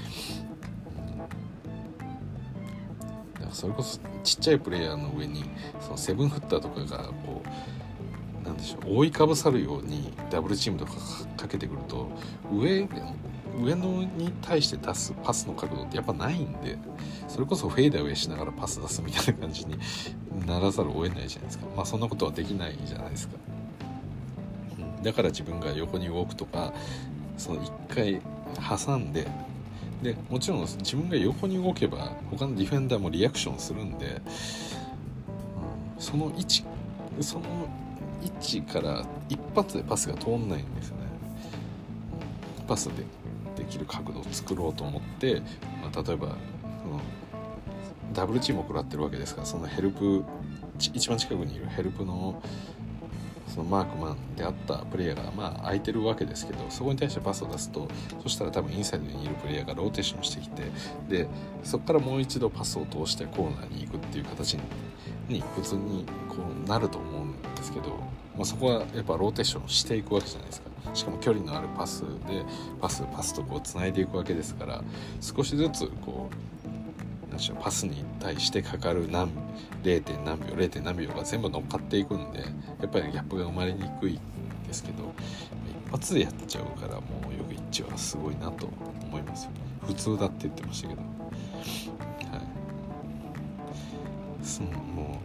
だからそれこそちっちゃいプレイヤーの上にそのセブンフッターとかがこうなんでしょう、覆いかぶさるようにダブルチームとかかけてくると、上上のに対して出すパスの角度ってやっぱないんで、それこそフェイダーウェイしながらパス出すみたいな感じにならざるを得ないじゃないですか。まあそんなことはできないじゃないですか。 だから自分が横に動くとか、その一回挟んで、でもちろん自分が横に動けば他のディフェンダーもリアクションするんで、うん、その位置その位置から一発でパスが通んないんですよね。パスでできる角度を作ろうと思って、まあ、例えばそのダブルチームを食らってるわけですから、そのヘルプ一番近くにいるヘルプのそのマークマンであったプレイヤーがまあ空いてるわけですけど、そこに対してパスを出すと、そしたら多分インサイドにいるプレイヤーがローテーションしてきて、でそこからもう一度パスを通してコーナーに行くっていう形に普通にこうなると思うんですけど、まあ、そこはやっぱローテーションしていくわけじゃないですか。しかも距離のあるパスでパスパスとこうつないでいくわけですから、少しずつこうなんでしょう、パスに対してかかる何 0. 何秒 0. 何秒が全部乗っかっていくんで、やっぱりギャップが生まれにくいんですけど、一発でやっちゃうから、もうヨビッチはすごいなと思いますよ。普通だって言ってましたけど、はい、そのも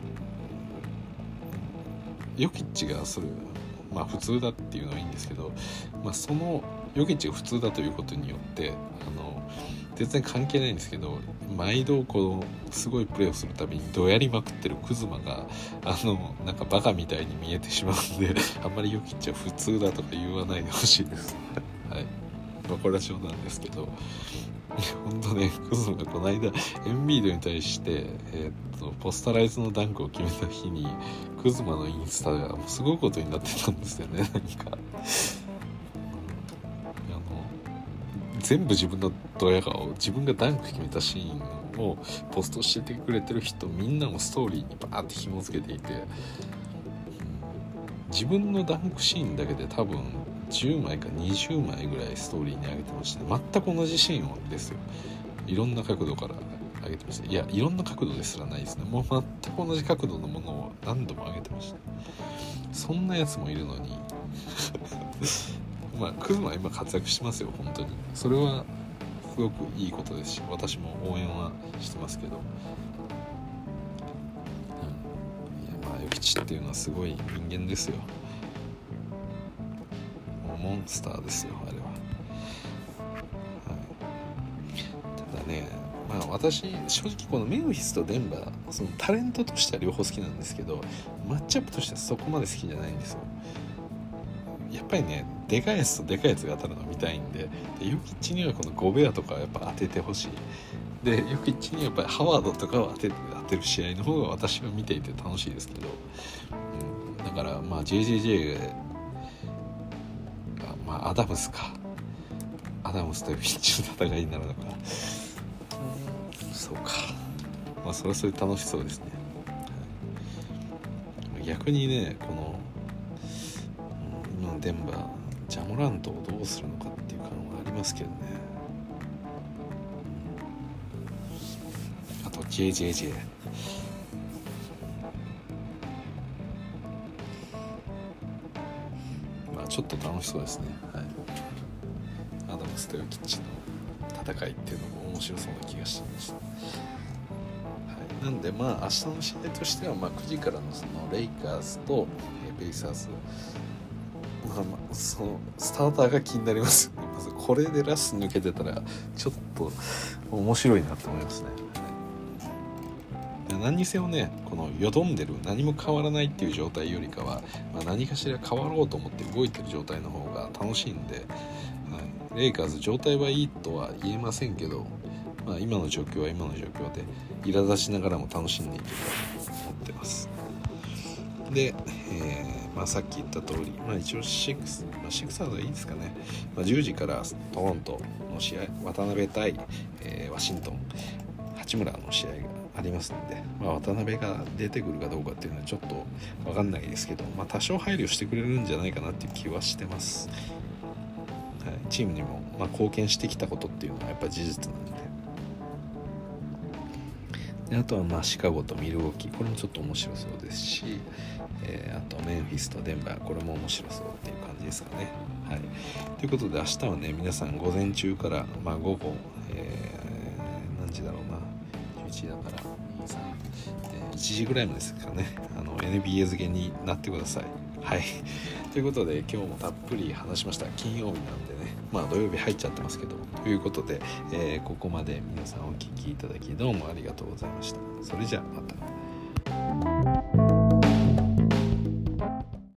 うヨキッチがそれまあ普通だっていうのはいいんですけど、まあ、そのヨキッチが普通だということによってあの全然関係ないんですけど、毎度こうすごいプレーをするたびにどやりまくってるクズマがあのなんかバカみたいに見えてしまうんで、あんまりヨキッチは普通だとか言わないでほしいですはい、まあ、これは冗談ですけど、本当ね、クズマがこの間エンビードに対して、えー、っとポスタライズのダンクを決めた日にクズマのインスタがもうすごいことになってたんですよね。なんか全部自分のドヤ顔、自分がダンク決めたシーンをポストしててくれてる人みんなもストーリーにバーって紐付けていて、自分のダンクシーンだけで多分じゅうまいかにじゅうまいぐらいストーリーに上げてました、ね、全く同じシーンをですよ、いろんな角度から上げてました。いや、いろんな角度ですらないですね、もう全く同じ角度のものを何度も上げてました。そんなやつもいるのにまあクズマは今活躍してますよ、本当に。それはすごくいいことですし、私も応援はしてますけど、うん、いやまあヨキチっていうのはすごい人間ですよ。もうモンスターですよ、あれは、はい、ただね、まあ私正直このメンフィスとデンバー、そのタレントとしては両方好きなんですけど、マッチアップとしてはそこまで好きじゃないんですよ。やっぱりね、でかいやつとでかいやつが当たるの見たいんで、でヨキッチにはこのゴベアとかやっぱ当ててほしい。でヨキッチにはやっぱりハワードとかを当て、当てる試合の方が私は見ていて楽しいですけど、うん、だからまあ ジェイジェイジェイ が、まあアダムスかアダムスとヨキッチの戦いになるのか、うん、そうか、まあそれはそれ楽しそうですね、はい、逆にね、このデンバージャモラントをどうするのかっていう感はありますけどね、あと ジェイジェイジェイ、 まあちょっと楽しそうですね、はい、アダムスとヨキッチの戦いっていうのも面白そうな気がしてました、はい、なんでまあ明日の試合としては、まあくじからのそのレイカーズとベイサーズ、まあまあ、そのスターターが気になりますね。まずこれでラス抜けてたらちょっと面白いなと思いますね、はい、何にせよね、このよどんでる何も変わらないっていう状態よりかは、まあ、何かしら変わろうと思って動いてる状態の方が楽しいんで、はい、レイカーズ状態はいいとは言えませんけど、まあ、今の状況は今の状況で苛立ちながらも楽しんでいけると思ってます。で、えーまあ、さっき言った通り、まあ、一応シックス、まあ、シックサーズはいいですかね、まあ、じゅうじからトロントの試合、渡辺対、えー、ワシントン八村の試合がありますので、まあ、渡辺が出てくるかどうかっていうのはちょっと分かんないですけど、まあ、多少配慮してくれるんじゃないかなっていう気はしてます、はい、チームにも、まあ、貢献してきたことっていうのはやっぱ事実なんで、であとはまあシカゴとミルウォーキー、これもちょっと面白そうですし、えー、あとメンフィスとデンバー、これも面白そうっていう感じですかね、はい、ということで明日はね、皆さん午前中から、まあ、午後、えー、何時だろうな、じゅういちじだからに、さん、えー、いちじぐらいまでですかね、あの エヌビーエー 付けになってください。 はいということで今日もたっぷり話しました。金曜日なんでね、まあ土曜日入っちゃってますけど、ということで、えー、ここまで皆さんお聞きいただきどうもありがとうございました。それじゃあまた。